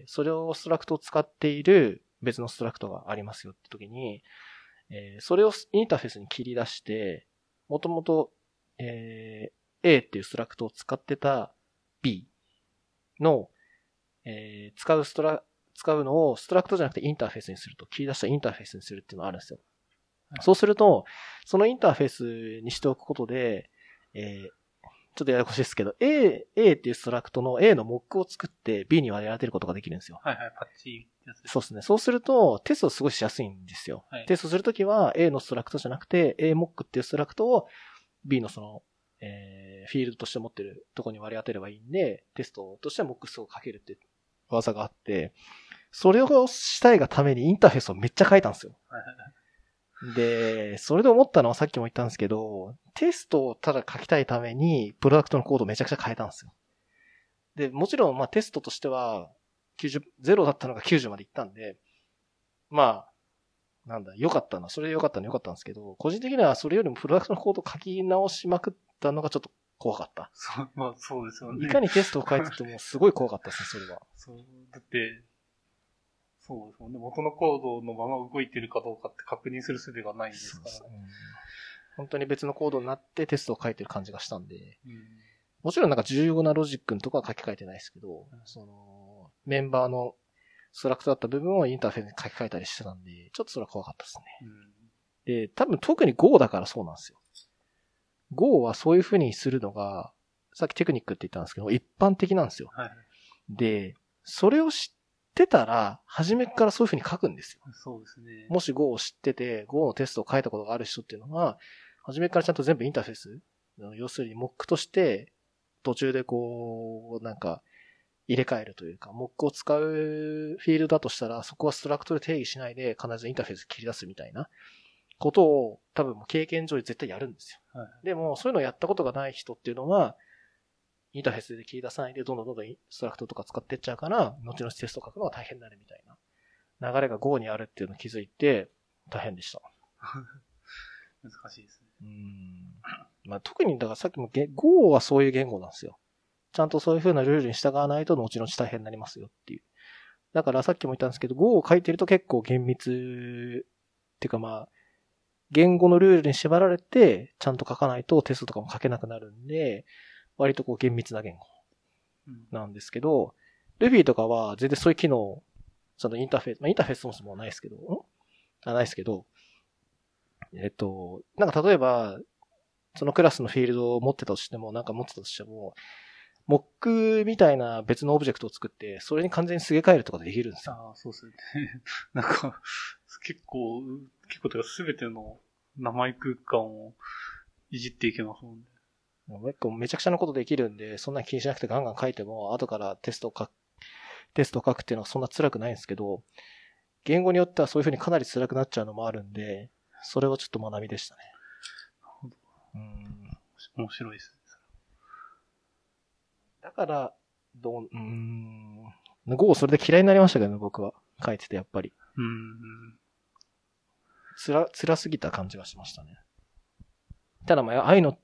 それをストラクトを使っている別のストラクトがありますよって時に、それをインターフェースに切り出して、もともと、A っていうストラクトを使ってた B の、使うのをストラクトじゃなくてインターフェースにすると、切り出したインターフェースにするっていうのがあるんですよ。そうすると、そのインターフェースにしておくことで、ちょっとややこしいですけど、A っていうストラクトの A のモックを作って B に割り当てることができるんですよ。 パッチやつです。 そうですね。そうすると、テストすごいしやすいんですよ。テストするときは A のストラクトじゃなくて A モックっていうストラクトを B のその、フィールドとして持ってるとこに割り当てればいいんで、テストとしてはモックスをかけるって技があって、それをしたいがためにインターフェースをめっちゃ書いたんですよ。で、それで思ったのはさっきも言ったんですけど、テストをただ書きたいために、プロダクトのコードをめちゃくちゃ変えたんですよ。で、もちろん、まあテストとしては、0だったのが90までいったんで、まあ、良かったな。それで良かったんですけど、個人的にはそれよりもプロダクトのコードを書き直しまくったのがちょっと怖かった。 まあそうですよね。 いかにテストを書いててもすごい怖かったですね、それは。 だって、そうですもんね。元のコードのまま動いてるかどうかって確認する術がないんですからね。 本当に別のコードになってテストを書いてる感じがしたんで、もちろんなんか重要なロジックのとこは書き換えてないですけど、メンバーのストラクトだった部分をインターフェースに書き換えたりしてたんで、ちょっとそれは怖かったですね。で、多分特に Go だからそうなんですよ。Go はそういう風にするのが、さっきテクニックって言ったんですけど、一般的なんですよ。 はい。 で、それを知ってたら、初めからそういう風に書くんですよ。 そうですね。 もし Go を知ってて、Go のテストを書いたことがある人っていうのは、初めからちゃんと全部インターフェース、要するにモックとして、途中でこう、なんか、入れ替えるというか、モックを使うフィールドだとしたら、そこはストラクトで定義しないで、必ずインターフェース切り出すみたいなことを、多分もう経験上で絶対やるんですよ。 はい、 でも、そういうのをやったことがない人っていうのは、インターフェースで切り出さないで、どんどんストラクトとか使っていっちゃうから、後々テスト書くのが大変になるみたいな流れが Go にあるっていうのを気づいて、大変でした。 難しいですね。 まあ、特に、だからさっきもGo はそういう言語なんですよ。ちゃんとそういう風なルールに従わないと後々大変になりますよっていう。だからさっきも言ったんですけど、Go を書いてると結構厳密っていうかまあ、言語のルールに縛られて、ちゃんと書かないとテストとかも書けなくなるんで、割とこう厳密な言語なんですけど、Ruby とかは全然そういう機能、そのインターフェース、まあインターフェースそもそもないですけど、ないですけど、なんか例えば、そのクラスのフィールドを持ってたとしても、モックみたいな別のオブジェクトを作って、それに完全にすげ替えるとかできるんですよ。 ああ、そうですね。なんか、結構というか全ての名前空間をいじっていけますもんね。 結構めちゃくちゃなことできるんで、そんなに気にしなくてガンガン書いても、後からテストを書くっていうのはそんな辛くないんですけど、言語によってはそういう風にかなり辛くなっちゃうのもあるんで、それはちょっと学びでしたね。 なるほど。面白いですね。 だから、Go それで嫌いになりましたけどね、僕は。書いててやっぱり。辛すぎた感じがしましたね。ただまあ、ああいうのって、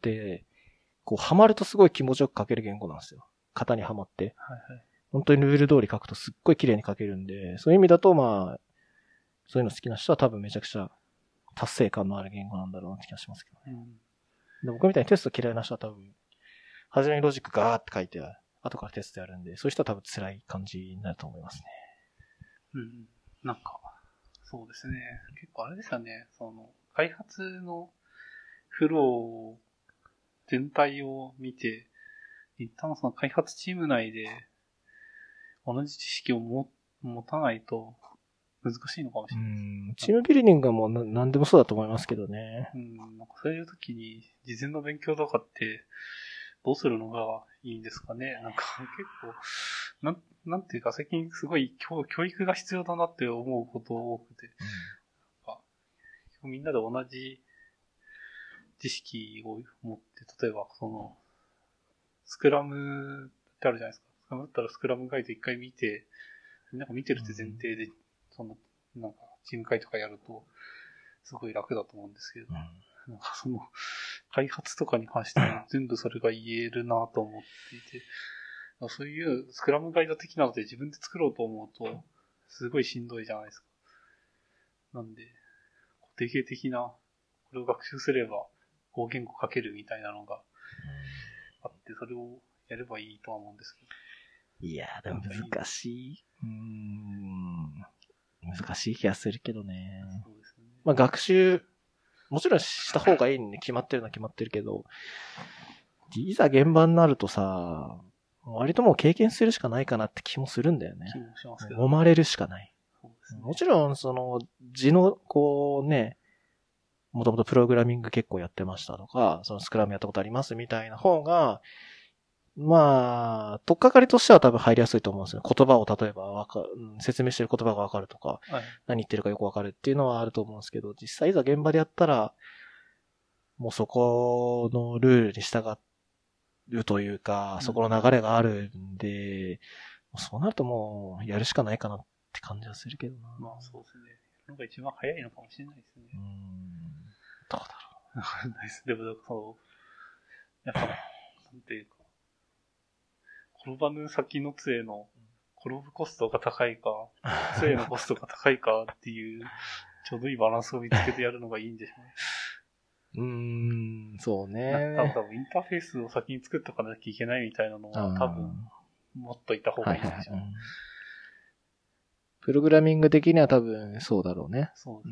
こう、ハマるとすごい気持ちよく書ける言語なんですよ。型にはまって。 はいはい。 本当にルール通り書くとすっごい綺麗に書けるんで、そういう意味だとまあ、そういうの好きな人は多分めちゃくちゃ達成感のある言語なんだろうなって気がしますけどね。で僕みたいにテスト嫌いな人は多分、初めにロジックガーって書いて、後からテストやるんで、そういう人は多分辛い感じになると思いますね。 なんか、そうですね。結構あれですよね。開発のフロー全体を見て、一旦その開発チーム内で同じ知識を持たないと難しいのかもしれないです。 チームビルディングはもう何でもそうだと思いますけどね。 なんかそういう時に事前の勉強とかってどうするのがいいんですかね。なんか結構、なんていうか最近すごい教育が必要だなって思うこと多くて、みんなで同じ知識を持って、例えばスクラムってあるじゃないですか。スクラムだったらスクラムガイド一回見て、なんか見てるって前提で、なんかチーム会とかやると、すごい楽だと思うんですけど、なんか開発とかに関しても全部それが言えるなと思っていて、そういうスクラムガイド的なので自分で作ろうと思うと、すごいしんどいじゃないですか。なんで、定型的な、これを学習すれば、言語書けるみたいなのがあって、それをやればいいとは思うんですけど。 いやー、でも難しい。難しい気がするけどね。そうですね。まあ学習、もちろんした方がいいに決まってるのは決まってるけど、いざ現場になるとさ、割ともう経験するしかないかなって気もするんだよね。 気もしますけど。 揉まれるしかない。 そうですね。 もちろん、字の、こうね、もともとプログラミング結構やってましたとか、スクラムやったことありますみたいな方が、まあ、とっかかりとしては多分入りやすいと思うんですよ。言葉を例えば説明してる言葉がわかるとか、何言ってるかよくわかるっていうのはあると思うんですけど、実際いざ現場でやったら、もうそこのルールに従うというか、そこの流れがあるんで、そうなるともうやるしかないかなって感じはするけどな。 まあそうですね。のが一番早いのかもしれないですね。 どうだろう。 わかんないです。でも、やっぱ、なんていうか、転ばぬ先の杖の転ぶコストが高いか、杖のコストが高いかっていう、ちょうどいいバランスを見つけてやるのがいいんでしょうね。 そうね。 多分インターフェースを先に作っとかなきゃいけないみたいなのは多分、もっといた方がいいんでしょうね。 プログラミング的には多分そうだろうね。 そうです。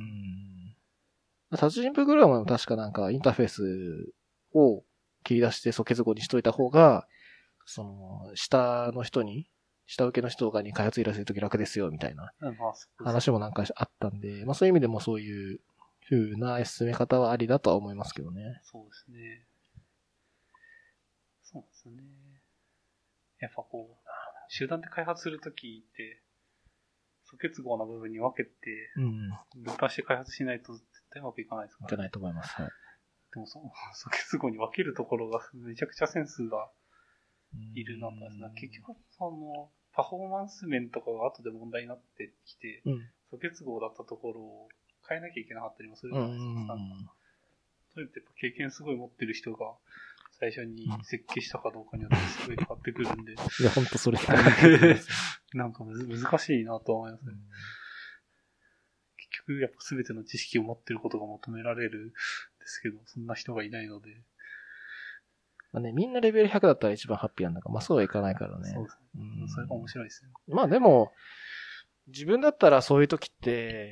殺人プログラムも確かなんかインターフェースを切り出して素結合にしといた方が、その、下請けの人とかに開発依頼するとき楽ですよ、みたいな話もなんかあったんで、まあそういう意味でもそういう風な進め方はありだとは思いますけどね。 そうですね。そうですね。やっぱこう、集団で開発するときって、素結合な部分に分けて、分担して開発しないと絶対うまくいかないですからね。 いかないと思います。はい。 でも素結合に分けるところがめちゃくちゃセンスがいるなとですね。結局、パフォーマンス面とかが後で問題になってきて、素結合だったところを変えなきゃいけなかったりもするじゃないですか。そういうやっぱ経験すごい持ってる人が最初に設計したかどうかによってすごい変わってくるんで。いや、ほんとそれなんか難しいなと思いますね。結局やっぱ全ての知識を持ってることが求められるんですけど、そんな人がいないので。 まあね、みんなレベル100だったら一番ハッピーなんだから、まあそうはいかないからね。 そうですね。それが面白いですね。 まあでも、自分だったらそういう時って、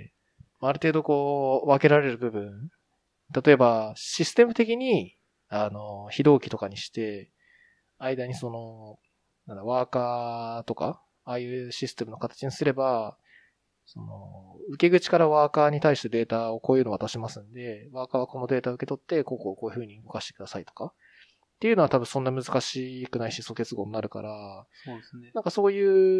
ある程度こう、分けられる部分。例えば、システム的に、非同期とかにして、間にワーカーとか、ああいうシステムの形にすれば、受け口からワーカーに対してデータをこういうの渡しますんで、ワーカーはこのデータを受け取って、こういう風に動かしてくださいとか。っていうのは多分そんな難しくないし素結合になるから、 そうですね。 なんかそう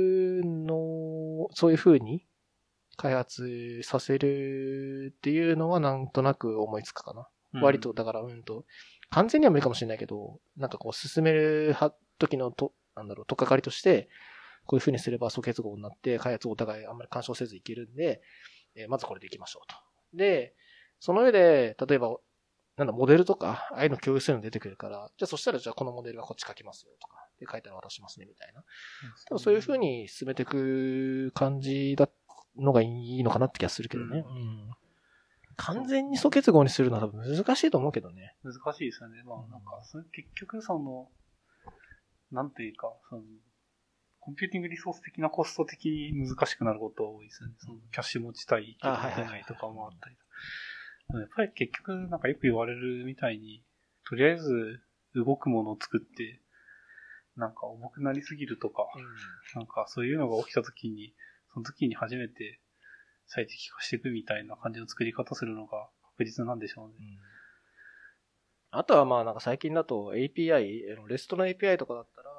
いう風に開発させるっていうのはなんとなく思いつくかな。割と、だから、完全には無理かもしれないけど、なんかこう進める時のとっかかりとして、こういう風にすれば素結合になって、開発をお互いあんまり干渉せずいけるんで、まずこれでいきましょうと。で、その上で、例えば、モデルとか、ああいうの共有するの出てくるから、じゃあそしたらこのモデルはこっち書きますよとか、で書いたら渡しますねみたいな。多分そういう風に進めていく感じだのがいいのかなって気がするけどね。完全に素結合にするのは多分難しいと思うけどね。 難しいですよね。まあなんか、結局なんていうか、コンピューティングリソース的なコスト的に難しくなることが多いですよね。キャッシュ持ちたいけど持てないとかもあったり。やっぱり結局なんかよく言われるみたいに、とりあえず動くものを作って、なんか重くなりすぎるとか、なんかそういうのが起きた時に、その時に初めて最適化していくみたいな感じの作り方するのが確実なんでしょうね。 あとはまあなんか最近だと API、レストの API とかだったら、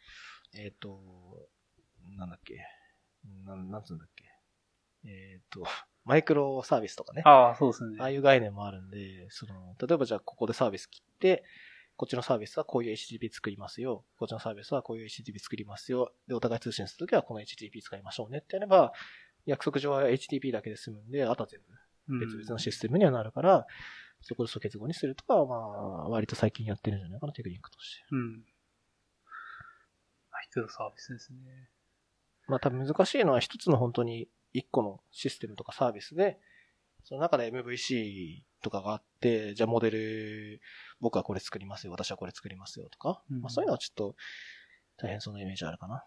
なんだっけ、なんつうんだっけ、マイクロサービスとかね。 ああ、そうですね。 ああいう概念もあるんで、例えばじゃあここでサービス切って、こっちのサービスはこういう HTTP 作りますよ。こっちのサービスはこういう HTTP 作りますよ。で、お互い通信するときはこの HTTP 使いましょうねってやれば、約束上は HTTP だけで済むんで、あとは全部別々のシステムにはなるから、そこで素結合にするとかは、まあ、割と最近やってるんじゃないかな、テクニックとして。 マイクロサービスですね。 まあ多分難しいのは一つの本当に一個のシステムとかサービスで、その中で MVC とかがあって、じゃあモデル、僕はこれ作りますよ、私はこれ作りますよとか、まあそういうのはちょっと大変そうなイメージあるかな。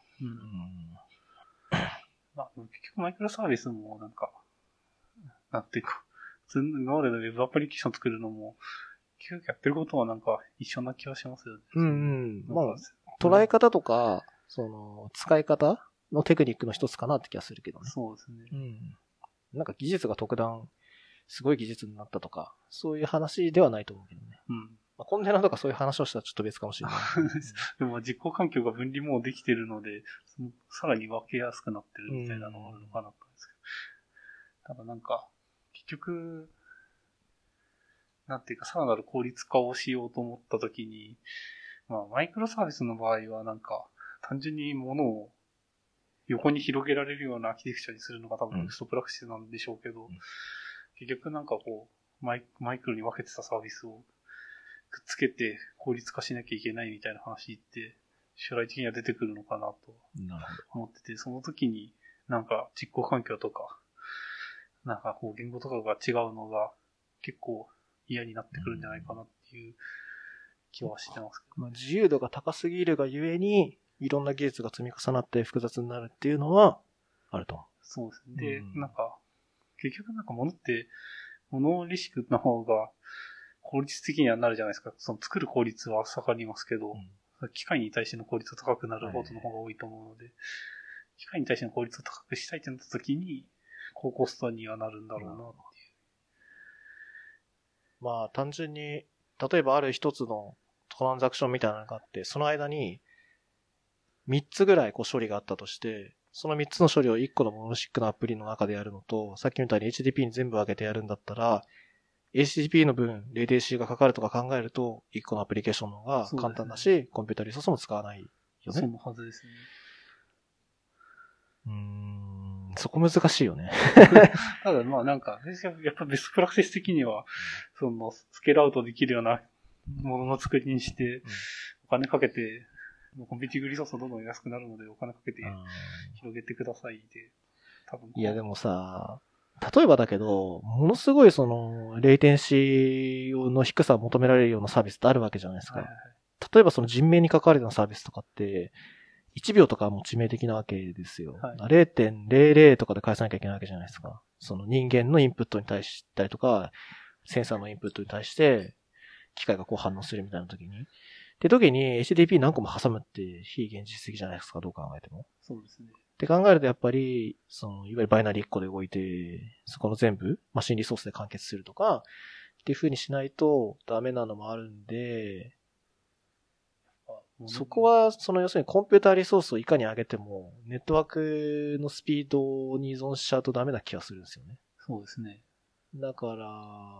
まあ、結局マイクロサービスもなんか、なんていうか、今までのウェブアプリケーション作るのも、結局やってることはなんか一緒な気がしますよね。 まあ、捉え方とか、使い方のテクニックの一つかなって気がするけどね。 そうですね。 なんか技術が特段、すごい技術になったとか、そういう話ではないと思うけどね。まあ、コンテナとかそういう話をしたらちょっと別かもしれない。 でも実行環境が分離もうできてるので、さらに分けやすくなってるみたいなのがあるのかなと思うんですけど。ただなんか、結局、なんていうか、さらなる効率化をしようと思ったときに、まあ、マイクロサービスの場合はなんか、単純に物を横に広げられるようなアーキテクチャにするのが多分ベストプラクティスなんでしょうけど、結局なんかこう、マイクロに分けてたサービスをくっつけて効率化しなきゃいけないみたいな話って将来的には出てくるのかなと思ってて、その時になんか実行環境とかなんかこう言語とかが違うのが結構嫌になってくるんじゃないかなっていう気はしてますけど。 まあ、自由度が高すぎるがゆえに、いろんな技術が積み重なって複雑になるっていうのは、あると思う。 そうですね。で、なんか、結局なんか物って、モノリシクの方が効率的にはなるじゃないですか。その作る効率は下がりますけど、機械に対しての効率が高くなることの方が多いと思うので、機械に対しての効率を高くしたいってなった時に、高コストにはなるんだろうなっていう。 まあ単純に、例えばある一つのトランザクションみたいなのがあって、その間に3つぐらいこう処理があったとして、その3つの処理を1個のモノシックのアプリの中でやるのと、さっきみたいに HTTP に全部分けてやるんだったら、HTTP の分、レイテンシーがかかるとか考えると、1個のアプリケーションの方が簡単だし、コンピュータリソースも使わないよね。 そのはずですね。 そこ難しいよね。 ただまあなんか、やっぱベストプラクティス的には、そのスケールアウトできるようなものの作りにして、お金かけて、コンピューティングリソースはどんどん安くなるのでお金かけて広げてくださいで、多分。 いやでもさ、例えばだけど、ものすごいその、レイテンシーの低さを求められるようなサービスってあるわけじゃないですか。例えばその人命に関わるようなサービスとかって、1秒とかはもう致命的なわけですよ。0.00 とかで返さなきゃいけないわけじゃないですか。その人間のインプットに対したりとか、センサーのインプットに対して、機械がこう反応するみたいな時に。って時に HTTP 何個も挟むって非現実的じゃないですか、どう考えても。 そうですね。 って考えるとやっぱり、その、いわゆるバイナリー1個で動いて、そこの全部、マシンリソースで完結するとか、っていう風にしないとダメなのもあるんで、そこは、その要するにコンピューターリソースをいかに上げても、ネットワークのスピードに依存しちゃうとダメな気がするんですよね。 そうですね。 だから、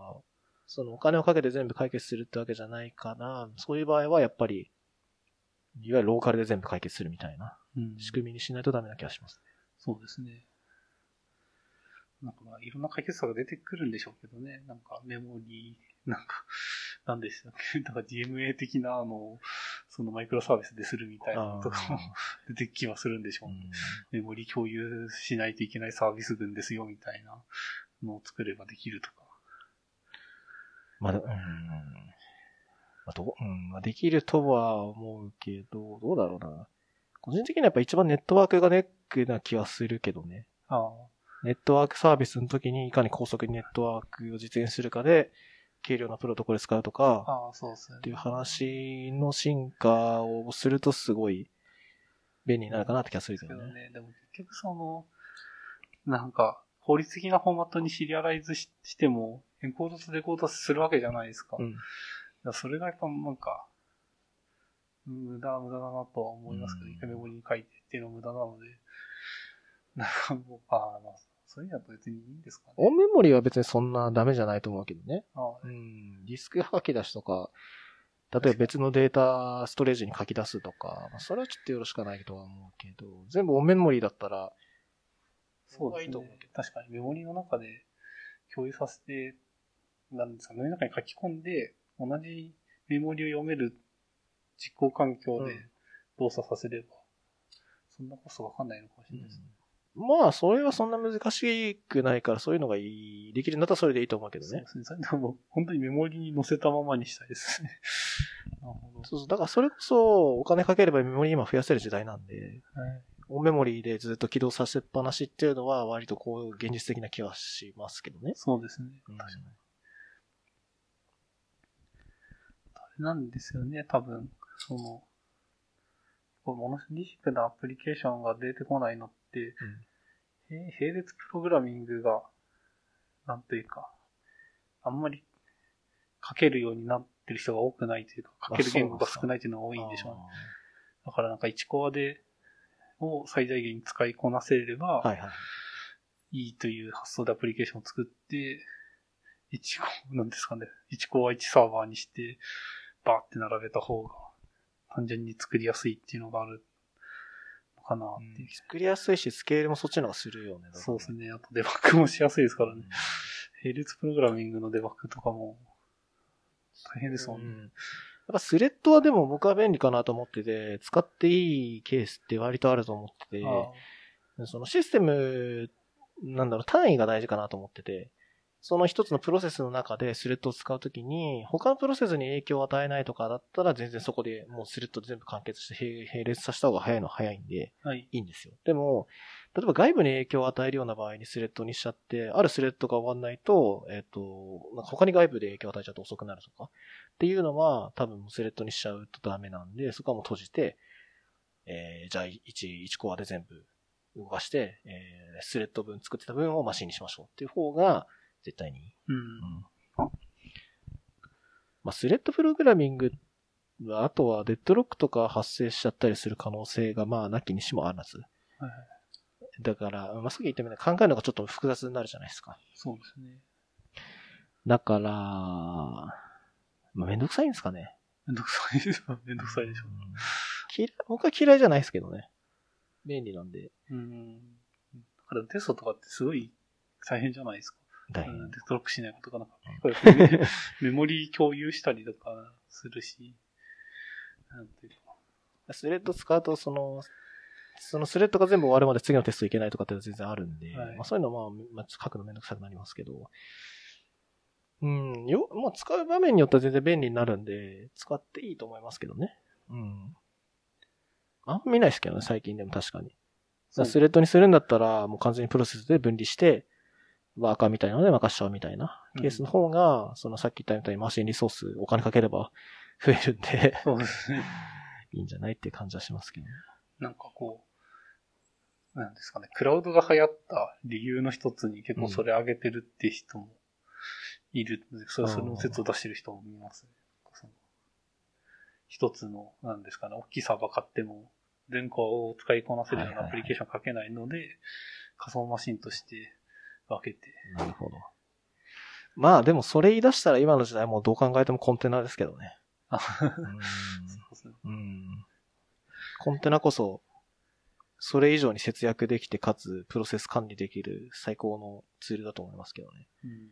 そのお金をかけて全部解決するってわけじゃないかな。そういう場合はやっぱり、いわゆるローカルで全部解決するみたいな仕組みにしないとダメな気がしますね。 そうですね。なんかまあいろんな解決策が出てくるんでしょうけどね。なんかメモリー、なんでしたっけ、なんか DMA 的なそのマイクロサービスでするみたいなのとかも出てきはするんでしょうね。メモリ共有しないといけないサービス群ですよみたいなのを作ればできるとか。 まあ、できるとは思うけど、どうだろうな。個人的にはやっぱ一番ネットワークがネックな気はするけどね。ネットワークサービスの時にいかに高速にネットワークを実現するかで、軽量なプロトコル使うとか、 そうですね。 っていう話の進化をするとすごい便利になるかなって気がするけどね。 でも結局なんか、法律的なフォーマットにシリアライズしても、エンコードとデコードするわけじゃないですか。それがやっぱなんか、無駄だなとは思いますけど、一回メモリに書いてっていうのは無駄なので、なんかもう、そういうのだと別にいいんですかね。 オンメモリは別にそんなダメじゃないと思うけどね。ディスク吐き出しとか、例えば別のデータストレージに書き出すとか、それはちょっとよろしくないとは思うけど、全部オンメモリだったら、 そうですね。確かにメモリの中で共有させて、なんですか、メモリの中に書き込んで、同じメモリを読める実行環境で動作させれば、そんなコストがかかんないのかもしれないですね。 まあ、それはそんな難しくないから、そういうのができるんだったらそれでいいと思うけどね。 そうですね。それでも本当にメモリに載せたままにしたいですね。 なるほど。そう、だからそれこそお金かければメモリ今増やせる時代なんで、オンメモリでずっと起動させっぱなしっていうのは割とこう現実的な気はしますけどね。 そうですね。確かに。あれなんですよね、多分、モノリシックなアプリケーションが出てこないのって、並列プログラミングが、なんというか、あんまり書けるようになってる人が多くないというか、書ける言語が少ないというのが多いんでしょうね。だからなんか1コアを最大限に使いこなせれば、いいという発想でアプリケーションを作って、なんですかね、1コア1サーバーにして、バーって並べた方が、単純に作りやすいっていうのがあるのかなっていう。 作りやすいし、スケールもそっちの方がするよね。 そうですね。あとデバッグもしやすいですからね。並列プログラミングのデバッグとかも大変ですもんね。 やっぱスレッドはでも僕は便利かなと思ってて、使っていいケースって割とあると思ってて、そのシステム、単位が大事かなと思ってて、 その一つのプロセスの中でスレッドを使うときに、他のプロセスに影響を与えないとかだったら全然そこでもうスレッド全部完結して並列させた方が早いのは早いんで、いいんですよ。でも、例えば外部に影響を与えるような場合にスレッドにしちゃって、あるスレッドが終わんないと、なんか他に外部で影響を与えちゃうと遅くなるとかっていうのは多分スレッドにしちゃうとダメなんで、そこはもう閉じて、じゃあ1コアで全部動かして、スレッド分作ってた分をマシンにしましょうっていう方が絶対にいい。まあ、スレッドプログラミングは、あとはデッドロックとか発生しちゃったりする可能性がまあなきにしもあらず。だから、まあ、さっき言ったように考えるのがちょっと複雑になるじゃないですか。 そうですね。 だから、まあ、めんどくさいんですかね。 めんどくさいでしょ。めんどくさいでしょ。 僕は嫌いじゃないですけどね。便利なんで。 だからテストとかってすごい大変じゃないですか。 大変。 デッドロックしないことがなんか、メモリー共有したりとかするし。なんていうか。 スレッド使うと、そのスレッドが全部終わるまで次のテストいけないとかって全然あるんで、まあそういうのはまあ書くのめんどくさくなりますけど、まあ使う場面によっては全然便利になるんで、使っていいと思いますけどね。あんま見ないですけどね、最近でも確かに。スレッドにするんだったら、もう完全にプロセスで分離して、ワーカーみたいなので任しちゃうみたいなケースの方が、そのさっき言ったみたいにマシンリソースお金かければ増えるんで、 そうですね。 いいんじゃないっていう感じはしますけどね。 なんかこう、なんですかね、クラウドが流行った理由の一つに結構それ上げてるって人もいるので、その説を出してる人も見ますね。一つの、なんですかね、大きいサーバー買っても、全個を使いこなせるようなアプリケーション書けないので、仮想マシンとして分けて。 なるほど。まあでもそれ言い出したら今の時代もうどう考えてもコンテナですけどね。 そうですね。 コンテナこそ、それ以上に節約できて、かつプロセス管理できる最高のツールだと思いますけどね。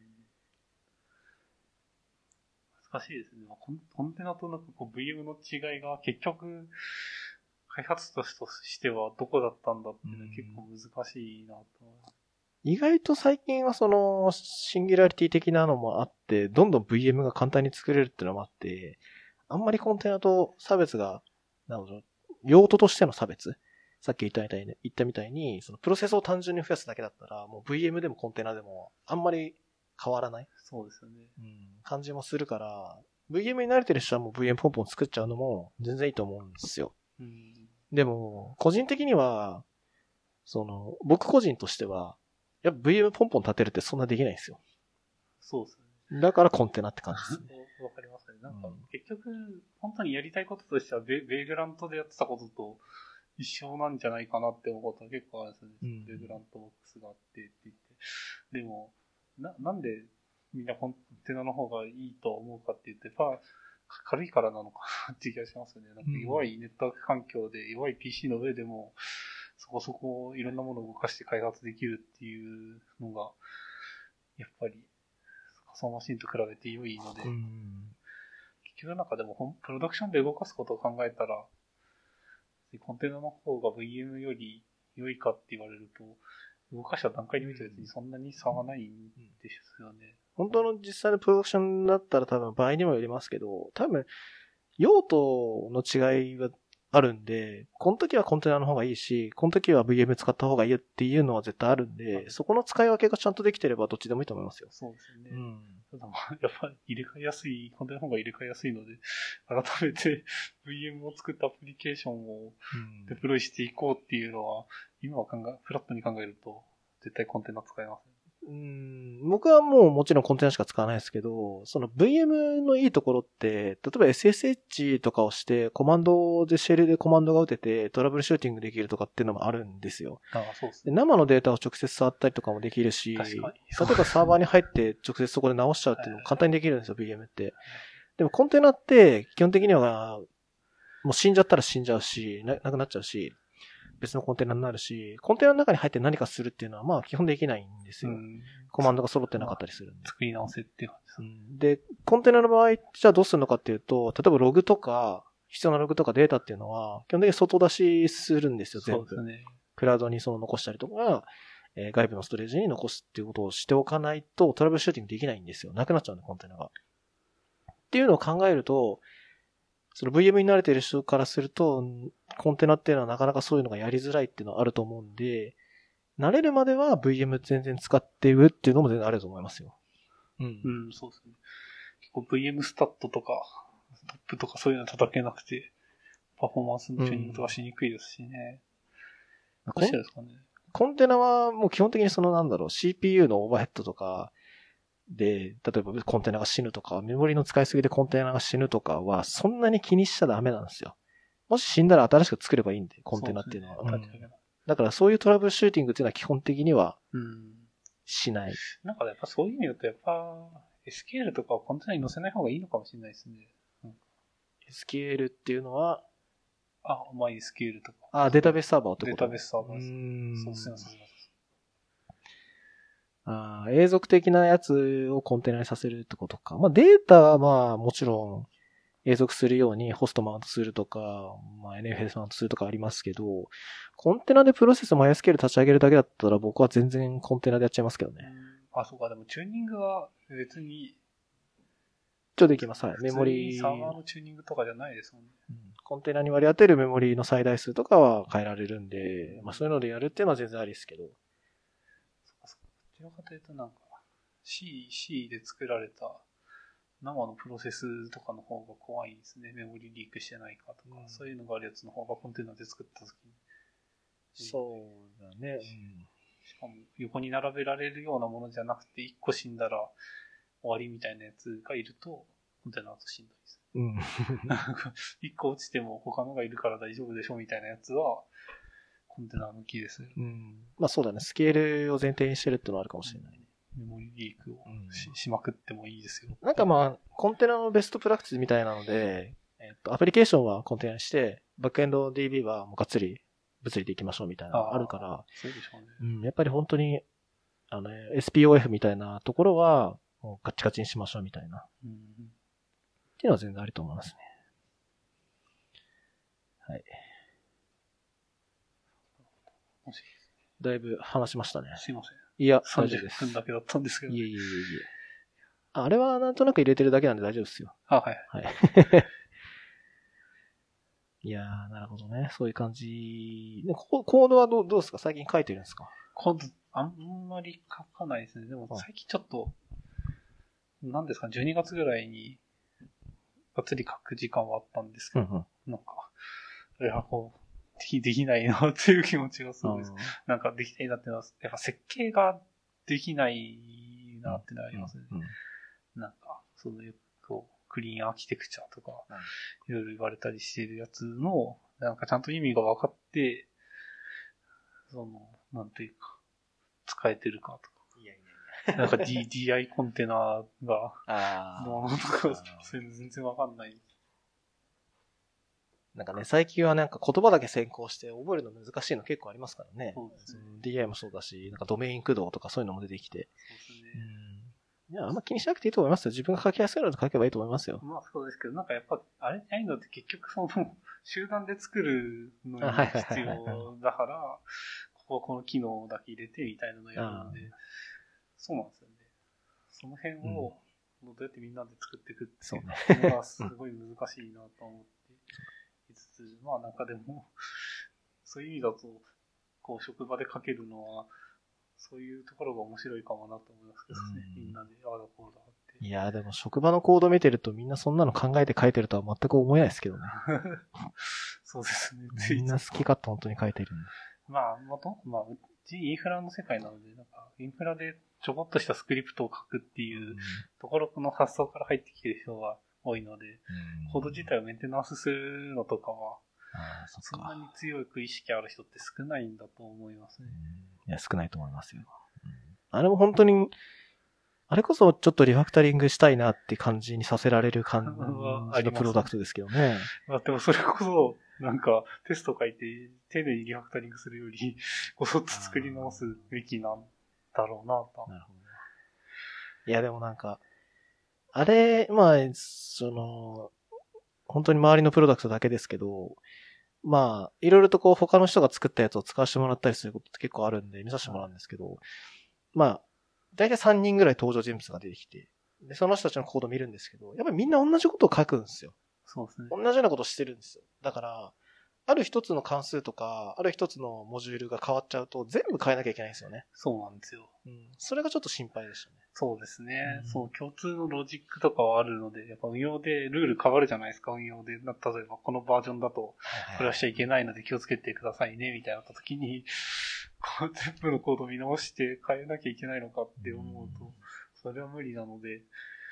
難しいですね。コンテナとなんかこう VM の違いが結局、開発としてはどこだったんだっていうのは結構難しいなと。 意外と最近はそのシンギュラリティ的なのもあって、どんどん VM が簡単に作れるっていうのもあって、あんまりコンテナと差別が、用途としての差別、さっき言ったみたいに、そのプロセスを単純に増やすだけだったら、もう VM でもコンテナでもあんまり変わらない。 そうですよね。 感じもするから、VM に慣れてる人はもう VM ポンポン作っちゃうのも全然いいと思うんですよ。でも、個人的には、僕個人としては、やっぱ VM ポンポン立てるってそんなできないんですよ。 そうですね。 だからコンテナって感じですね。 わかりますね。なんか、結局、本当にやりたいこととしてはベーグラントでやってたことと一緒なんじゃないかなって思うことが結構あるんですよね。ベーグラントボックスがあってって言って。でも、なんでみんなコンテナの方がいいと思うかって言って、軽いからなのかなっていう気がしますよね。なんか弱いネットワーク環境で、弱い PC の上でも、そこそこいろんなものを動かして開発できるっていうのが、やっぱり仮想マシンと比べて良いので、結局なんかでもプロダクションで動かすことを考えたら、コンテナの方が VM より良いかって言われると、動かした段階で見たら別にそんなに差はないんですよね。 本当の実際のプロダクションだったら多分場合にもよりますけど、多分用途の違いはあるんで、この時はコンテナの方がいいし、この時は VM 使った方がいいっていうのは絶対あるんで、そこの使い分けがちゃんとできてればどっちでもいいと思いますよ。 そうですよね。ただやっぱり入れ替えやすい、コンテナの方が入れ替えやすいので、改めて VM を作ったアプリケーションをデプロイしていこうっていうのは、今はフラットに考えると、絶対コンテナ使えますね。 僕はもちろんコンテナしか使わないですけど、その VM のいいところって、例えば SSH とかをして、コマンドでシェルでコマンドが打ててトラブルシューティングできるとかっていうのもあるんですよ。 そうですね。 生のデータを直接触ったりとかもできるし、例えばサーバーに入って直接そこで直しちゃうっていうのも簡単にできるんですよ、VM って。でもコンテナって基本的にはもう死んじゃったら死んじゃうし、なくなっちゃうし、別のコンテナになるし、コンテナの中に入って何かするっていうのはまあ基本できないんですよ。コマンドが揃ってなかったりするんで。 作り直せっていう感じです。で、コンテナの場合、じゃあどうするのかっていうと、例えばログとか、必要なログとかデータっていうのは、基本的に外出しするんですよ、全部。そうですね。クラウドに残したりとか、 外部のストレージに残すっていうことをしておかないとトラブルシューティングできないんですよ。なくなっちゃうんで、コンテナが。っていうのを考えると、その VM に慣れている人からすると、コンテナっていうのはなかなかそういうのがやりづらいっていうのはあると思うんで、慣れるまでは VM 全然使ってるっていうのも全然あると思いますよ。 うん、そうですね。結構 VM スタットとか、トップとかそういうの叩けなくて、パフォーマンスのチューニングとかしにくいですしね。どうしてですかね。 コンテナはもう基本的にCPU のオーバーヘッドとかで、例えばコンテナが死ぬとか、メモリの使いすぎでコンテナが死ぬとかは、そんなに気にしちゃダメなんですよ。もし死んだら新しく作ればいいんで、コンテナっていうのは。だからそういうトラブルシューティングっていうのは基本的にはしない。 なんかやっぱそういう意味だとやっぱ SQL とかをコンテナに載せない方がいいのかもしれないですね。 SQL っていうのは、 SQL とか。 データベースサーバーってこと？ データベースサーバー。そうですね。 永続的なやつをコンテナにさせるってことか。データはもちろん永続するようにホストマウントするとか、NFS マウントするとかありますけど、コンテナでプロセスMySQL 立ち上げるだけだったら僕は全然コンテナでやっちゃいますけどね。 そうか。でもチューニングは別にできます。はい。メモリサーバーのチューニングとかじゃないですもんね。 コンテナに割り当てるメモリの最大数とかは変えられるんで、そういうのでやるっていうのは全然ありですけど。 どちらかというとなんか C で作られた生のプロセスとかの方が怖いですね。メモリリークしてないかとか、そういうのがあるやつの方がコンテナで作った時に。 そうだね。 しかも横に並べられるようなものじゃなくて、1個死んだら終わりみたいなやつがいると、コンテナだとしんどいです。1個落ちても他のがいるから大丈夫でしょみたいなやつは、コンテナ向きです。 そうだね。スケールを前提にしてるってのはあるかもしれない。 メモリリークを しまくってもいいですよ。 なんかコンテナのベストプラクティスみたいなので、アプリケーションはコンテナにして、バックエンド DB はもうがっつり物理でいきましょうみたいなのがあるから、 そうでしょうね。 やっぱり本当に、SPOF みたいなところは、もうガッチガチにしましょうみたいな。っていうのは全然ありと思いますね。はい。だいぶ話しましたね。 すいません。 いや、大丈夫です。 30分だけだったんですけど。 いえ。あれはなんとなく入れてるだけなんで大丈夫ですよ。 はい。 いやー、なるほどね。そういう感じ。コードはどうですか？最近書いてるんですか？ コード、あんまり書かないですね。でも最近ちょっと、何ですか、12月ぐらいに、がっつり書く時間はあったんですけど、なんか、できないなっていう気持ちがすごいです。なんかできないなっていうのは、やっぱ設計ができないなってのはありますね。なんか、クリーンアーキテクチャとか、いろいろ言われたりしているやつの、なんかちゃんと意味が分かって、なんていうか、使えてるかとか。なんかDI コンテナが、とか、全然分かんない。 なんかね、最近はなんか言葉だけ先行して覚えるの難しいの結構ありますからね。 そうですね。 DI もそうだし、なんかドメイン駆動とかそういうのも出てきて。そうですね。いや、あんま気にしなくていいと思いますよ。自分が書きやすいので書けばいいと思いますよ。 そうですけど、なんかやっぱ、ああいうのって結局集団で作るのに必要だから、この機能だけ入れてみたいなのをやるので、そうなんですよね。その辺を、どうやってみんなで作っていくっていうのがすごい難しいなと思っていつつ、なんかでも、そういう意味だと、職場で書けるのは、そういうところが面白いかもなと思いますけどね。みんなで、こうだって。 いやーでも職場のコード見てるとみんなそんなの考えて書いてるとは全く思えないですけどね。 そうですね。 みんな好き勝手本当に書いてるんで。 うちインフラの世界なので、なんか、インフラでちょこっとしたスクリプトを書くっていうところの発想から入ってきてる人が多いので、コード自体をメンテナンスするのとかは、そんなに強く意識ある人って少ないんだと思いますね。 いや、少ないと思いますよ。あれも本当に、あれこそちょっとリファクタリングしたいなって感じにさせられる感じのプロダクトですけどね。 でもそれこそ、なんかテスト書いて丁寧にリファクタリングするより、ごそっと作り直すべきなんだろうなと。 なるほど。いやでもなんか、あれ、本当に周りのプロダクトだけですけど、 まあ、いろいろとこう他の人が作ったやつを使わせてもらったりすることって結構あるんで見させてもらうんですけど、まあ、だいたい3人ぐらい登場人物が出てきて、で、その人たちのコードを見るんですけど、やっぱりみんな同じことを書くんですよ。 そうですね。 同じようなことをしてるんですよ。だから、ある一つの関数とか、ある一つのモジュールが変わっちゃうと全部変えなきゃいけないんですよね。 そうなんですよ。 うん。それがちょっと心配でしたね。 そうですね。 うん、 そう、共通のロジックとかはあるので、やっぱ運用でルール変わるじゃないですか、運用で。例えばこのバージョンだと、これはしちゃいけないので気をつけてくださいね、みたいな時に、こう全部のコードを見直して変えなきゃいけないのかって思うと、それは無理なので、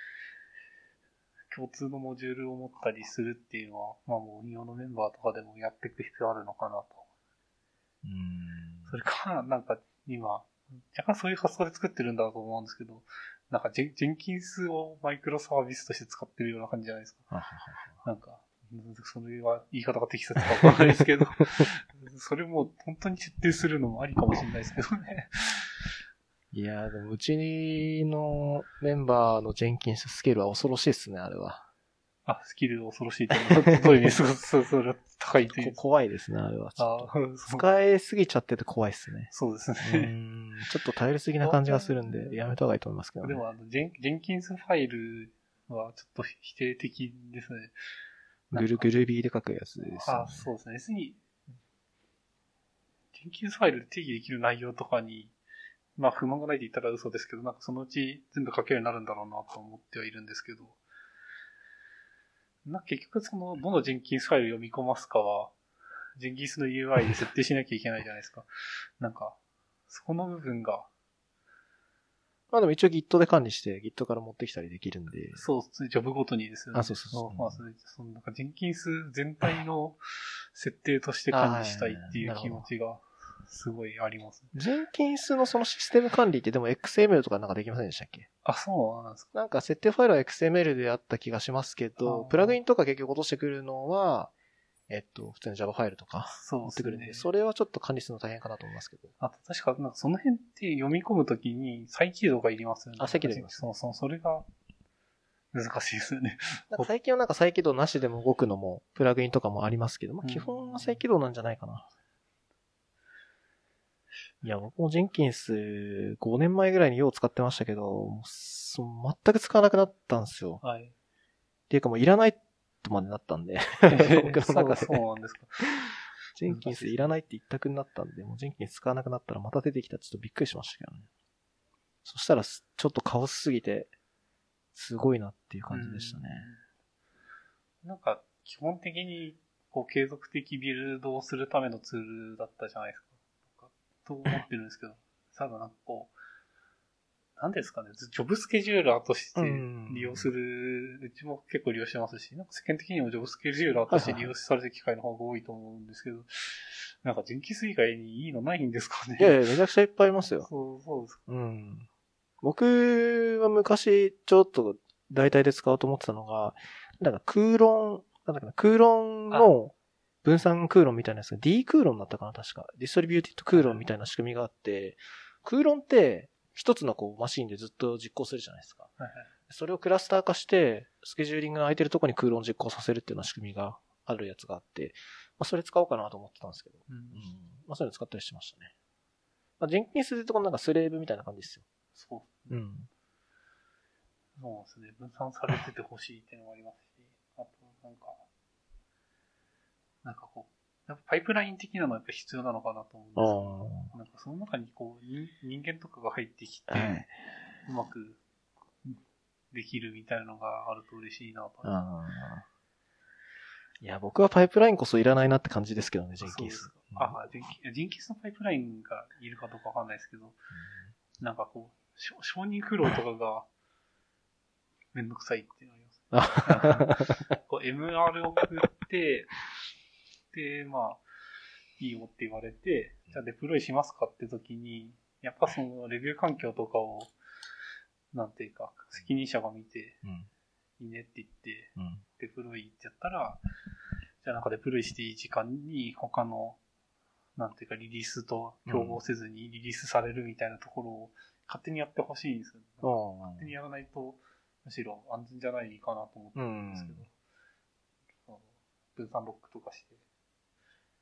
共通のモジュールを持ったりするっていうのは、まあもう運用のメンバーとかでもやっていく必要あるのかなと。それから、なんか今、若干そういう発想で作ってるんだと思うんですけど、なんかジェンキンスをマイクロサービスとして使ってるような感じじゃないですか。なんか、それは言い方が適切かわかんないですけど、それも本当に設定するのもありかもしれないですけどね。 いやーでもうちのメンバーのジェンキンススケールは恐ろしいですね、あれは。 あ、スキル恐ろしいっていうのは、どういう意味ですか？それは高いという。 怖いですね、あれは。使いすぎちゃってて怖いですね。 そうですね。 ちょっと頼りすぎな感じがするんで、やめた方がいいと思いますけどね。 でもジェンキンスファイルはちょっと否定的ですね。 グルビーで書くやつです、ね。 あ、そうですね。別に、ジェンキンスファイルで定義できる内容とかに、まあ不満がないって言ったら嘘ですけど、なんかそのうち全部書けるようになるんだろうなと思ってはいるんですけど、結局その、どのジェンキンスファイル読み込ますかは、ジェンキンスの UI で設定しなきゃいけないじゃないですか。なんか、そこの部分が。 まあでも一応 Git で管理して Git から持ってきたりできるんで。 そう、ジョブごとにですよね。 あ、そう。 まあ、そのなんかジェンキンス全体の設定として管理したいっていう気持ちがすごいあります。 ジェンキンスのそのシステム管理ってでも XML とかなんかできませんでしたっけ？ あ、そうなんですか。 なんか設定ファイルは XML であった気がしますけど、プラグインとか結局落としてくるのは、普通の Java ファイルとか持ってくるんで、それはちょっと管理するの大変かなと思いますけど。 あと確か、なんかその辺って読み込むときに再起動がいりますよね。 あ、再起動いります。 それが難しいですよね。 なんか最近はなんか再起動なしでも動くのも、プラグインとかもありますけど、まあ基本は再起動なんじゃないかな。いや、僕もジェンキンス5年前ぐらいによう使ってましたけど、全く使わなくなったんですよ。 はい。 っていうかもういらないとまでなったんで。僕の中で。 そうなんですか。 ジェンキンスいらないって一択になったんで、もうジェンキンス使わなくなったらまた出てきたらちょっとびっくりしましたけどね。そしたらちょっとカオスすぎて、すごいなっていう感じでしたね。 なんか、基本的に、こう、継続的ビルドをするためのツールだったじゃないですか。と思ってるんですけど、ただなんかこう、なんですかね、ジョブスケジューラーとして利用する、うちも結構利用してますし、なんか世間的にもジョブスケジューラーとして利用されてる機会の方が多いと思うんですけど、なんかジェンキンス以外にいいのないんですかね。 いやいや、めちゃくちゃいっぱいありますよ。 そうです。 僕は昔ちょっと大体で使おうと思ってたのが、なんか空論の分散空論みたいなやつが D 空論だったかな、確か。ディストリビューティッド空論みたいな仕組みがあって、空論って一つのこうマシンでずっと実行するじゃないですか。それをクラスター化して、スケジューリングが空いてるところに空論実行させるっていうような仕組みがあるやつがあって、まあ、それ使おうかなと思ってたんですけど、まあ、そういうの使ったりしてましたね。まあ、ジェンキンスで言うとこのなんかスレーブみたいな感じですよ。 そうですね。分散されててほしいっていうのもありますし、あとなんかこう、やっぱパイプライン的なのはやっぱ必要なのかなと思うんですけど、なんかその中にこう人間とかが入ってきて、うまくできるみたいなのがあると嬉しいなと。 いや、僕はパイプラインこそいらないなって感じですけどね、ジェンキンス。 ジェンキンスのパイプラインがいるかどうかわかんないですけど、なんかこう、承認苦労とかがめんどくさいっていうのあります。こう MR 送って、で、まあ、いいよって言われて、じゃあデプロイしますかって時に、やっぱそのレビュー環境とかを、なんていうか、責任者が見て、いいねって言って、デプロイってやったら、じゃあなんかデプロイしていい時間に他の、なんていうかリリースと競合せずにリリースされるみたいなところを勝手にやってほしいんですよね。勝手にやらないと、むしろ安全じゃないかなと思ってるんですけど、分散ロックとかして、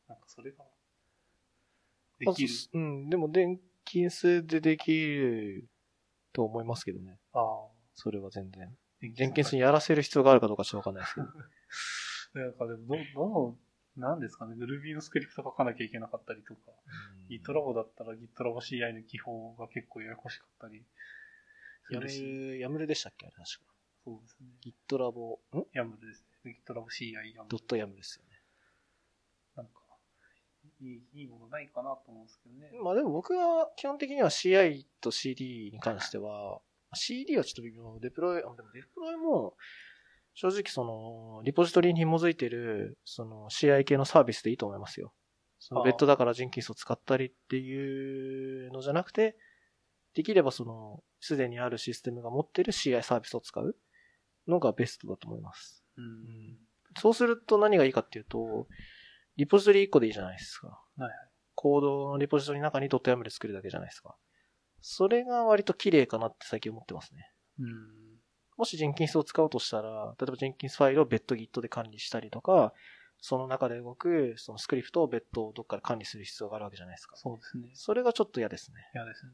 なんかそれが、できる。 うん、でも、ジェンキンスでできると思いますけどね。 ああ。 それは全然。ジェンキンスにやらせる必要があるかどうかちょっとわかんないですけど。 なんかでも、なんですかね、Ruby のスクリプト書かなきゃいけなかったりとか、GitLab だったら GitLab CI の記法が結構ややこしかったり。 YAML でしたっけあれ確か。 そうですね。 GitLab、 YAML ですね。GitLab CI YAML。 ドット YAML ですよね。 なんか、いいものないかなと思うんですけどね。 まあでも僕は基本的には CI と CD に関しては、CD はちょっと微妙。でもデプロイも、正直その、リポジトリに紐づいてる、その CI 系のサービスでいいと思いますよ。その別途だからジェンキンスを使ったりっていうのじゃなくて、できればその、すでにあるシステムが持ってる CI サービスを使うのがベストだと思います。そうすると何がいいかっていうと、リポジトリ1個でいいじゃないですか。 はいはい。 コードのリポジトリの中に .yaml 作るだけじゃないですか。それが割と綺麗かなって最近思ってますね。もしジェンキンスを使おうとしたら、例えばジェンキンスファイルを別途 Git で管理したりとか、その中で動くそのスクリプトを別途どっかで管理する必要があるわけじゃないですか。 そうですね。 それがちょっと嫌ですね。 嫌ですね。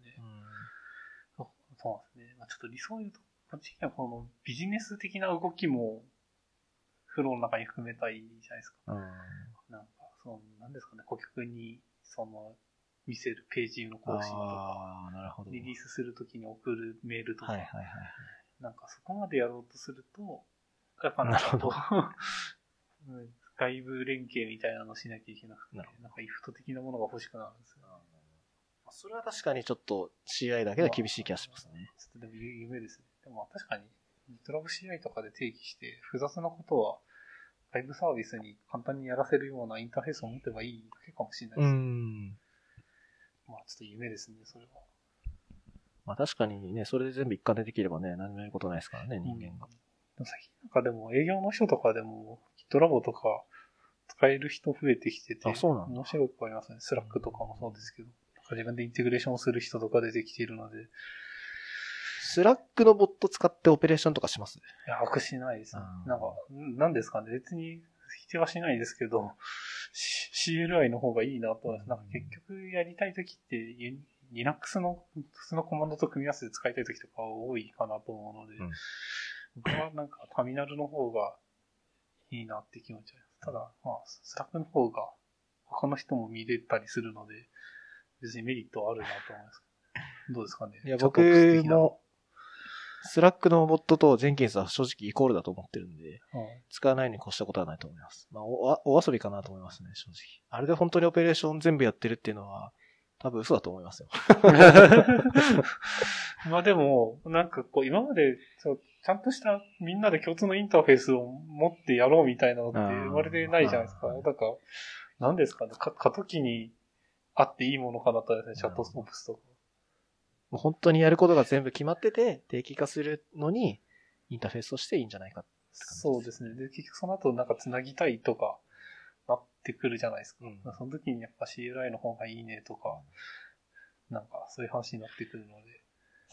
そうですね。まあ、ちょっと理想を言うと、こっちはこのビジネス的な動きもフローの中に含めたいじゃないですか。なんか、なんですかね、顧客に、見せるページの更新とか、 なるほど。 リリースするときに送るメールとか、なんかそこまでやろうとすると、やっぱなんかこう、外部連携みたいなのをしなきゃいけなくて、なんかイフト的なものが欲しくなるんですよ。 それは確かにちょっと CI だけで厳しい気がしますね。 ちょっとでも夢ですね。でも確かに GitLab CI とかで定義して複雑なことは外部サービスに簡単にやらせるようなインターフェースを持てばいいだけかもしれないですね。まあちょっと夢ですね、それは。 まあ確かにね、それで全部一貫でできればね、何もやることないですからね、人間が。 最近なんかでも営業の人とかでも GitLab とか使える人増えてきてて、 そうなんだ。 面白くありますね。Slack とかもそうですけど。自分でインテグレーションする人とか出てきているので。 スラックのボット使ってオペレーションとかします？ いや、僕しないですね。なんか、なんですかね。別に否定はしないですけど、CLI の方がいいなと思います。なんか結局やりたいときって、Linux の普通のコマンドと組み合わせて使いたいときとか多いかなと思うので、僕はなんかターミナルの方がいいなって気持ちです。ただ、まあ、スラックの方が他の人も見れたりするので、別にメリットはあるなと思います。どうですかね。 いや、僕も、スラックのボットとジェンキンスは正直イコールだと思ってるんで、使わないに越したことはないと思います。まあ、お遊びかなと思いますね、正直。あれで本当にオペレーション全部やってるっていうのは、多分嘘だと思いますよ。 まあでも、なんかこう、今まで、ちゃんとしたみんなで共通のインターフェースを持ってやろうみたいなのって生まれてないじゃないですか。だから、何ですかね、過渡期にあっていいものかなとですね、チャットストップスとか。 もう本当にやることが全部決まってて、定期化するのに、インターフェースとしていいんじゃないかって感じです。 そうですね。で、結局その後なんか繋ぎたいとか、なってくるじゃないですか。その時にやっぱ CLI の方がいいねとか、なんかそういう話になってくるので。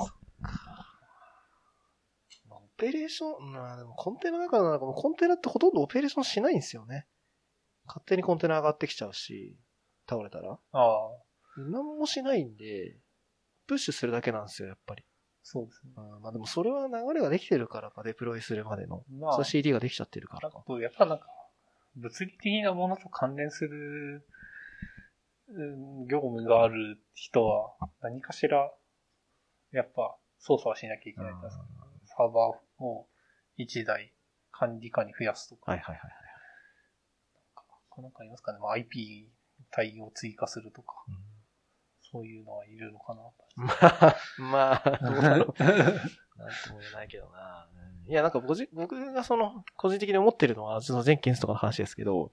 オペレーション、でもコンテナだからなんかもうコンテナってほとんどオペレーションしないんですよね。勝手にコンテナ上がってきちゃうし、倒れたら。何もしないんで、プッシュするだけなんですよ、やっぱり。 そうですね。 まあでもそれは流れができてるからか、デプロイするまでの。まあ、それ CD ができちゃってるからか。 やっぱなんか、物理的なものと関連する、業務がある人は、何かしら、やっぱ操作はしなきゃいけないんです。サーバーを1台管理下に増やすとか。なんかありますかね。まあ、IP 対応追加するとか。そういうのはいるのかな。 まあ、どうだろう。なんとも言えないけどな。いや、なんか僕が個人的に思ってるのは、そのジェンキンスとかの話ですけど、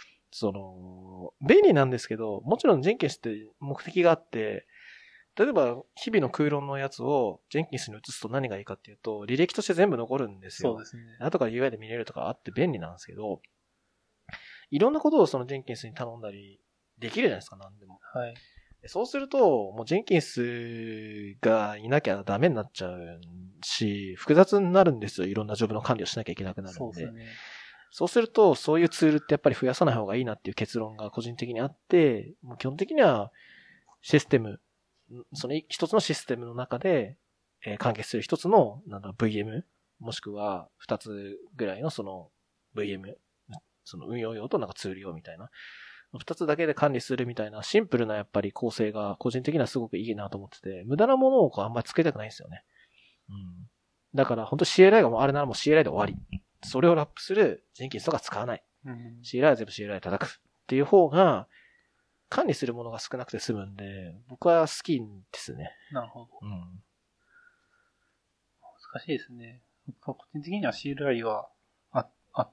便利なんですけど、もちろんジェンキンスって目的があって、例えば、日々の空論のやつをジェンキンスに移すと何がいいかっていうと、履歴として全部残るんですよ。 そうですね。 後から UI で見れるとかあって便利なんですけど、いろんなことをそのジェンキンスに頼んだりできるじゃないですか、何でも。 はい。 そうすると、もうジェンキンスがいなきゃダメになっちゃうし、複雑になるんですよ。いろんなジョブの管理をしなきゃいけなくなるんで。そうですね。 そうすると、そういうツールってやっぱり増やさない方がいいなっていう結論が個人的にあって、もう基本的にはシステム、その一つのシステムの中で、完結する一つの、VM、もしくは二つぐらいのその VM、その運用用とツール用みたいな、二つだけで管理するみたいなシンプルなやっぱり構成が個人的にはすごくいいなと思ってて、無駄なものをあんまり作りたくないんですよね。うん。だから本当 CLI がもうあれならもう CLI で終わり。それをラップするジェンキンスとか使わない。CLI は全部 CLI 叩くっていう方が、管理するものが少なくて済むんで、僕は好きですね。 なるほど。 うん。 難しいですね。個人的には CLI はあって、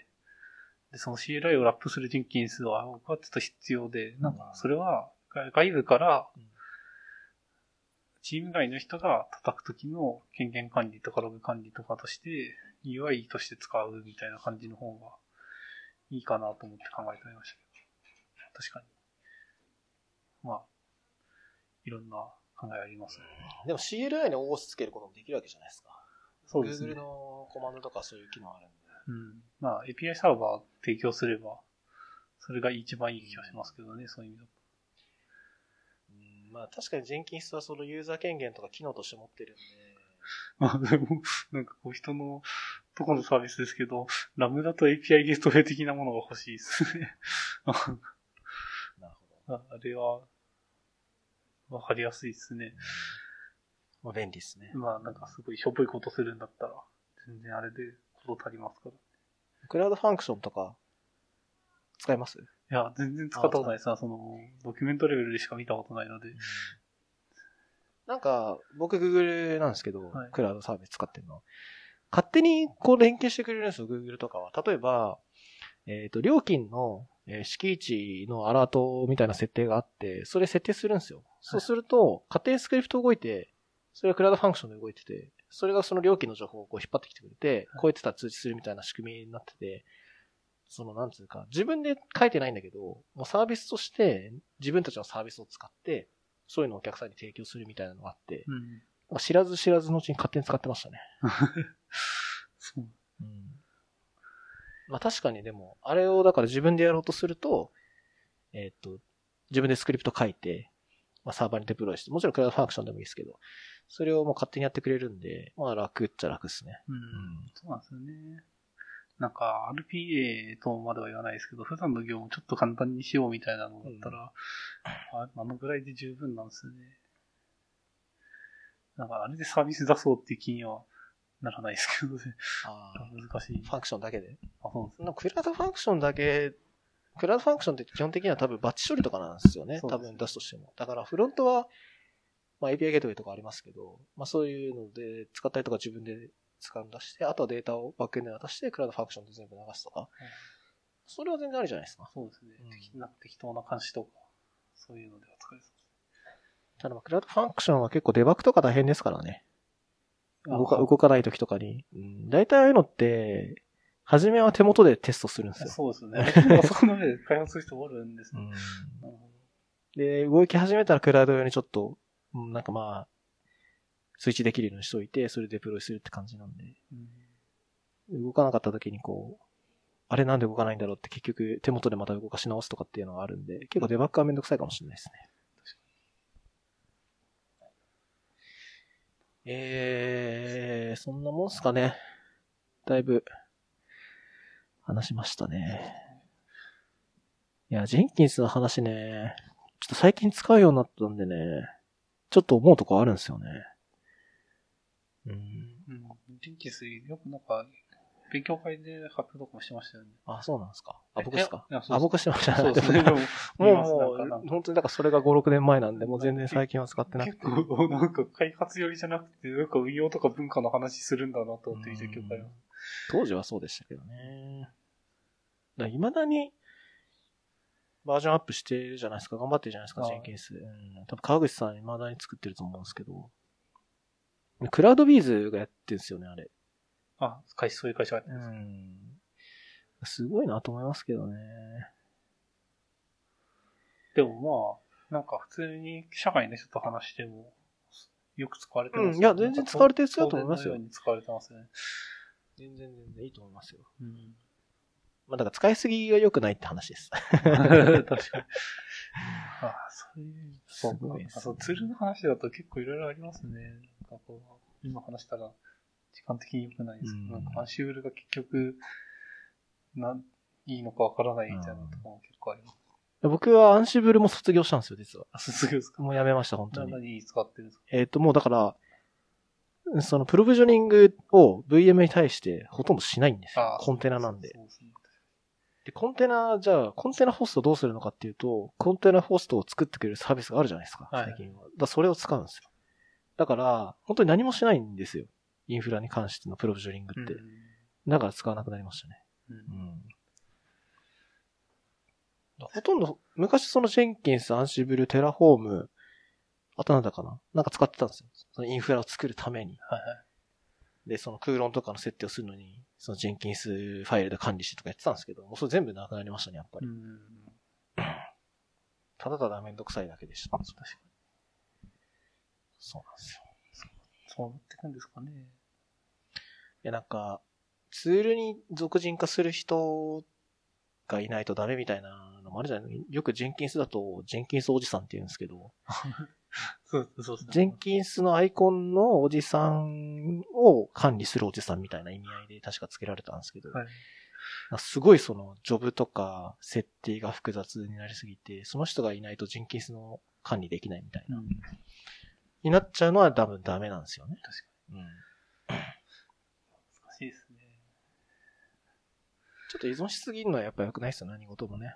で、その CLI をラップするジェンキンスは僕はちょっと必要で、なんかそれは外部からチーム外の人が叩くときの権限管理とかログ管理とかとして UI として使うみたいな感じの方がいいかなと思って考えてみましたけど。確かに。まあ、いろんな考えありますね。 でも CLI に押し付けることもできるわけじゃないですか。 そうですね。 Google のコマンドとかそういう機能あるんで。 うん。まあ API サーバー提供すれば、それが一番いい気がしますけどね、そういう意味だと。 まあ確かにジェンキンスはそのユーザー権限とか機能として持ってるんで。 まあでも、なんかこう人のとこのサービスですけど、ラムダと API ゲートウェイ的なものが欲しいですね。 なるほど。 あれは、わかりやすいですね。 まあ便利ですね。 まあなんかすごいしょぼいことするんだったら、全然あれでこと足りますから。 クラウドファンクションとか、使います？ いや、全然使ったことないです。その、ドキュメントレベルでしか見たことないので。 なんか、僕 Google なんですけど、 はい、 クラウドサービス使ってるの。勝手にこう連携してくれるんですよ、Google とかは。例えば、料金の敷地のアラートみたいな設定があって、それ設定するんですよ。そうすると、勝手にスクリプト動いて、それがクラウドファンクションで動いてて、それがその料金の情報をこう引っ張ってきてくれて、超えてたら通知するみたいな仕組みになってて、その、なんつうか、自分で書いてないんだけど、もうサービスとして自分たちのサービスを使って、そういうのをお客さんに提供するみたいなのがあって、知らず知らずのうちに勝手に使ってましたね。 そう。 うん。まあ確かにでも、あれをだから自分でやろうとすると、自分でスクリプト書いて、まあサーバーにデプロイして、もちろんクラウドファンクションでもいいですけど、それをもう勝手にやってくれるんで、まあ楽っちゃ楽ですね。 そうなんですよね。なんか RPA とまでは言わないですけど、普段の業務ちょっと簡単にしようみたいなのだったら、あのぐらいで十分なんですよね。なんかあれでサービス出そうっていう気にはならないですけどね。難しい。 ファンクションだけで。 そうです。 クラウドファンクションだけ、クラウドファンクションって基本的には多分バッチ処理とかなんですよね。多分出すとしても。だからフロントは、まあ API ゲートウェイとかありますけど、まあそういうので使ったりとか自分で使う出して、あとはデータをバックエンドに渡して、クラウドファンクションで全部流すとか。それは全然ありじゃないですか。 そうですね。適当な監視とか、そういうのでは使えそう。 ただクラウドファンクションは結構デバッグとか大変ですからね。動かない時とかに。大体ああいうのって、初めは手元でテストするんですよ。 そうですね。そこの上で開発する人おるんですね。 で、動き始めたらクラウド用にちょっと、なんかまあ、スイッチできるようにしといて、それでデプロイするって感じなんで。動かなかった時にこう、あれなんで動かないんだろうって結局手元でまた動かし直すとかっていうのがあるんで、結構デバッグはめんどくさいかもしれないですね。そんなもんすかね。だいぶ、話しましたね。いや、ジェンキンスの話ね、ちょっと最近使うようになったんでね、ちょっと思うとこあるんですよね。 ジェンキンス、よくなんか、勉強会で発表とかもしてましたよね。 あ、そうなんですか。あ、僕ですか。 あ、 僕してました。 そうですね。 もう、本当にだからそれが5、6年前なんで、もう全然最近は使ってなくて。 結構、なんか開発寄りじゃなくて、なんか運用とか文化の話するんだなと思って勉強会は。 当時はそうでしたけどね。未だに、バージョンアップしてるじゃないですか。頑張ってるじゃないですか、ジェンキンス。多分川口さん未だに作ってると思うんですけど。クラウドビーズがやってるんですよね、あれ。 そういう会社がやってるんです。すごいなと思いますけどね。 でもまあ、なんか普通に社会の人と話しても、よく使われてますね。 いや、全然使われてるやつだと思いますよ。 使われてますね。 全然いいと思いますよ。 まあだから使いすぎが良くないって話です。 確かに。あ、そういう、 すごいですね。 そう、ツールの話だと結構いろいろありますね。なんかこう、今話したら時間的に良くないですけど、なんかアンシブルが結局、いいのかわからないみたいなところも結構あります。 僕はアンシブルも卒業したんですよ、実は。 あ、卒業ですか？ もうやめました、本当に。 何使ってるんですか？もうだから、そのプロビジョニングを VM に対してほとんどしないんですよ。コンテナなんで。そうですね。で、コンテナホストどうするのかっていうと、コンテナホストを作ってくれるサービスがあるじゃないですか、最近は。それを使うんですよ。だから、本当に何もしないんですよ。インフラに関してのプロビジョニングって。だから使わなくなりましたね。ほとんど、昔そのジェンキンス、アンシブル、テラフォーム、あとなんだかななんか使ってたんですよ。そのインフラを作るために。はいはい。で、その空論とかの設定をするのに、そのジェンキンスファイルで管理してとかやってたんですけど、もうそれ全部なくなりましたね、やっぱり。ただただめんどくさいだけでした。確かに。そうなんですよ。 そうなってくんですかね。 いや、なんか、ツールに属人化する人がいないとダメみたいなのもあるじゃない。よくジェンキンスだと、ジェンキンスおじさんって言うんですけど、 そうですね。 ジェンキンスのアイコンのおじさんを管理するおじさんみたいな意味合いで確か付けられたんですけど、はい、すごいそのジョブとか設定が複雑になりすぎて、その人がいないとジェンキンスの管理できないみたいな、になっちゃうのは多分ダメなんですよね。 確かに。難しいですね。 ちょっと依存しすぎるのはやっぱ良くないですよ、何事もね。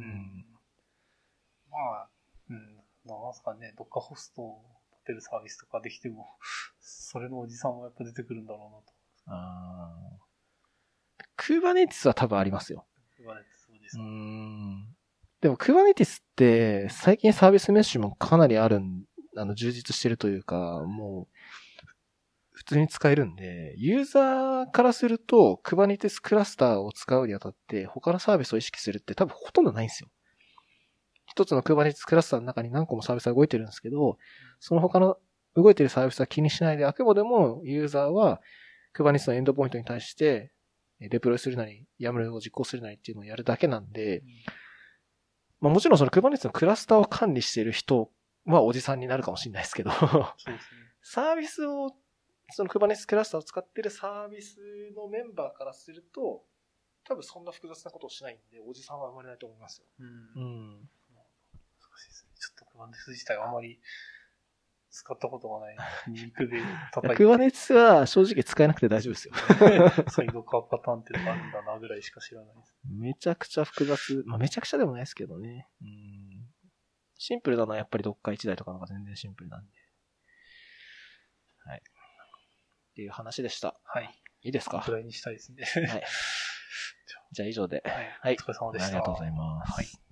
まあ、なんすかね、どっかホストを立てるサービスとかできても、それのおじさんもやっぱ出てくるんだろうなと。 クーバネティスは多分ありますよ。 クーバネティスそうですか。 でもクーバネティスって最近サービスメッシュもかなり充実してるというか、もう普通に使えるんで、ユーザーからすると Kubernetes クラスターを使うにあたって他のサービスを意識するって多分ほとんどないんですよ。一つの Kubernetes クラスターの中に何個もサービスが動いてるんですけど、その他の動いてるサービスは気にしないで、あくまでもユーザーは Kubernetes のエンドポイントに対してデプロイするなり、YAML を実行するなりっていうのをやるだけなんで、まあもちろんその Kubernetes のクラスターを管理している人はおじさんになるかもしれないですけど、そうですね、サービスを、その Kubernetes クラスターを使っているサービスのメンバーからすると、多分そんな複雑なことをしないんで、おじさんは生まれないと思いますよ。 難しいですね。ちょっと Kubernetes 自体はあまり使ったことがない。肉で叩いて。 Kubernetes は正直使えなくて大丈夫ですよ。 サイドカーパターンってのがあるんだなぐらいしか知らないです。 めちゃくちゃ複雑。まあめちゃくちゃでもないですけどね。シンプルなのはやっぱり Docker 1台とかの方が全然シンプルなんで。はい。っていう話でした。 はい。 いいですか？ ぐらいにしたいですね。 はい。じゃあ以上で。 はい。お疲れ様でした。 ありがとうございます。 はい。